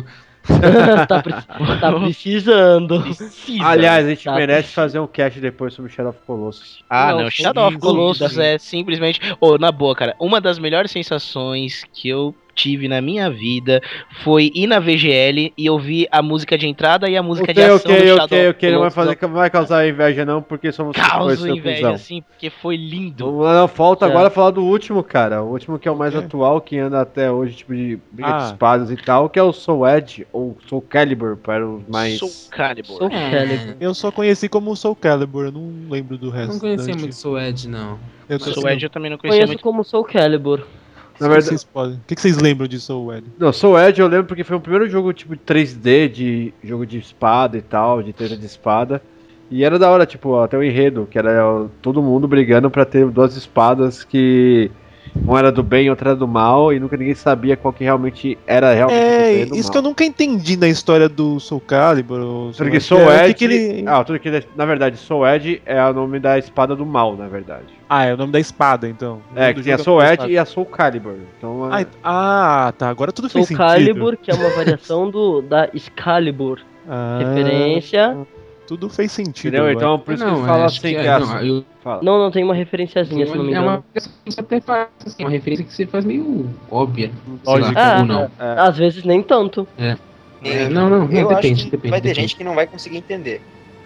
tá, pre- tá precisando. Precisa. Aliás, a gente Tá. merece fazer um cast depois sobre Shadow of Colossus. Ah, Não, não, sem Shadow of Colossus dúvida. é simplesmente. Ô, na boa, cara, uma das melhores sensações que eu tive na minha vida foi ir na V G L e ouvir a música de entrada e a música de Ok, ação ok, do Shadow ok, of ok, não vai, Colossus. fazer, não vai causar inveja não, porque somos Causa seu inveja, cuzão. assim, porque foi lindo. Não, não, falta É. agora falar do último, cara. O último que é o mais quê? atual, que anda até hoje, tipo de briga de Ah. espadas e tal, que é o Soul Edge, ou Soul Calibur, para os mais... Soul Calibur. Soul Calibur. Eu só conheci como Soul Calibur, eu não lembro do resto. Não conhecia da muito Soul Edge, não. Eu Mas- Soul Edge eu também não conhecia Conheço muito. como Soul Calibur. Na Na verdade- verdade, podem... O que que vocês lembram de Soul Edge? Não, Soul Edge eu lembro porque foi o primeiro jogo tipo três D, de jogo de espada e tal, de treta de espada. E era da hora, tipo, até o enredo, que era ó, todo mundo brigando pra ter duas espadas que uma era do bem e outra era do mal, e nunca ninguém sabia qual que realmente era realmente do bem É, e do isso mal. que eu nunca entendi na história do Soul Calibur. ou Tudo que Edge, Soul é, o Edge, que que ele... ah, tudo que ele- na verdade, Soul Edge é o nome da espada do mal, na verdade. Ah, é o nome da espada, então. O É, nome que do tem a jogo Soul é Edge e a Soul Calibur. Então, Ah, é... ent- ah, tá. Agora tudo Soul fez sentido. Calibur, que é uma variação do, da Excalibur. Ah, Referência. Tudo fez sentido. entendeu? agora. Então, por isso que Não, eles falam acho assim, que que é, é a não, eu- Fala. Não, não, tem uma referenciazinha, se não me É engano. uma coisa que você até faz, assim, uma referência que você faz meio óbvia. sei Lógica. lá, Ah, ou não. É. Às vezes nem tanto. É, não, não, não, Eu depende, acho que depende, vai ter depende. gente que não vai conseguir entender.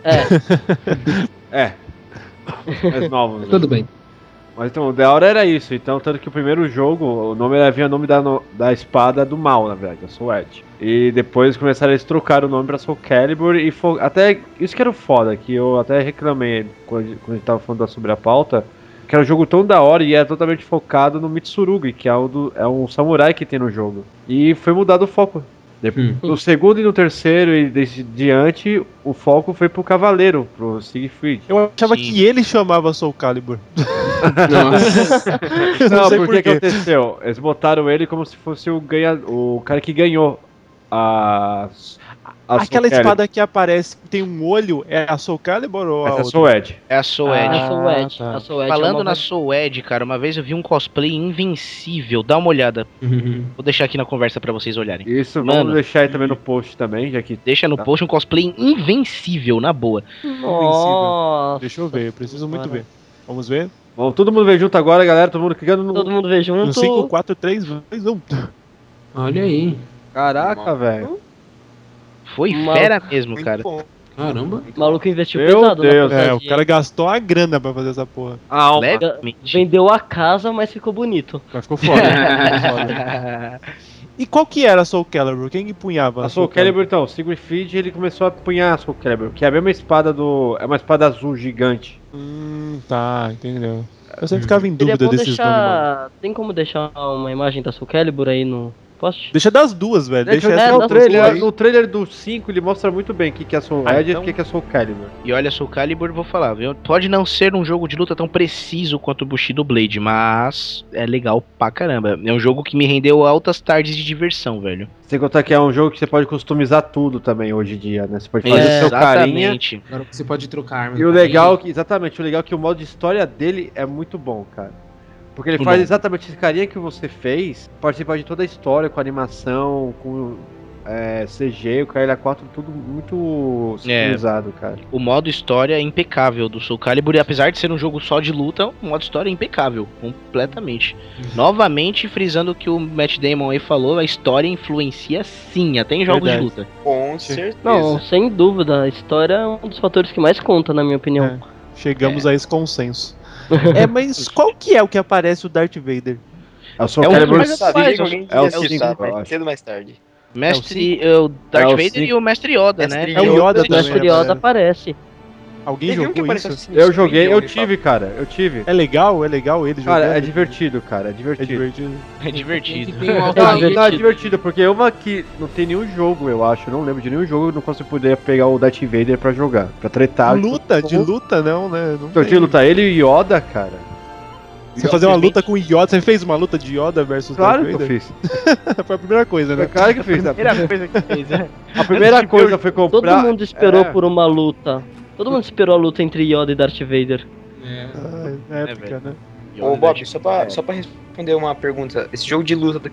É, É. Mais novos. né? Tudo bem. Mas então, o da hora era isso. Então, tanto que o primeiro jogo, o nome era, vinha o nome da, no- da espada do mal, na verdade, a Soul Edge. E depois começaram a trocar o nome pra Soul Calibur e fo- até isso que era o foda, que eu até reclamei quando, quando a gente tava falando sobre a pauta, que era um jogo tão da hora e era totalmente focado no Mitsurugi, que é, o do, é um samurai que tem no jogo. E foi mudado o foco. De- Hum. No segundo e no terceiro e desde diante, o foco foi pro cavaleiro, pro Siegfried. Eu achava Sim. que ele chamava Soul Calibur. Nossa. Eu Não, sei porque por quê. aconteceu? Eles botaram ele como se fosse o ganha, o cara que ganhou a, a Aquela Soul Calibur. espada que aparece, que tem um olho, é a Soul Calibur ou a Essa é a outra? Soul Edge. É a Soul Edge. a Soul Ah, Edge. tá. A Soul Edge é Falando uma na vari- Soul Edge, cara, uma vez eu vi um cosplay invencível. Dá uma olhada. Vou deixar aqui na conversa pra vocês olharem. Isso, Mano. vamos deixar aí também no post também, já que Deixa no Tá. post um cosplay invencível, na boa. Nossa. Deixa eu ver, eu preciso muito Senhora. ver. Vamos ver? vamos todo mundo ver junto agora, galera, todo mundo clicando no... Todo mundo vê Um junto. cinco, quatro, três, dois, um. Olha aí. Caraca, velho. Foi Mal- fera mesmo, Muito cara. bom. Caramba. O maluco investiu Meu pesado na Deus. É, o fantasia. cara gastou a grana pra fazer essa porra. A alma. Levemente. Vendeu a casa, mas ficou bonito. Mas ficou foda. ficou foda. E qual que era a Soul Calibur? Quem empunhava A Soul Calibur, então, o Siegfried, ele começou a punhar a Soul Calibur, que é a mesma espada do... é uma espada azul gigante. Hum, tá, entendeu. Eu sempre ficava em Seria dúvida bom desses nomes. mano. deixar. Tem como deixar uma imagem da Soul Calibur aí no post? Deixa das duas, velho. Deixa Deixa eu essa ver dá o pra trailer, aí. no trailer do cinco ele mostra muito bem o que, que é a Soul Ah, Edge então- e o que, que é a Soul Calibur. E olha, Soul Calibur, vou falar, viu? Pode não ser um jogo de luta tão preciso quanto o Bushido Blade, mas é legal pra caramba. É um jogo que me rendeu altas tardes de diversão, velho. Sem contar que é um jogo que você pode customizar tudo também hoje em dia, né? Você pode fazer É, seu carinha. Exatamente. Agora você pode trocar arma. E o legal, que, exatamente, o legal é que o modo de história dele é muito bom, cara. Porque ele Muito faz bom. exatamente esse carinha que você fez, participar de toda a história, com animação, com é, C G, o K L A quatro, tudo muito sincronizado, cara. O modo história é impecável do Soul Calibur, e apesar de ser um jogo só de luta, o modo história é impecável, completamente. Novamente, frisando o que o Matt Damon aí falou, a história influencia sim, até em jogos Verdade. de luta. Com certeza. Não, sem dúvida. A história é um dos fatores que mais conta, na minha opinião. É, chegamos a esse consenso. É, mas qual que é o que aparece o Darth Vader? A Soul É o Calibur mais Eu atuais, sabia que é o- alguém é o ia cinco, citar, eu mais acho. cedo ou mais tarde. Mestre, é o Darth É o Vader cinco. e o Mestre Yoda, Mestre né? É o Yoda O Mestre também, Yoda né? aparece. Alguém Teve um que jogou apareceu isso? assim, Eu joguei, eu Creed, tive, cara, eu tive. É legal? É legal ele jogando? Cara, é divertido, cara, é É divertido. divertido. É divertido. Tem um Não, alto É não, aí. divertido. é divertido, porque uma que não tem nenhum jogo, eu acho, eu não lembro de nenhum jogo, eu não consigo poder pegar o Darth Vader pra jogar, pra tretar. Luta? De luta não, né? Não Então, tem. de lutar ele e Yoda, cara. Você fazer uma luta com Yoda, você fez uma luta de Yoda versus Claro Darth que eu Vader? fiz. Foi a primeira coisa, Foi né? claro que eu fiz. A Primeira coisa que fez, né? a primeira coisa foi Todo comprar. mundo esperou é. por uma luta. Todo mundo esperou a luta entre Yoda e Darth Vader. É. Ah, é épica, velho. né? Ô, Bob, só pra, só pra responder uma pergunta. Esse jogo de luta do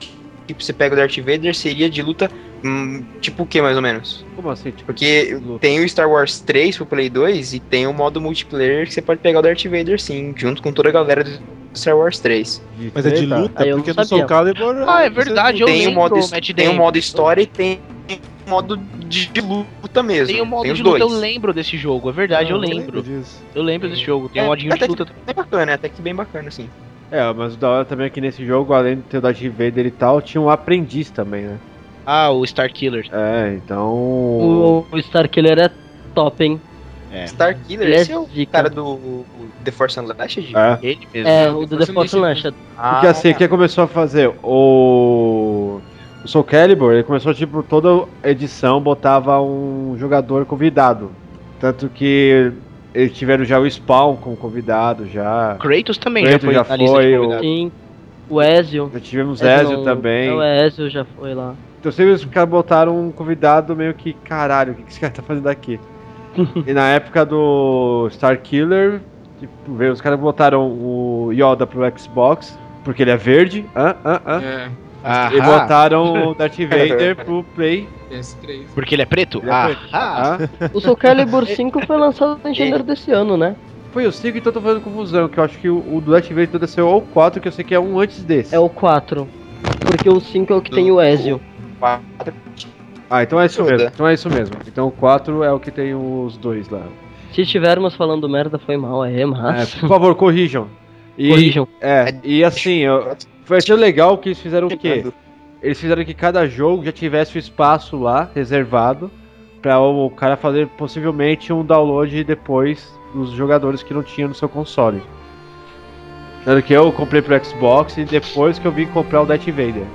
tipo, você pega o Darth Vader, seria de luta, hum, tipo o que, mais ou menos? Como assim? Tipo, Porque tem o Star Wars três pro Play dois e tem o modo multiplayer que você pode pegar o Darth Vader, sim, junto com toda a galera do Star Wars três. Mas é de luta? Aí eu Porque não no Soul sabia. Calibur... Ah, é você- verdade, eu Tem o lembro, modo, Matt tem o Damon. modo história e tem o modo de, de luta mesmo. Tem o modo os de luta, eu dois. lembro desse jogo, é verdade, eu Eu lembro. disso. Eu lembro desse jogo, tem um É, modinho de até luta. que bem bacana, até que bem bacana, assim. É, mas o da hora também é que nesse jogo, além de ter o Darth Vader e tal, tinha um aprendiz também, né? Ah, o Star Killer. É, então... O, o Starkiller é top, hein? É. Star Killer, Ele é esse é o zica. cara do o The Force Unleashed? É. Ele mesmo. É, Não, o do depois The eu Force mexi. Unleashed. Porque assim, o que começou a fazer? O... O Soul Calibur, ele começou, tipo, toda edição botava um jogador convidado. Tanto que eles tiveram já o Spawn como convidado, já. Kratos também Kratos já já foi na lista foi, de o- convidados. Sim. O Ezio. Já tivemos Ezio Ezio não- também. É, o Ezio já foi lá. Então sempre os caras botaram um convidado meio que, caralho, o que que esse cara tá fazendo aqui? E na época do Star Killer, tipo, veio, os caras botaram o Yoda pro Xbox, porque ele é verde. Hã? Hã? Hã? É, E botaram o Darth Vader pro Play. P S três. Porque ele é preto? Ele é ah, preto. ah. Ah, O Soul Calibur cinco foi lançado em janeiro desse ano, né? foi o cinco, então eu tô fazendo confusão, que eu acho que o, o do Darth Vader deve ser ou o quatro, que eu sei que é um antes desse. É o quatro. Porque o cinco é o que tem o Ezio. Ah, então é isso Yoda. mesmo. Então é isso mesmo. Então o quatro é o que tem os dois lá. Se estivermos falando merda, foi mal aí, É, mas. por favor, corrijam. E, Corrijam. É, e assim, eu, foi achando legal que eles fizeram o quê? Eles fizeram que cada jogo já tivesse o espaço lá reservado para o cara fazer possivelmente um download depois dos jogadores que não tinham no seu console. Tanto que eu comprei pro Xbox e depois que eu vim comprar o Darth Vader.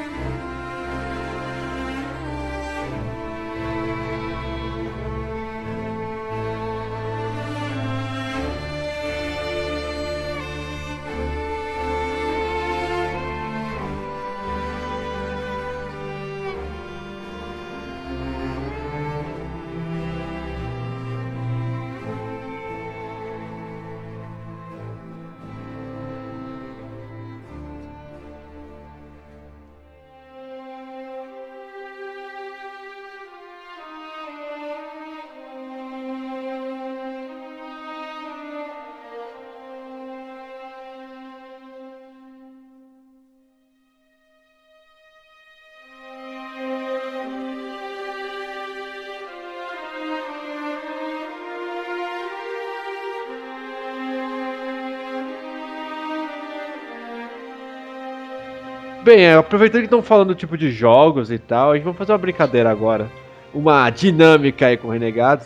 Bem, é, aproveitando que estão falando tipo de jogos e tal, a gente vai fazer uma brincadeira agora. Uma dinâmica aí com Renegados.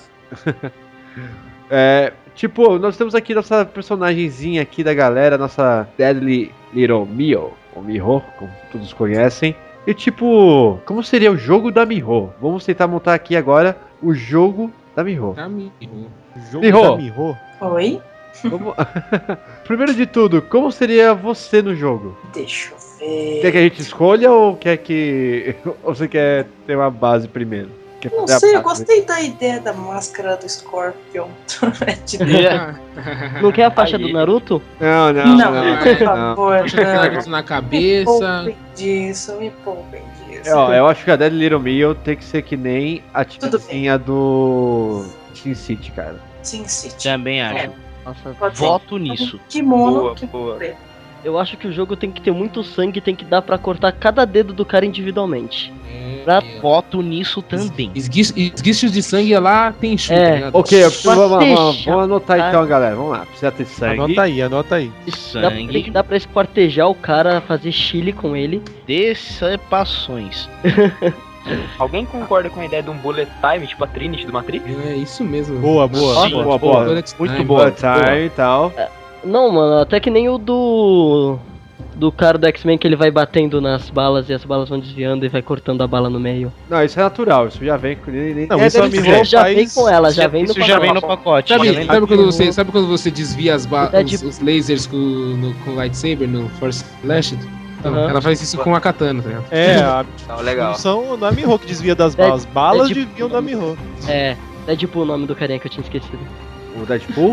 É, tipo, nós temos aqui nossa personagenzinha aqui da galera, nossa Deadly Little Mio, ou Miho, como todos conhecem. E tipo, como seria o jogo da Miho? Vamos tentar montar aqui agora o jogo da Miho. Tá, Miho. Jogo Miho. da Miho. Oi? Como- Primeiro de tudo, como seria você no jogo? Deixa eu ver. Quer que a gente escolha ou quer que. Ou você quer ter uma base primeiro? Quer Não fazer a sei, eu base? gostei da ideia da máscara do Scorpion. De Deus. Não quer a faixa Aí. do Naruto? Não, não, Não, não. por não. favor, não. Naruto na Me cabeça. poupem disso, me poupem disso. É, ó, eu acho que a Dead Little Meal tem que ser que nem a Tudo tiazinha do Sin City, cara. Sin City. Também acho. Nossa, Pode ser. Voto nisso. Kimono. Boa, que- boa. eu acho que o jogo tem que ter muito sangue, tem que dar pra cortar cada dedo do cara individualmente. É, Pra- é. Voto nisso também. Esguichos, esguichos de sangue lá tem chute, É. tá ligado? Ok, eu preciso, vamos, vamos, deixar, vamos anotar cara. então, galera. Vamos lá. Precisa ter sangue. Anota aí, anota aí. Dá, tem que Sangue, dar pra esquartejar o cara, fazer chile com ele. decepções. Alguém concorda com a ideia de um bullet time, tipo a Trinity do Matrix? É isso mesmo. Boa, boa. Sim. Boa, boa. Bullet Muito time. boa. Boa time e tal. Não, mano, até que nem o do. Do cara do X-Men que ele vai batendo nas balas e as balas vão desviando e vai cortando a bala no meio. Não, isso é natural. Isso já vem com. nem- Não, é, isso a deve Miho ser. já faz- vem com ela, já vem no Isso já vem no pacote. pacote. Sabe, já vem no- sabe quando você, sabe quando você desvia as ba- É os, tipo- os lasers com, no, com lightsaber no Force Flash? Então, Aham. ela faz isso com a katana, tá ligado? É, a Tá legal. função não é a Miho que desvia das É- balas. Balas é tipo- desviam da Miho. É, é tipo o nome do carinha que eu tinha esquecido. O Deadpool?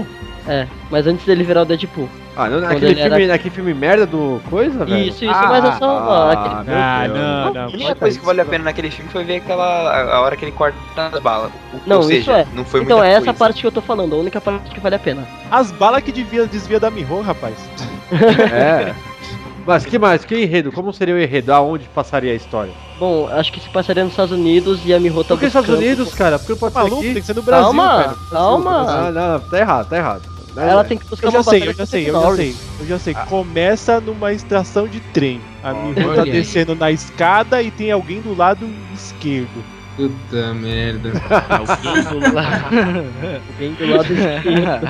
É, mas antes dele virar o Deadpool. Ah, não, Quando naquele ele era- filme, naquele filme merda do coisa, velho? Isso, isso, mas é só Ah, aquele- meu Ah, Deus. não, não. A única coisa que valeu a pena naquele filme foi ver aquela a, a hora que ele corta as balas. Ou- Não, Ou isso seja, é. não foi Então muita é essa coisa. parte que eu tô falando, a única parte que vale a pena. As balas que devia, desvia da Miho, rapaz. É. Mas que mais? Que enredo? Como seria o enredo? Aonde passaria a história? Bom, acho que se passaria nos Estados Unidos e a Miho tá Por que Estados buscando- Unidos, cara? Porque não pode ser Maluco, aqui? tem que ser no Brasil, Calma, cara. calma. Ah, não, tá errado, tá errado. Ela tem que buscar Eu já uma sei, batalha eu já com sei, eu Chuck já Norris. sei. Eu já sei. Começa numa estação de trem. A Miho tá olha aí. descendo na escada e tem alguém do lado esquerdo. Puta merda. Alguém do lado. Alguém do lado esquerdo.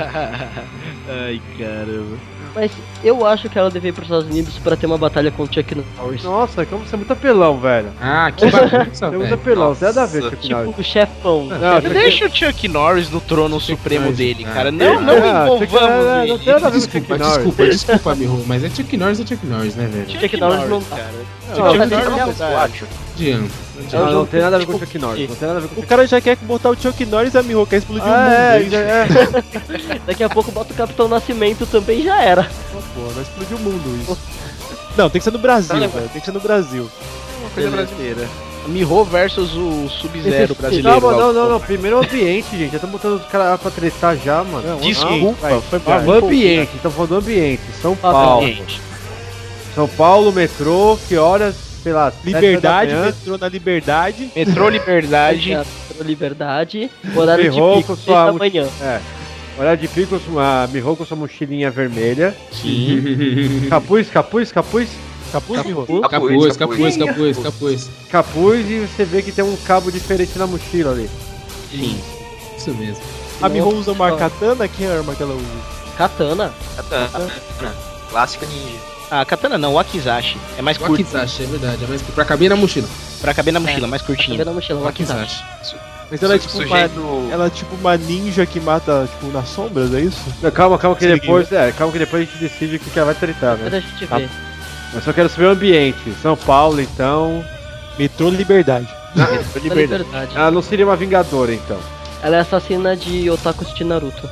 Ai, caramba. Mas eu acho que ela deve ir pros Estados Unidos pra ter uma batalha com o Chuck Norris. Nossa, como você é muito apelão, velho. Ah, que bagunça, Você é muito velho. apelão, tem nada a ver, Nossa, Chuck Norris. Tipo o chefão. Não, Chuck- Deixa o Chuck Norris no trono supremo Norris, dele, ah. cara. Não, não Ah, Chuck- envolvamos não, ele. não tem nada a ver com Chuck Desculpa, Norris. desculpa, desculpa, Miho, mas é Chuck Norris é Chuck Norris, né, velho? Chuck Norris não tá. cara. Não, Chuck mas Norris ele não é tá. Adianta. É um Não, jogo não tem nada a ver com o tipo- Chuck Norris. Não tem nada a ver com O cara já quer botar o Chuck Norris e a Miho quer explodir o mundo. Ah, é, hein? já é. Daqui a pouco bota o Capitão Nascimento também já era. Pô, vai explodir o mundo isso. Não, tem que ser no Brasil, Tá, velho. Tem que ser no Brasil. Uma coisa brasileira. Miho versus o Sub-Zero brasileiro. Calma, não, não, não. Primeiro o ambiente, gente. Já estão botando os caras pra tretar já, mano. Desculpa, Ah, foi ah, mal. o ambiente, estão falando do ambiente. São Ah, Paulo. Gente, São Paulo, metrô, que horas? Sei lá, sete Liberdade, da manhã. metrô na Liberdade. Metrô Liberdade. Teatro Liberdade. Horário de Ferrou pico, com seis sua da moch- manhã. É. Horário de pico, a Miho com sua mochilinha vermelha. Sim. Capuz, capuz, capuz. Capuz, Miho? Capuz, capuz, capuz, capuz. Capuz e você vê que tem um cabo diferente na mochila ali. Sim. Isso mesmo. A Miho usa uma katana? Que arma que ela usa? Katana. Katana. Clássica ninja. Ah, katana não, Wakizashi. É mais O curto. Wakizashi, é verdade. É mais pra caber na mochila. Pra caber na mochila, mais Tá curtinho. vendo a mochila? Wakizashi. Mas ela é Su- tipo uma, sujeito- ela é tipo uma ninja que mata, tipo, nas sombras, é isso? Não, calma, calma que Se depois. É, calma que depois a gente decide o que que ela vai tretar, Depois né? a gente Tá. vê. Eu só quero saber o ambiente. São Paulo, então. Metrô Liberdade. Da Liberdade. Ela não seria uma vingadora, então. Ela é assassina de otakus de Naruto.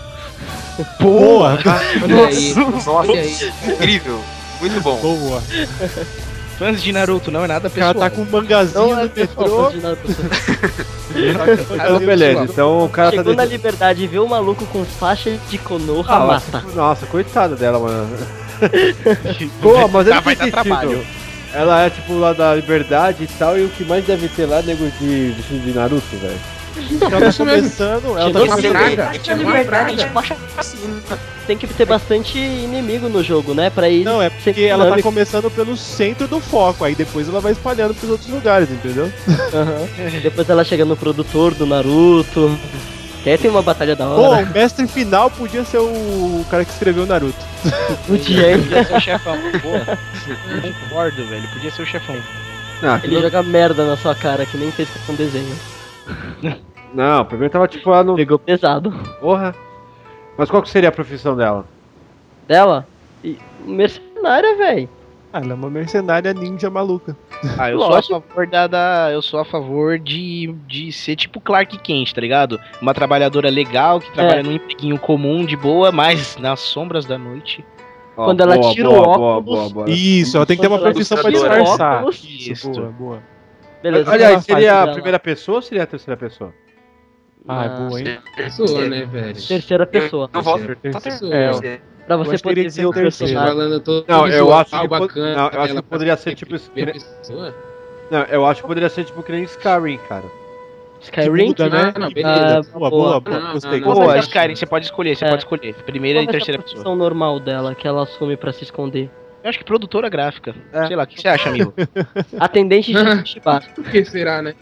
Boa! Olha aí. Nossa, Olha aí. incrível. Muito bom. Boa! Fãs de Naruto, não é nada O cara pessoal. tá com um mangazinho Não é no pessoal metrô. fã de Naruto. Então, beleza. Então o cara Chegou tá na dentro- Liberdade e vê o maluco com faixa de Konoha, Ah, mata. mas- Nossa, coitada dela, mano. Pô, mas Tá, ele vai tem dar trabalho. sentido. Ela é tipo lá da Liberdade e tal, e o que mais deve ter lá é nego de vestido de Naruto, velho. Ela tá começando, ela tá Chegou Uma Sim. praga. Tinha liberdade. Tem que ter bastante inimigo no jogo, né? Pra ir. Não, é ser porque ela tá dinâmico. começando pelo centro do foco, aí depois ela vai espalhando pros outros lugares, entendeu? Aham. Depois ela chega no produtor do Naruto. Que aí tem uma batalha da Pô, hora. o mestre final podia ser o cara que escreveu o Naruto. Podia, hein? Podia ser o chefão. Boa. Concordo, velho. Podia ser o chefão. Não, Ele joga merda na sua cara, que nem fez com desenho. não, primeiro tava tipo lá no. Pegou pesado. Porra. Mas qual que seria a profissão dela? Dela? E mercenária, velho. Ah, ela é uma mercenária ninja maluca. Ah, eu Lógico. sou a favor da, da- eu sou a favor de, de ser tipo Clark Kent, tá ligado? Uma trabalhadora legal que trabalha É. num empreguinho comum de boa, mas nas sombras da noite. Ó, Quando ela boa, tira boa, o boa, óculos- boa, boa. Isso, ela tem que ter uma Quando ela profissão pra tira o disfarçar. óculos- Isso, Isso. boa, boa. Beleza. Aliás, ela faz seria a dela? primeira pessoa ou seria a terceira pessoa? Ah, é Ah, boa, hein? Pessoa, né, velho? Terceira pessoa. Eu voto Pessoa. É, Pra eu você acho que teria poder que ser ver o o terceiro. personagem. Falando todo Não, eu visual acho que po- bacana não, eu acho que dela poderia pra ser tipo esse- primeira pessoa. Não, eu acho que poderia ser tipo que nem Skyrim, cara. Skyrim? muda, né? Ah, não, Ah, beleza. Boa, boa, boa. boa. Não, Gostei, não, não. gostei. Pô, é a Skyrim, você pode escolher, você É. pode escolher. Primeira Qual e vai ser a terceira pessoa. profissão normal dela, que ela assume pra se esconder? Eu acho que produtora gráfica. É. Sei lá, o que você acha, amigo? Atendente de Shiba. Por que será, né?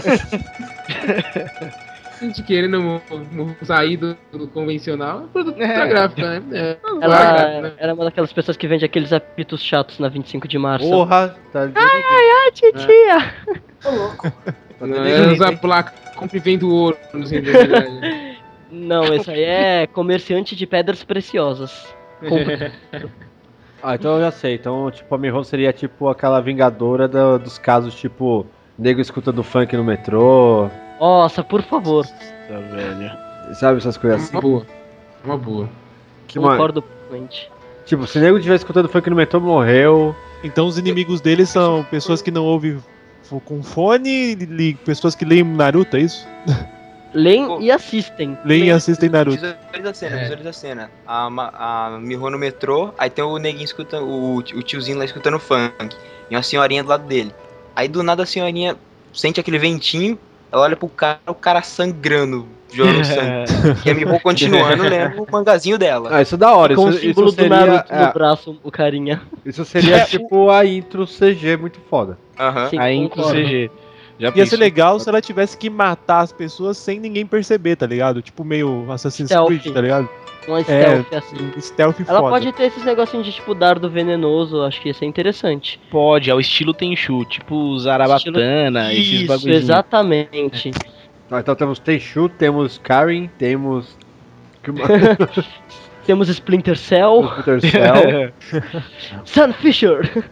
A gente querendo mo- mo- sair do, do convencional, produtora É. gráfica, né? É, Ela vaga, né? era uma daquelas pessoas que vende aqueles apitos chatos na vinte e cinco de março. Porra, tá ligado? Ah, titia! Não, é usar a placa, compra e vende ouro, não sei de verdade. Não, esse aí é comerciante de pedras preciosas. Compra- Ah, então eu já sei. Então, tipo, a Miho seria tipo aquela vingadora do- dos casos, tipo, nego escutando funk no metrô, Nossa, por favor. Nossa, velho. sabe essas coisas assim? Uma boa. Uma boa. Que mais? Concordo plenamente. Tipo, se o nego estiver escutando funk no metrô, morreu. Então os inimigos deles são pessoas que não ouvem f- com fone, li- pessoas que leem Naruto, é isso? Leem Pô. e assistem. Leem e assistem Naruto. Visualiza a cena, É. visualiza a cena. A, Ma- a Miho no metrô, aí tem o neguinho escutando, o, o tiozinho lá escutando funk. E uma senhorinha do lado dele. Aí do nada a senhorinha sente aquele ventinho, ela olha pro cara, o cara sangrando, jogando sangue. E a Miho continuando lendo o mangazinho dela. Ah, isso é da hora. Com o Isso, símbolo isso do seria, Naruto é, no braço, o carinha. isso seria tipo a intro C G muito foda. Aham. Sim, Aí com concordo. C G. Já Ia ser pensou? legal se ela tivesse que matar as pessoas sem ninguém perceber, tá ligado? Tipo meio Assassin's Stealth. Creed, tá ligado? Um stealth assim. Stealth Ela foda. pode ter esses negocinhos de tipo dardo venenoso, acho que ia ser interessante. Pode, é o estilo Tenchu, tipo Zarabatana, esses Isso, bagulhinhos. exatamente. Ah, então temos Tenchu, temos Karin, temos. que ma- Temos Splinter Cell, Computer Cell. Sun Fisher.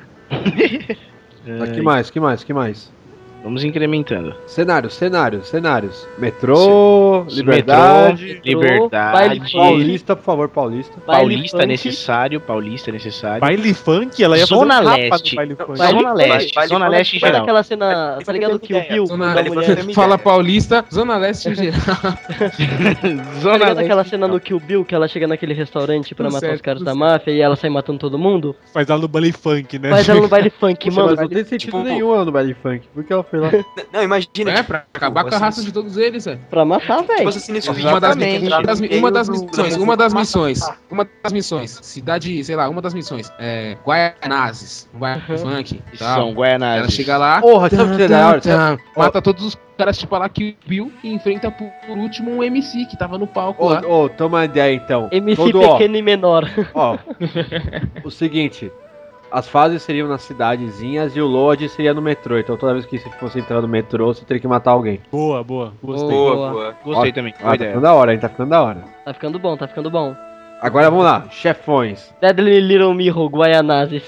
Ah, que mais? Que mais? Que mais? Vamos incrementando. Cenários, cenários, cenários. Metrô, Liberdade. Metrô, Liberdade. Baile funk. Paulista, por favor, Paulista. Baile Paulista funk. necessário, Paulista necessário. Baile funk, ela ia Zona fazer um rapa Leste. no baile funk. Baile Zona funk. Leste, Baile Zona funk. Leste em Sabe geral. aquela cena, tá ligado que o Bill, Zona- da Ele mulher, foi- Fala Paulista, Zona Leste em geral. tá Zona ligado Leste. aquela cena no Kill Bill que ela chega naquele restaurante pra Tudo matar certo, os caras tudo da certo. máfia e ela sai matando todo mundo? Faz ela no baile funk, né? Faz ela no baile funk, Poxa, mano. mas não tem sentido tipo- nenhum ela no baile funk. Por que ela foi lá? Não, imagina. É, pra acabar com a raça de todos eles, velho. Pra matar, velho. Tipo assim, nesse vídeo, Uma das, Exatamente. uma das- uma das do- missões, do- uma das missões, uma das missões, cidade, sei lá, uma das missões, é, Guaianazes, Guaiana Funk, São tal. Ela Guaianazes. chega lá, Porra, sabe o que é da hora? tá, mata todos os caras, tipo lá que Bill e enfrenta por, por último um M C que tava no palco lá. Ô, ô, toma uma ideia então. M C Todo, ó, pequeno e menor. ó, o seguinte, as fases seriam nas cidadezinhas e o load seria no metrô. Então toda vez que você fosse entrar no metrô, você teria que matar alguém. Boa, boa. Gostei. Boa, Boa. boa. Gostei Ó, também. Ah, Boa tá ideia. ficando da hora, hein? Tá ficando da hora. Tá ficando bom, tá ficando bom. Agora vamos lá, chefões. Deadly Little Miho, Guaianazes.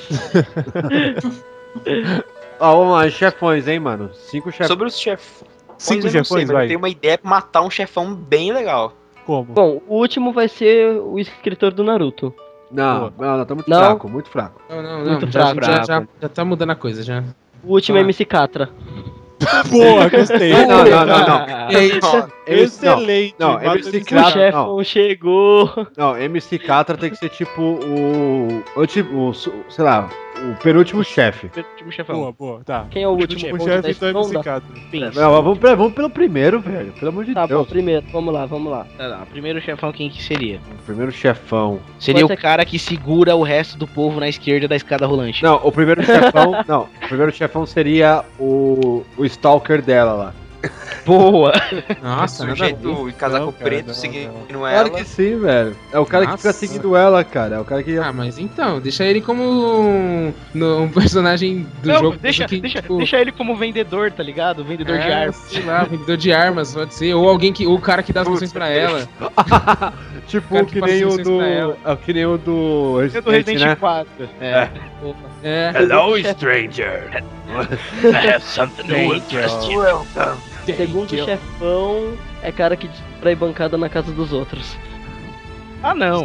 Ó, vamos lá, chefões, hein, mano? Cinco chefões. Sobre os chefões, Cinco eu não sei, chefões, mas vai. eu tenho uma ideia pra matar um chefão bem legal. Como? Bom, o último vai ser o escritor do Naruto. Não, não, não, tá muito Não? fraco, muito fraco. Não, não, Muito não, já, fraco. já, já, já tá mudando a coisa, já. O último é Ah. M C Catra. Boa, gostei. Não, não, não, não. E aí, Excelente. Não, Mata M C ele. O Catra, chefão não. chegou. Não, M C Catra tem que ser tipo o. O, tipo, o su- sei lá, o penúltimo chefe. Último chefão. Boa, boa, tá. Quem é o último? Último Ponto chefe da então é M C Stronda? Catra. Pensa. Não, vamos, pra- vamos pelo primeiro, velho. Pelo amor de Tá bom, Deus. primeiro, vamos lá, vamos lá. Tá, não, primeiro chefão quem que seria? O primeiro chefão. Seria Pode o ser- cara que segura o resto do povo na esquerda da escada rolante. Não, o primeiro chefão. Não, o primeiro chefão seria o. O Stalker dela lá. Boa! Nossa, nada a ver. Sujeito de casaco Não, cara, preto não, seguindo Claro ela. que sim, velho. É o cara que fica Nossa. seguindo ela, cara. É o cara que. Ah, mas então, deixa ele como um, no- um personagem do Não, jogo. deixa, que, deixa, tipo, deixa ele como vendedor, tá ligado? Vendedor de é, armas. sei lá, vendedor de armas, pode ser. Ou alguém que. Ou o cara que dá as missões pra ela. tipo, cara que que passa nem o licença pra do. ela. É que nem o do. É do Resident né? quatro. É. É. Hello, stranger. I have something to interest you. Segundo chefão é cara que destrói bancada na casa dos outros. Ah, não.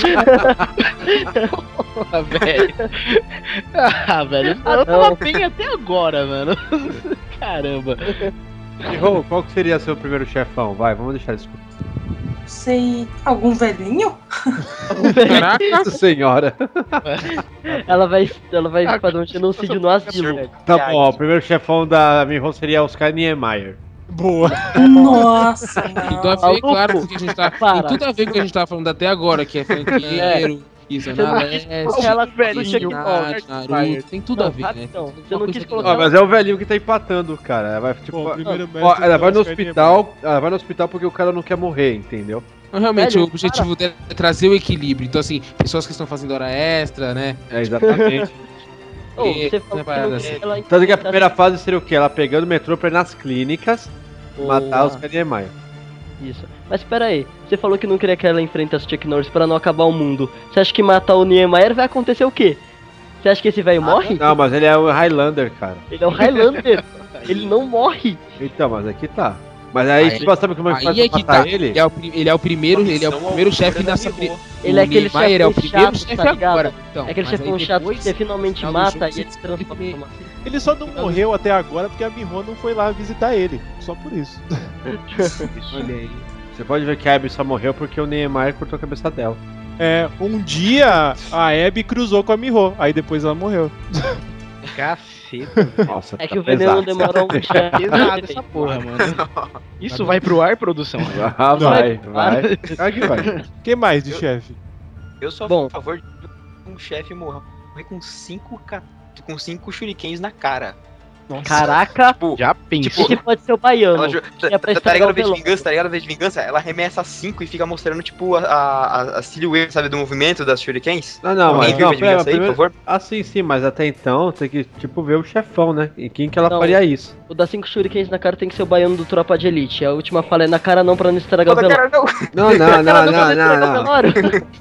Ah, velho. Ah, velho. Ah, eu não. tava bem até agora, mano. Caramba. E, Rô, qual que seria seu primeiro chefão? Vai, vamos deixar isso. Sei. Algum velhinho? Caraca. Nossa senhora. Ela vai, ela vai fazer um genocídio no asilo. Tá bom, ó, o primeiro chefão da Miho seria Oscar Niemeyer. Boa. Nossa, Tudo a ver, Maluco. claro, com o que a gente tá. Para. Tem tudo a ver com o que a gente tava falando até agora, que é funkeiro, isso, Você não na quis leste, colocar ela no Chuck Illuminati, Norris. Naruto, tem tudo a Não, ver, né? rapidão. Tem Você não uma quis coisa que- colocar- Ó, mas é o velhinho que tá empatando, cara. Ela vai, tipo, Bom, primeiro ó, mestre ela vai no Oscar hospital, ela vai no hospital porque o cara não quer morrer, entendeu? Mas realmente, Velho, o objetivo dela é trazer o equilíbrio. Então, assim, pessoas que estão fazendo hora extra, né? É, exatamente. Ô, E- você falou que parada não assim. queria ela Tanto que a primeira fase seria o quê? Ela pegando o metrô pra ir nas clínicas, Boa. matar os Niemeyer. Isso. Mas pera aí, você falou que não queria que ela enfrentasse Chuck Norris pra não acabar o mundo. Você acha que matar o Niemeyer vai acontecer o quê? Você acha que esse velho morre? Não, mas ele é o Highlander, cara. Ele é o Highlander. Ele não morre. Então, mas aqui tá. Mas aí, Aí- tipo, sabe como é que faz Aí é pra que matar tá. ele? Ele é o, pri- ele é o primeiro, ele é o primeiro chefe nessa. pri- Ele é o aquele Niemeyer é o chefão primeiro chato, chefe tá ligado? agora. Então, É aquele mas chefão aí chato que depois, você finalmente tá no mata jogo, e ele você se transforma tem que- numa... Ele só não morreu até agora porque a Miho não foi lá visitar ele. Só por isso. Olha aí. Você pode ver que a Abby só morreu porque o Niemeyer cortou a cabeça dela. É, um dia a Abby cruzou com a Miho, aí depois ela morreu. Caceta. Nossa, É tá que o veneno pesado. demora um dia. Pesado essa porra, mano. Isso vai pro ar, produção? Ah, vai, vai. Claro que vai. Quem mais de Eu- chefe? Eu sou Bom. a favor de um chefe morrer com cinco, ca... com cinco shurikens na cara. Nossa. Caraca, Tipo, Já pensou? esse pode ser o baiano. ela, jo- é pra tá, tá estragar ligado o a vez de velório. vingança? Tá ligado a vez de vingança? Ela arremessa cinco e fica mostrando, tipo, a, a, a silhueta, sabe, do movimento das shurikens. Não, não, Alguém mas viu não, o V de pera, vingança aí, por primeiro... favor? Ah, sim, sim, mas até então tem que, tipo, ver o chefão, né? E quem que ela Não. faria isso? O das cinco shurikens na cara tem que ser o baiano do Tropa de Elite. A última fala é na cara não pra não estragar o Toda velório. cara, não. Não, não, Na cara não, pra não, estragar o não, não. velório.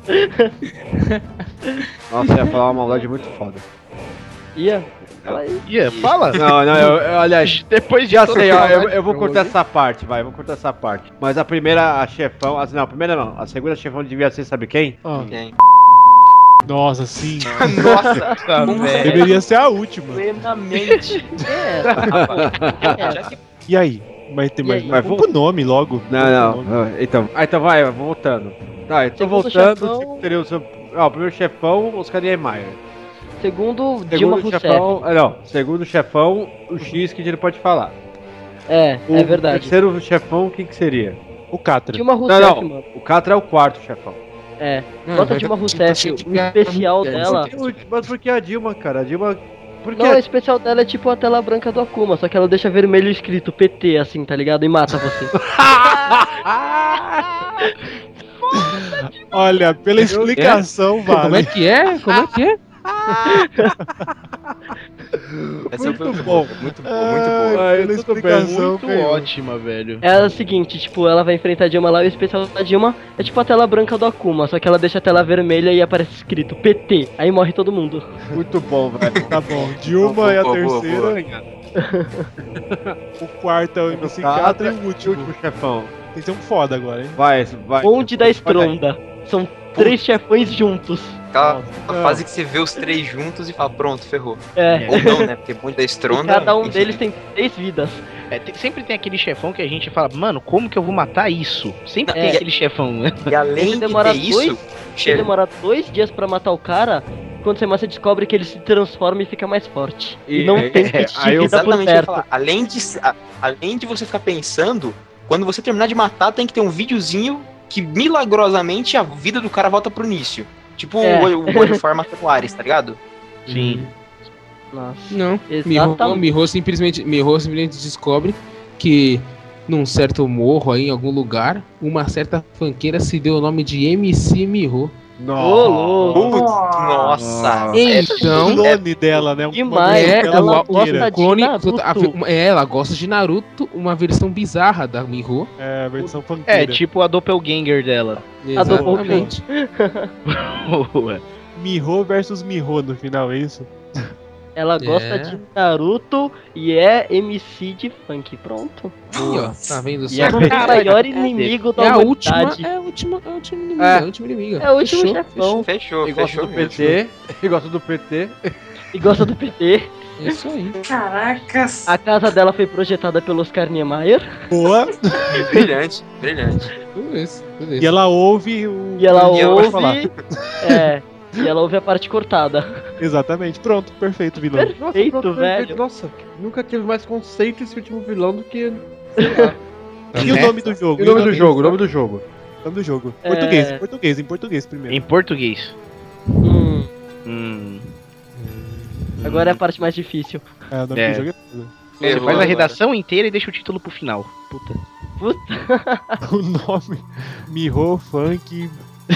Nossa, eu ia falar uma maldade muito foda. Ia. Fala aí. Ia, fala. Não, não, eu, eu, aliás, Depois de já toda sei, ó, essa eu, maldade, eu vou eu cortar ouvir. essa parte, vai, vou cortar essa parte. Mas a primeira, a chefão, assim, não, a primeira não, a segunda chefão devia ser, sabe quem? Ah, Quem? nossa, sim. Nossa, Tá, velho. Deveria ser a última. plenamente. É. Já que E aí? Vai ter E mais. aí? Mas vamos pro nome logo. Não, Vamos pro não, nome. ah, então, ah, então vai, voltando. Tá, eu tô Segundo voltando, chefão- tipo, teria o seu, ó, o primeiro chefão, Oscar Niemeyer. Segundo Dilma Segundo Rousseff. chefão, ah, não, segundo chefão, o X que ele pode falar. É, O é verdade. terceiro chefão, quem que seria? O Catra. Dilma Não, Rousseff, não, mano. o Catra é o quarto chefão. É. Não, Bota a vai Dilma tá- Rousseff. cheio de O especial piada. dela. Mas por que a Dilma, cara? A Dilma... Por que Não, a... o especial dela é tipo a tela branca do Akuma, só que ela deixa vermelho escrito P T, assim, tá ligado? E mata você. Olha, pela explicação, Como é vale. que é? Como é que é? essa Muito foi bom. Muito bom, muito bom. Ai, pela tudo bem, explicação, Muito ganhou. ótima, velho. É o seguinte, tipo, ela vai enfrentar a Dilma lá e o especial da Dilma é tipo a tela branca do Akuma, só que ela deixa a tela vermelha e aparece escrito P T. Aí morre todo mundo. Muito bom, velho. Tá bom. Dilma Boa, é a boa, boa, terceira. O quarto é o M C Catra e o e o último. último chefão. Tem que ser um foda agora, hein? Vai, vai. Bonde da Vai Estronda. São três chefões juntos. Aquela Não. fase que você vê os três juntos e fala, pronto, ferrou. É. Ou não, né? Porque bonde da E estronda. cada um enfim. deles tem três vidas. É, tem- sempre tem aquele chefão que a gente fala, mano, como que eu vou matar isso? Sempre Não, tem e- aquele chefão, né? E além Ele de demora ter dois- isso, Se che- demorar dois dias pra matar o cara, quando você mais você descobre que ele se transforma e fica mais forte. E, E- não é- tem é, kit de aí eu- vida por exatamente, eu ia perto. falar, além de, a- além de você ficar pensando, quando você terminar de matar, tem que ter um videozinho que milagrosamente a vida do cara volta pro início. Tipo É. o olho, o olho forma Ares, tá ligado? Sim. Nossa. Não. Miho, Exatamente. Miho simplesmente, Miho simplesmente descobre que num certo morro aí, em algum lugar, uma certa funkeira se deu o nome de M C Miho. Ô, louco. Putz, nossa. Então, o clone dela, né? Um demais, bagulho é, dela ela o, gosta vampira. o clone, de Naruto. a- é, ela gosta de Naruto, uma versão bizarra da Miho. É, a versão É, funkeira. tipo a doppelganger dela. Exatamente. Boa. Miho versus Miho no final, é isso? Ela gosta É. de Naruto e é M C de funk. Pronto. Aí, ó, tá vendo E só? a- O maior inimigo da É a última, humanidade. é a última, é a última inimiga, É. é a última inimiga. É o último Fechou, chefão. Fechou, E gosta fechou. do P T. E gosta do P T. E gosta do P T. É isso aí. Caracas. A casa dela foi projetada pelo Oscar Niemeyer. Boa. Brilhante, brilhante. Tudo isso, tudo isso. E ela ouve o. E ela E eu vou falar. ouve. É. E ela ouve a parte cortada. Exatamente. Pronto, perfeito, vilão. Perfeito, pronto, velho. Nossa, nunca teve mais conceito esse último vilão do que. Sei lá. E o nome do jogo? E o nome do jogo, o nome do jogo. Nome do jogo. É. Português, em português, em português primeiro. Em português. Hum, Hum. agora é a parte mais difícil. É, o nome É. do jogo é tudo. Você Errou faz a agora. redação inteira e deixa o título pro final. Puta. O nome. Miho, funk.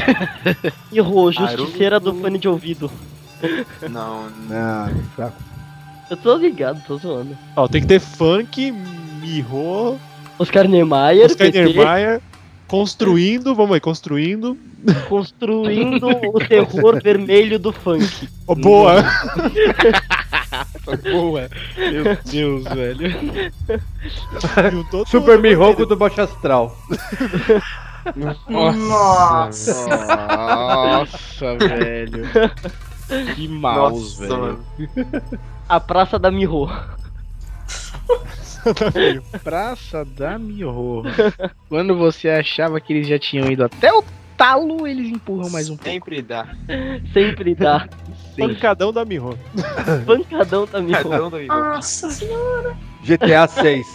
E Rô, justiceira do fone de ouvido. Não, Não, fraco. Eu tô ligado, tô zoando. Ó, tem que ter funk, Miho, Oscar Niemeyer, Oscar P T, Niemeyer, construindo, vamos aí, construindo. construindo o terror vermelho do funk. Ó, boa! Boa. Meu Deus, velho. Super Mihoku do Baixo Astral. Nossa. Nossa, velho. Que mouse, Nossa, velho. A Praça da Miho. Praça da Miho. Quando você achava que eles já tinham ido até o talo, eles empurram mais um pouco. Sempre dá. Sempre dá. Pancadão da Miho. Pancadão da Miho. Cada um do amigo. Nossa senhora. G T A seis.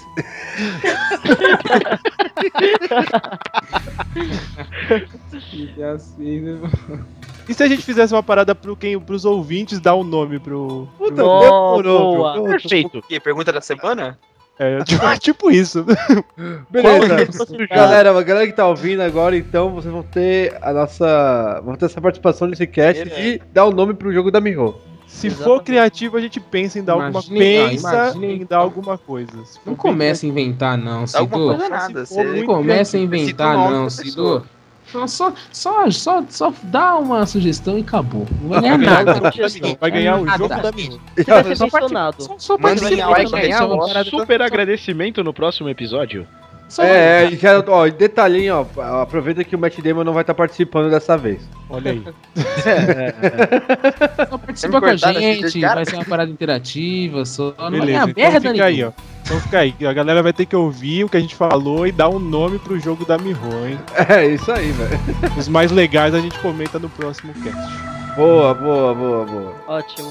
E se a gente fizesse uma parada pro quem, pros ouvintes dar um nome pro. pro... Puta, Oh, demorou, boa. pronto. Perfeito. E pergunta da semana? É, tipo, tipo isso. Beleza. Galera, a galera que tá ouvindo agora, então, vocês vão ter a nossa. Vão ter essa participação nesse cast de dar o nome pro jogo da Miho. Se for criativo, a gente pensa em dar alguma Imagine- pensa ah, imagine- em dar alguma coisa. Se for Não bem começa a inventar, não, Dá alguma Cidu. coisa nada. se for Você Não muito começa a cita inventar, o nome não, da Cidu. pessoa. Só, só, só, só, só dá uma sugestão e acabou. Não vai ganhar Vai ganhar nada. o jogo da Miho. Vai ganhar o Nada. jogo da Miho. Você vai ser mencionado. Só, só Manda participa, em Vai áudio, né? ganhar Só- um super agradecimento no próximo episódio. só- É, e já, ó, detalhinho, ó, aproveita que o Matt Damon não vai estar participando dessa vez. Olha aí. Só participa com a cortaram esse gente, cara? vai ser uma parada interativa, só. Não vai Beleza, ganhar então merda fica aí, nenhuma. ó. Então fica aí. A galera vai ter que ouvir o que a gente falou e dar um nome pro jogo da Miho, hein? É, isso aí, velho. Os mais legais a gente comenta no próximo cast. Boa, boa, boa, boa. Ótimo.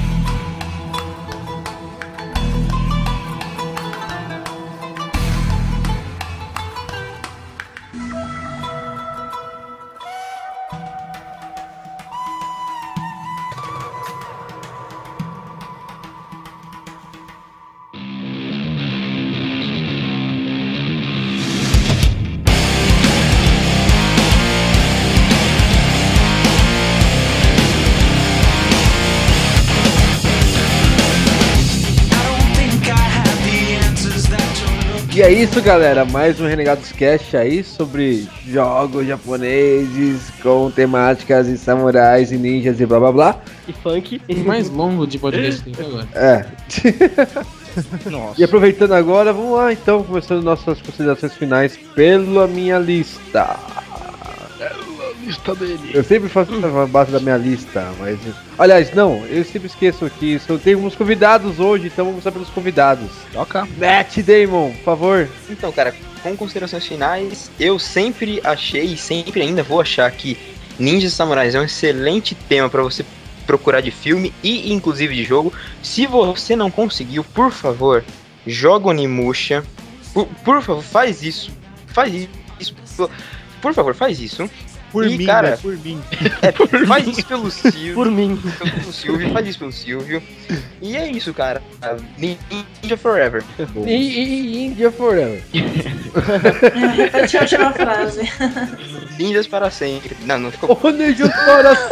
E é isso, galera. Mais um Renegados Cast aí sobre jogos japoneses com temáticas e samurais e ninjas e blá blá blá. E funk. O mais longo de podcast que tem agora. É. Nossa. E aproveitando agora, vamos lá então, começando nossas considerações finais pela minha lista. Lista dele. Eu sempre faço essa base da minha lista, mas. Aliás, não, eu sempre esqueço que eu tenho uns convidados hoje, então vamos começar pelos convidados. Toca. Matt Damon, por favor. Então, cara, com considerações finais, eu sempre achei e sempre ainda vou achar que Ninjas Samurais é um excelente tema pra você procurar de filme e inclusive de jogo. Se você não conseguiu, por favor, joga Onimusha. Por, por favor, faz isso. Faz isso. Por, por favor, faz isso. Por E, mim, cara, né? Por mim. É, faz isso pelo Silvio. Por mim. Pelo Silvio, faz isso pelo Silvio. E é isso, cara. Ninja Forever. E, e India Forever. Repete a última frase. Ninjas para sempre. Não, não ficou. O Ninja Forever.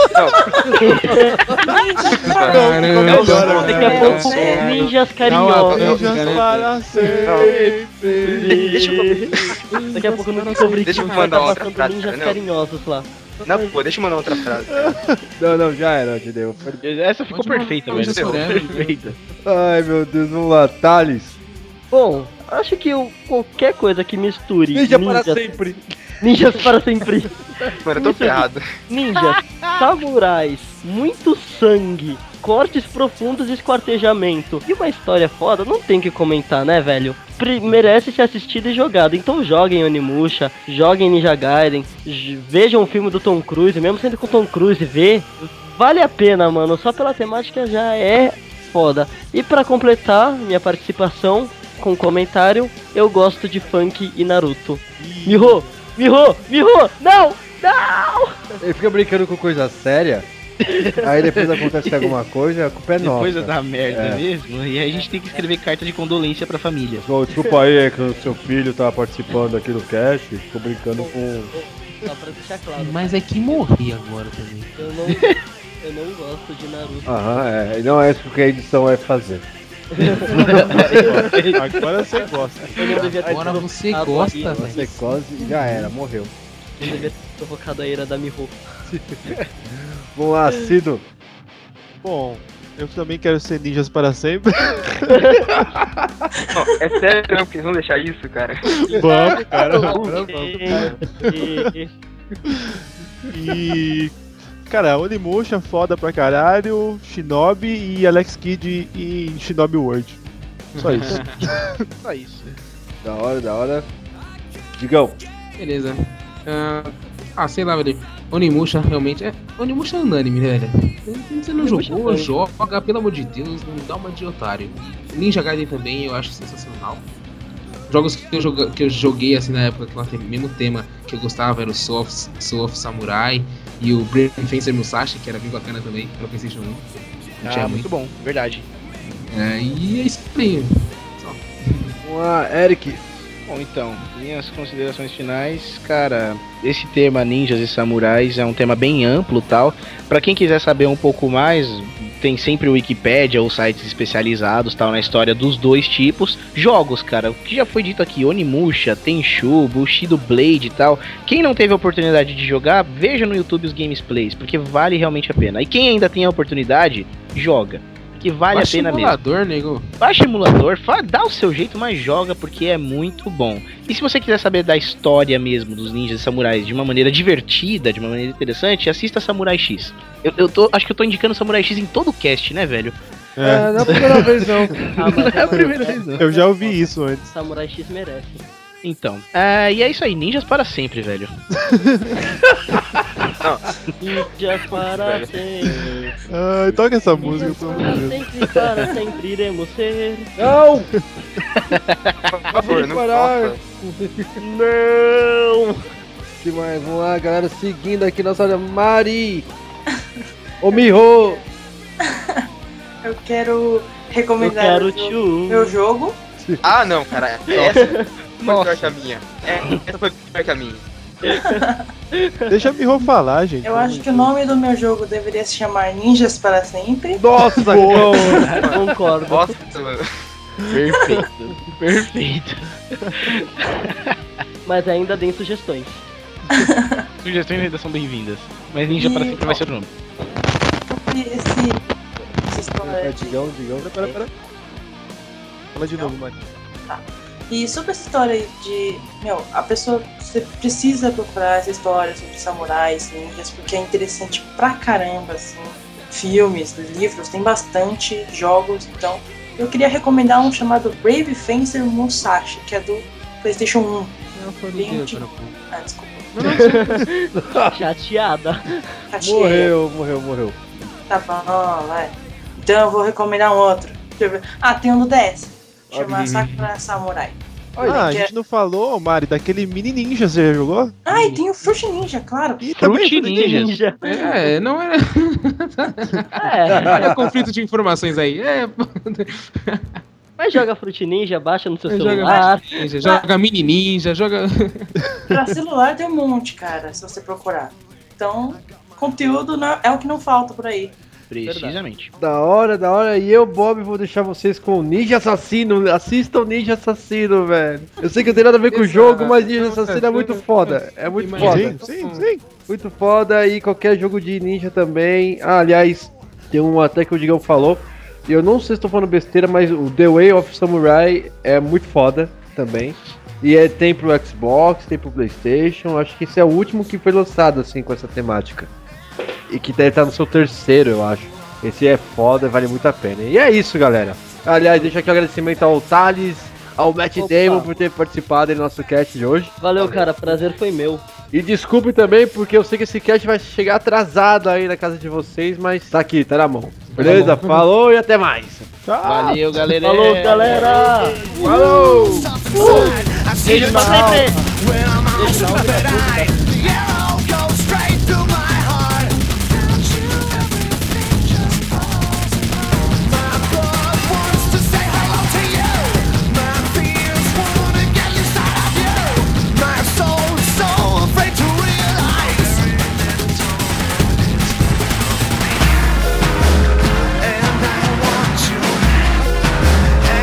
Caramba. Daqui a pouco, ninjas carinhosos. Ninjas para sempre. Deixa eu, Daqui a pouco eu não descobri que Deixa eu tá mandar outra passando frase, ninjas cara, não. carinhosos lá. não, pô, deixa eu mandar outra frase. Não, não, já era, Matt Damon. Essa ficou Pode mandar perfeita, Ninja velho. Forever. Perfeita. Ai, meu Deus, vamos lá, Thales. Bom, acho que eu- qualquer coisa que misture Ninja para ninjas, sempre. ninjas para sempre, Mano, eu tô ferrado. ninjas, samurais, muito sangue, cortes profundos e esquartejamento e uma história foda, não tem que comentar, né, velho? Pre- merece ser assistido e jogado, então joguem Onimusha, joguem Ninja Gaiden, j- vejam o filme do Tom Cruise, mesmo sendo com o Tom Cruise, vê, vale a pena, mano, só pela temática já é foda. E pra completar minha participação com comentário, eu gosto de funk e Naruto. Miho, Miho, Miho, não, não! Ele fica brincando com coisa séria, aí depois acontece alguma coisa, a culpa é nossa. Depois da merda É. mesmo, e aí a gente tem que escrever carta de condolência pra família. Bom, desculpa aí, é que o seu filho tava participando aqui do cast, ficou brincando com... Só pra deixar claro, Mas é que morri agora também. eu não, eu não gosto de Naruto. Aham, é, não é isso que a edição vai fazer. Agora você gosta. Eu não devia ter Agora você provocado gosta, a ira, velho. Você quase já era, morreu. Eu não devia ter provocado a ira da Miho. Vamos lá, Cido. Bom, Eu também quero ser ninjas para sempre. Não, é sério mesmo que eles vão deixar isso, cara? Vamos, cara. Agora vamos. E... Cara, Onimusha foda pra caralho, Shinobi e Alex Kidd em Shinobi World. Só isso. Só isso. Da hora, da hora. Digão. Beleza. Uh, ah, sei lá, velho. Onimusha realmente é. Onimusha é unânime, né, velho? Você não Onimusha jogou, é joga, pelo amor de Deus, não dá uma de otário. Ninja Gaiden também eu acho sensacional. Jogos que eu, joga, que eu joguei assim na época, que tem o mesmo tema que eu gostava era o Soul of, Soul of Samurai e o Brain Fencer Musashi, que era bem bacana também, pra PlayStation um. Ah, muito bom, verdade. É, e é isso aí. Só. Vamos lá, Eric. Bom, então, minhas considerações finais, cara, esse tema ninjas e samurais é um tema bem amplo, tal. Pra quem quiser saber um pouco mais, tem sempre o Wikipedia ou sites especializados, tal, na história dos dois tipos. Jogos, cara, o que já foi dito aqui, Onimusha, Tenchu, Bushido Blade e tal. Quem não teve a oportunidade de jogar, veja no YouTube os gameplays, porque vale realmente a pena. E quem ainda tem a oportunidade, joga. Que vale Baixa a pena emulador, mesmo. nego. Baixa emulador, fa- dá o seu jeito, mas joga porque é muito bom. E se você quiser saber da história mesmo dos ninjas e samurais de uma maneira divertida, de uma maneira interessante, assista Samurai X. Eu, eu tô, acho que eu tô indicando Samurai X em todo o cast, né, velho? É, não é a primeira vez não. Ah, mas Não é a primeira vez, não. Eu já ouvi isso antes. Samurai X merece. Então, é, e é isso aí, ninjas para sempre, velho. Ninjas para sempre. Ai, toca essa música, Ninjas pelo amor para de Deus. sempre, para sempre iremos ser. Não! Por favor, não parar. toca. Não! Que mais? Vamos lá, galera, seguindo aqui nossa olha, Mari! Ô Miho! Eu quero recomendar Eu quero o jogo- tchu. meu jogo. Ah, não, cara. Essa foi pior que a minha. É, essa foi pior que a minha. Deixa a Miho falar, gente. Eu acho que o nome do meu jogo deveria se chamar Ninjas para Sempre. Nossa, Gol! Concordo. Nossa, mano. Perfeito, perfeito. Mas ainda deem sugestões. Sugestões ainda são bem-vindas. Mas ninja para sempre vai ser o nome. E esse, essa história É, de- Digão, Digão. Pera, pera. Fala de novo, Mari. E sobre essa história aí de, meu, a pessoa, você precisa procurar essa história sobre samurais, ninjas, porque é interessante pra caramba, assim. Filmes, livros, tem bastante jogos, então eu queria recomendar um chamado Brave Fencer Musashi, que é do PlayStation um. Não foi Bem do antigo. Deus, Ah, desculpa. Chateada. Cacheiro. Morreu, morreu, morreu. Tá bom, vai. Então eu vou recomendar um outro. Deixa eu ver. Ah, tem um do D S. Chama Sakura Samurai. Ah, a gente não falou, Mari, daquele mini ninja, você já jogou? Ah, e tem o Fruit Ninja, claro. E também Fruit Ninjas. Ninja. É, não era. É. Olha o conflito de informações aí. É, Mas joga Fruit Ninja, baixa no seu joga, celular. ninja, joga mini ninja, joga. Pra celular tem um monte, cara, se você procurar. Então, conteúdo não- é o que não falta por aí. Precisamente. Da hora, da hora. E eu, Bob, vou deixar vocês com Ninja Assassino. Assistam Ninja Assassino, velho. Eu sei que não tem nada a ver com o Exato. jogo, mas Ninja Assassino é muito foda. É muito foda. Sim, sim, sim. Muito foda. E qualquer jogo de ninja também. Ah, aliás, tem um até que o Digão falou. E eu não sei se estou falando besteira, mas o The Way of Samurai é muito foda também. E é, tem pro Xbox, tem pro PlayStation. Acho que esse é o último que foi lançado assim com essa temática. E que deve estar no seu terceiro, eu acho. Esse é foda, vale muito a pena. E é isso, galera. Aliás, deixa aqui o agradecimento ao Thales, ao Matt Opa. Damon por ter participado do nosso cast de hoje. Valeu, cara. Prazer foi meu. E desculpe também, porque eu sei que esse cast vai chegar atrasado aí na casa de vocês, mas tá aqui, tá na mão. Beleza? Falou e até mais. Tchau. Valeu, galera. Falou, galera. Falou! Beijo pra sempre.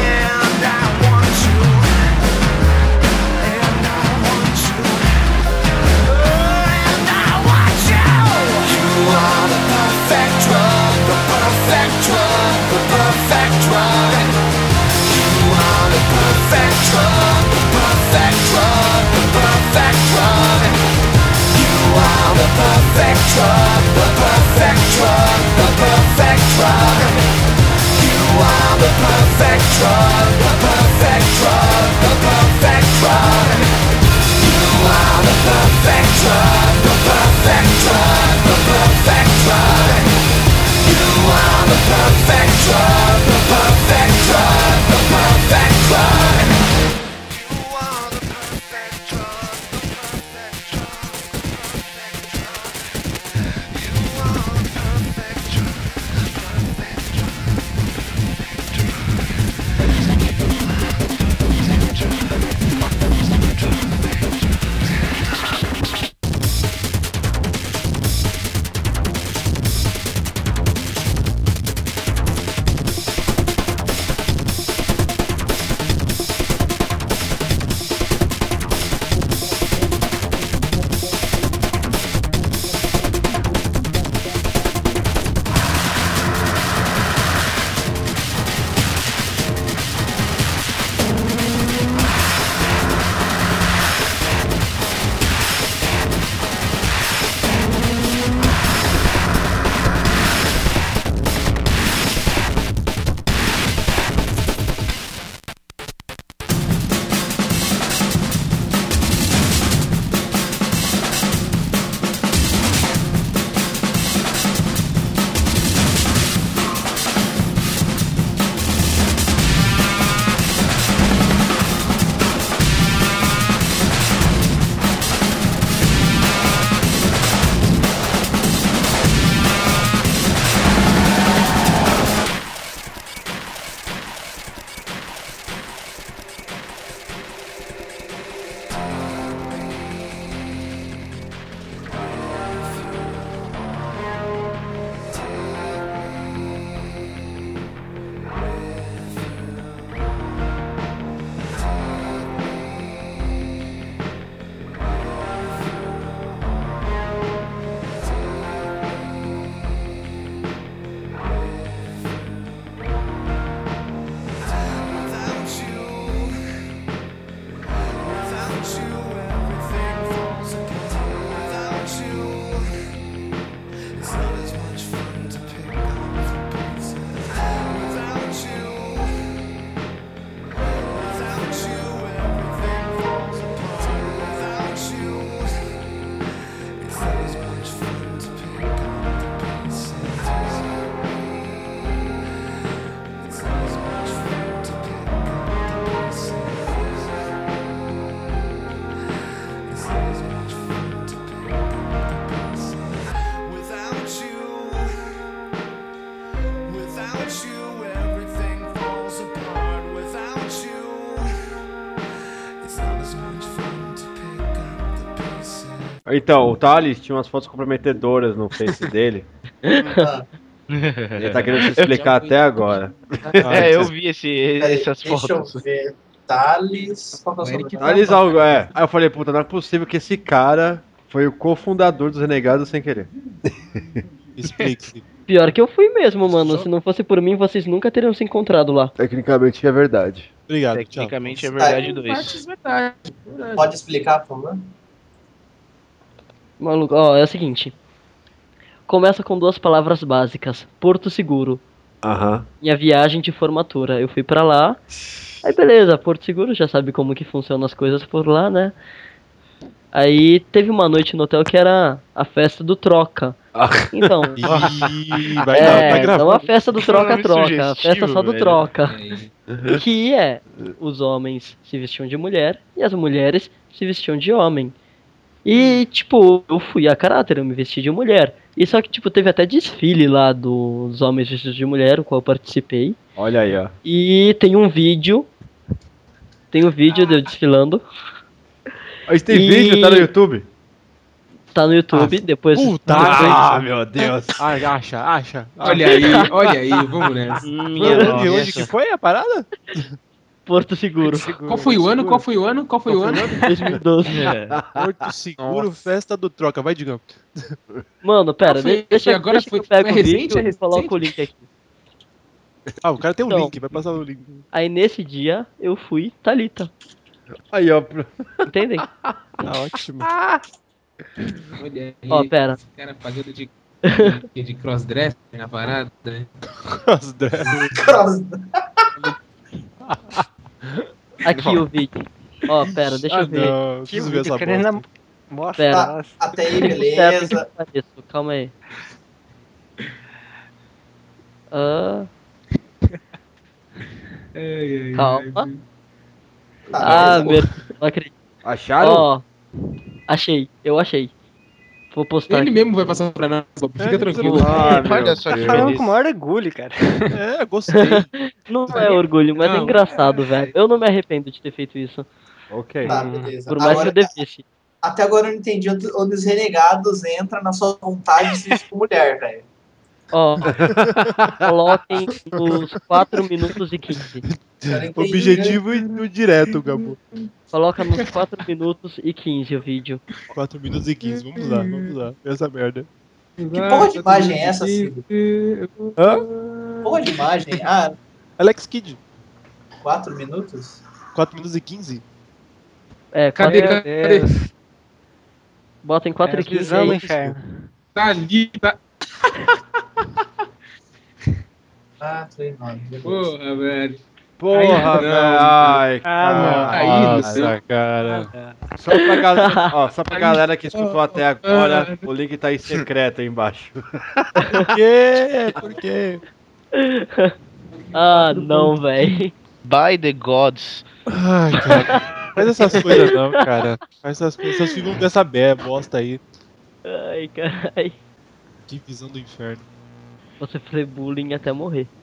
And I want you drug, the perfect drug, the perfect drug. You are the perfect drug, the perfect drug, the perfect drug. You are the perfect drug, the perfect drug, the perfect drug. You are the perfect drug, the perfect drug, the perfect drug. You are the perfect drug, the perfect drug, the perfect drug. You are the perfect drug, Então, o Thales tinha umas fotos comprometedoras no Face dele. Ele tá querendo se explicar até agora. É, eu vi esse, Peraí, essas deixa fotos. eu ver. Thales. Qual que é o sobrenome? Thales algo, é. Aí eu falei, puta, não é possível que esse cara foi o cofundador dos Renegados sem querer. Explique-se. Pior que eu fui mesmo, mano. Se não fosse por mim, vocês nunca teriam se encontrado lá. Tecnicamente é verdade. Obrigado, Tecnicamente é verdade dois. Pode explicar, por favor? Maluco, ó, é o seguinte. Começa com duas palavras básicas. Porto Seguro. Aham. Minha viagem de formatura. Eu fui pra lá. Aí beleza, Porto Seguro, já sabe como que funcionam as coisas por lá, né? Aí teve uma noite no hotel que era a festa do Troca. Então, Ih, vai é, dar, tá gravando. não a festa do troca-troca, a sugestivo, festa só do velho. troca. Que é, os homens se vestiam de mulher e as mulheres se vestiam de homem. E, tipo, eu fui a caráter, eu me vesti de mulher. E só que, tipo, teve até desfile lá dos homens vestidos de mulher, o qual eu participei. Olha aí, ó. E tem um vídeo, tem um vídeo de eu desfilando. Mas tem E- vídeo, tá no YouTube? Tá no YouTube, depois... Puta, Ah, meu Deus. Ah, acha, acha. Olha aí, olha aí, vamos nessa. Minha Onde, nossa. onde que foi a parada? Porto Seguro. Qual foi o ano? Qual foi o ano? Qual foi o ano? dois mil e doze. É. Porto Seguro, festa do Troca. Vai, Digão. Mano, pera, Ah, foi- deixa, foi agora, deixa foi- que eu pego foi o recente, vídeo é e coloco recente? o link aqui. Ah, o cara tem um Então. link, vai passar o link. Aí nesse dia eu fui Thalita, Aí, ó. entendem? Tá ótimo. Olha aí, Ó, pera. esse cara pagando de, de, de crossdresser na parada, né? Aqui o vídeo. Ó, pera, deixa Ah, eu ver. não, Que preciso ver essa querendo bosta. nam- Mostra. Pera. Tá, até aí, Tudo certo que beleza. eu pareço, calma aí. Ah, calma. Ah, meu, não acredito. Acharam? Ó, achei, eu achei. Vou postar Ele aqui. mesmo vai passar pra nós, fica É, tranquilo. Ah, meu Olha só que Deus. Falando feliz. com o maior orgulho, cara. É, gostei. Não é orgulho, mas é Não, engraçado, é- velho. Eu não me arrependo de ter feito isso. Ok. Tá, beleza. Por mais Agora, que eu devesse. até agora eu não entendi onde onde os renegados entram na sua vontade de ser tipo mulher, velho. Ó, coloquem nos quatro minutos e quinze. Eu não entendi. Objetivo e no direto, Gabo. Coloca nos quatro minutos e quinze o vídeo. quatro minutos e quinze, vamos lá, vamos lá. Essa merda. Que porra de imagem é essa, Ciro? Hã? Porra de imagem? Ah, Alex Kidd. quatro minutos? quatro minutos e quinze? É, Cadê, quatro, cadê? bota em quatro É e a quinze visão do aí. inferno. Tá ali, tá. quatro e nove, beleza. Porra, velho. Porra, Aí não. velho. Ai, Ah, não. Aí, Nossa, cara. Só pra, galera, ó, só pra galera que escutou até agora, o link tá em secreto aí embaixo. Por quê? Por quê? Ah, não, velho. By the gods. Ai, cara. Faz essas coisas não, cara. Faz essas coisas. Seus filhos vão ver essa bé- bosta aí. Ai, carai. Que visão do inferno. Você foi bullying até morrer.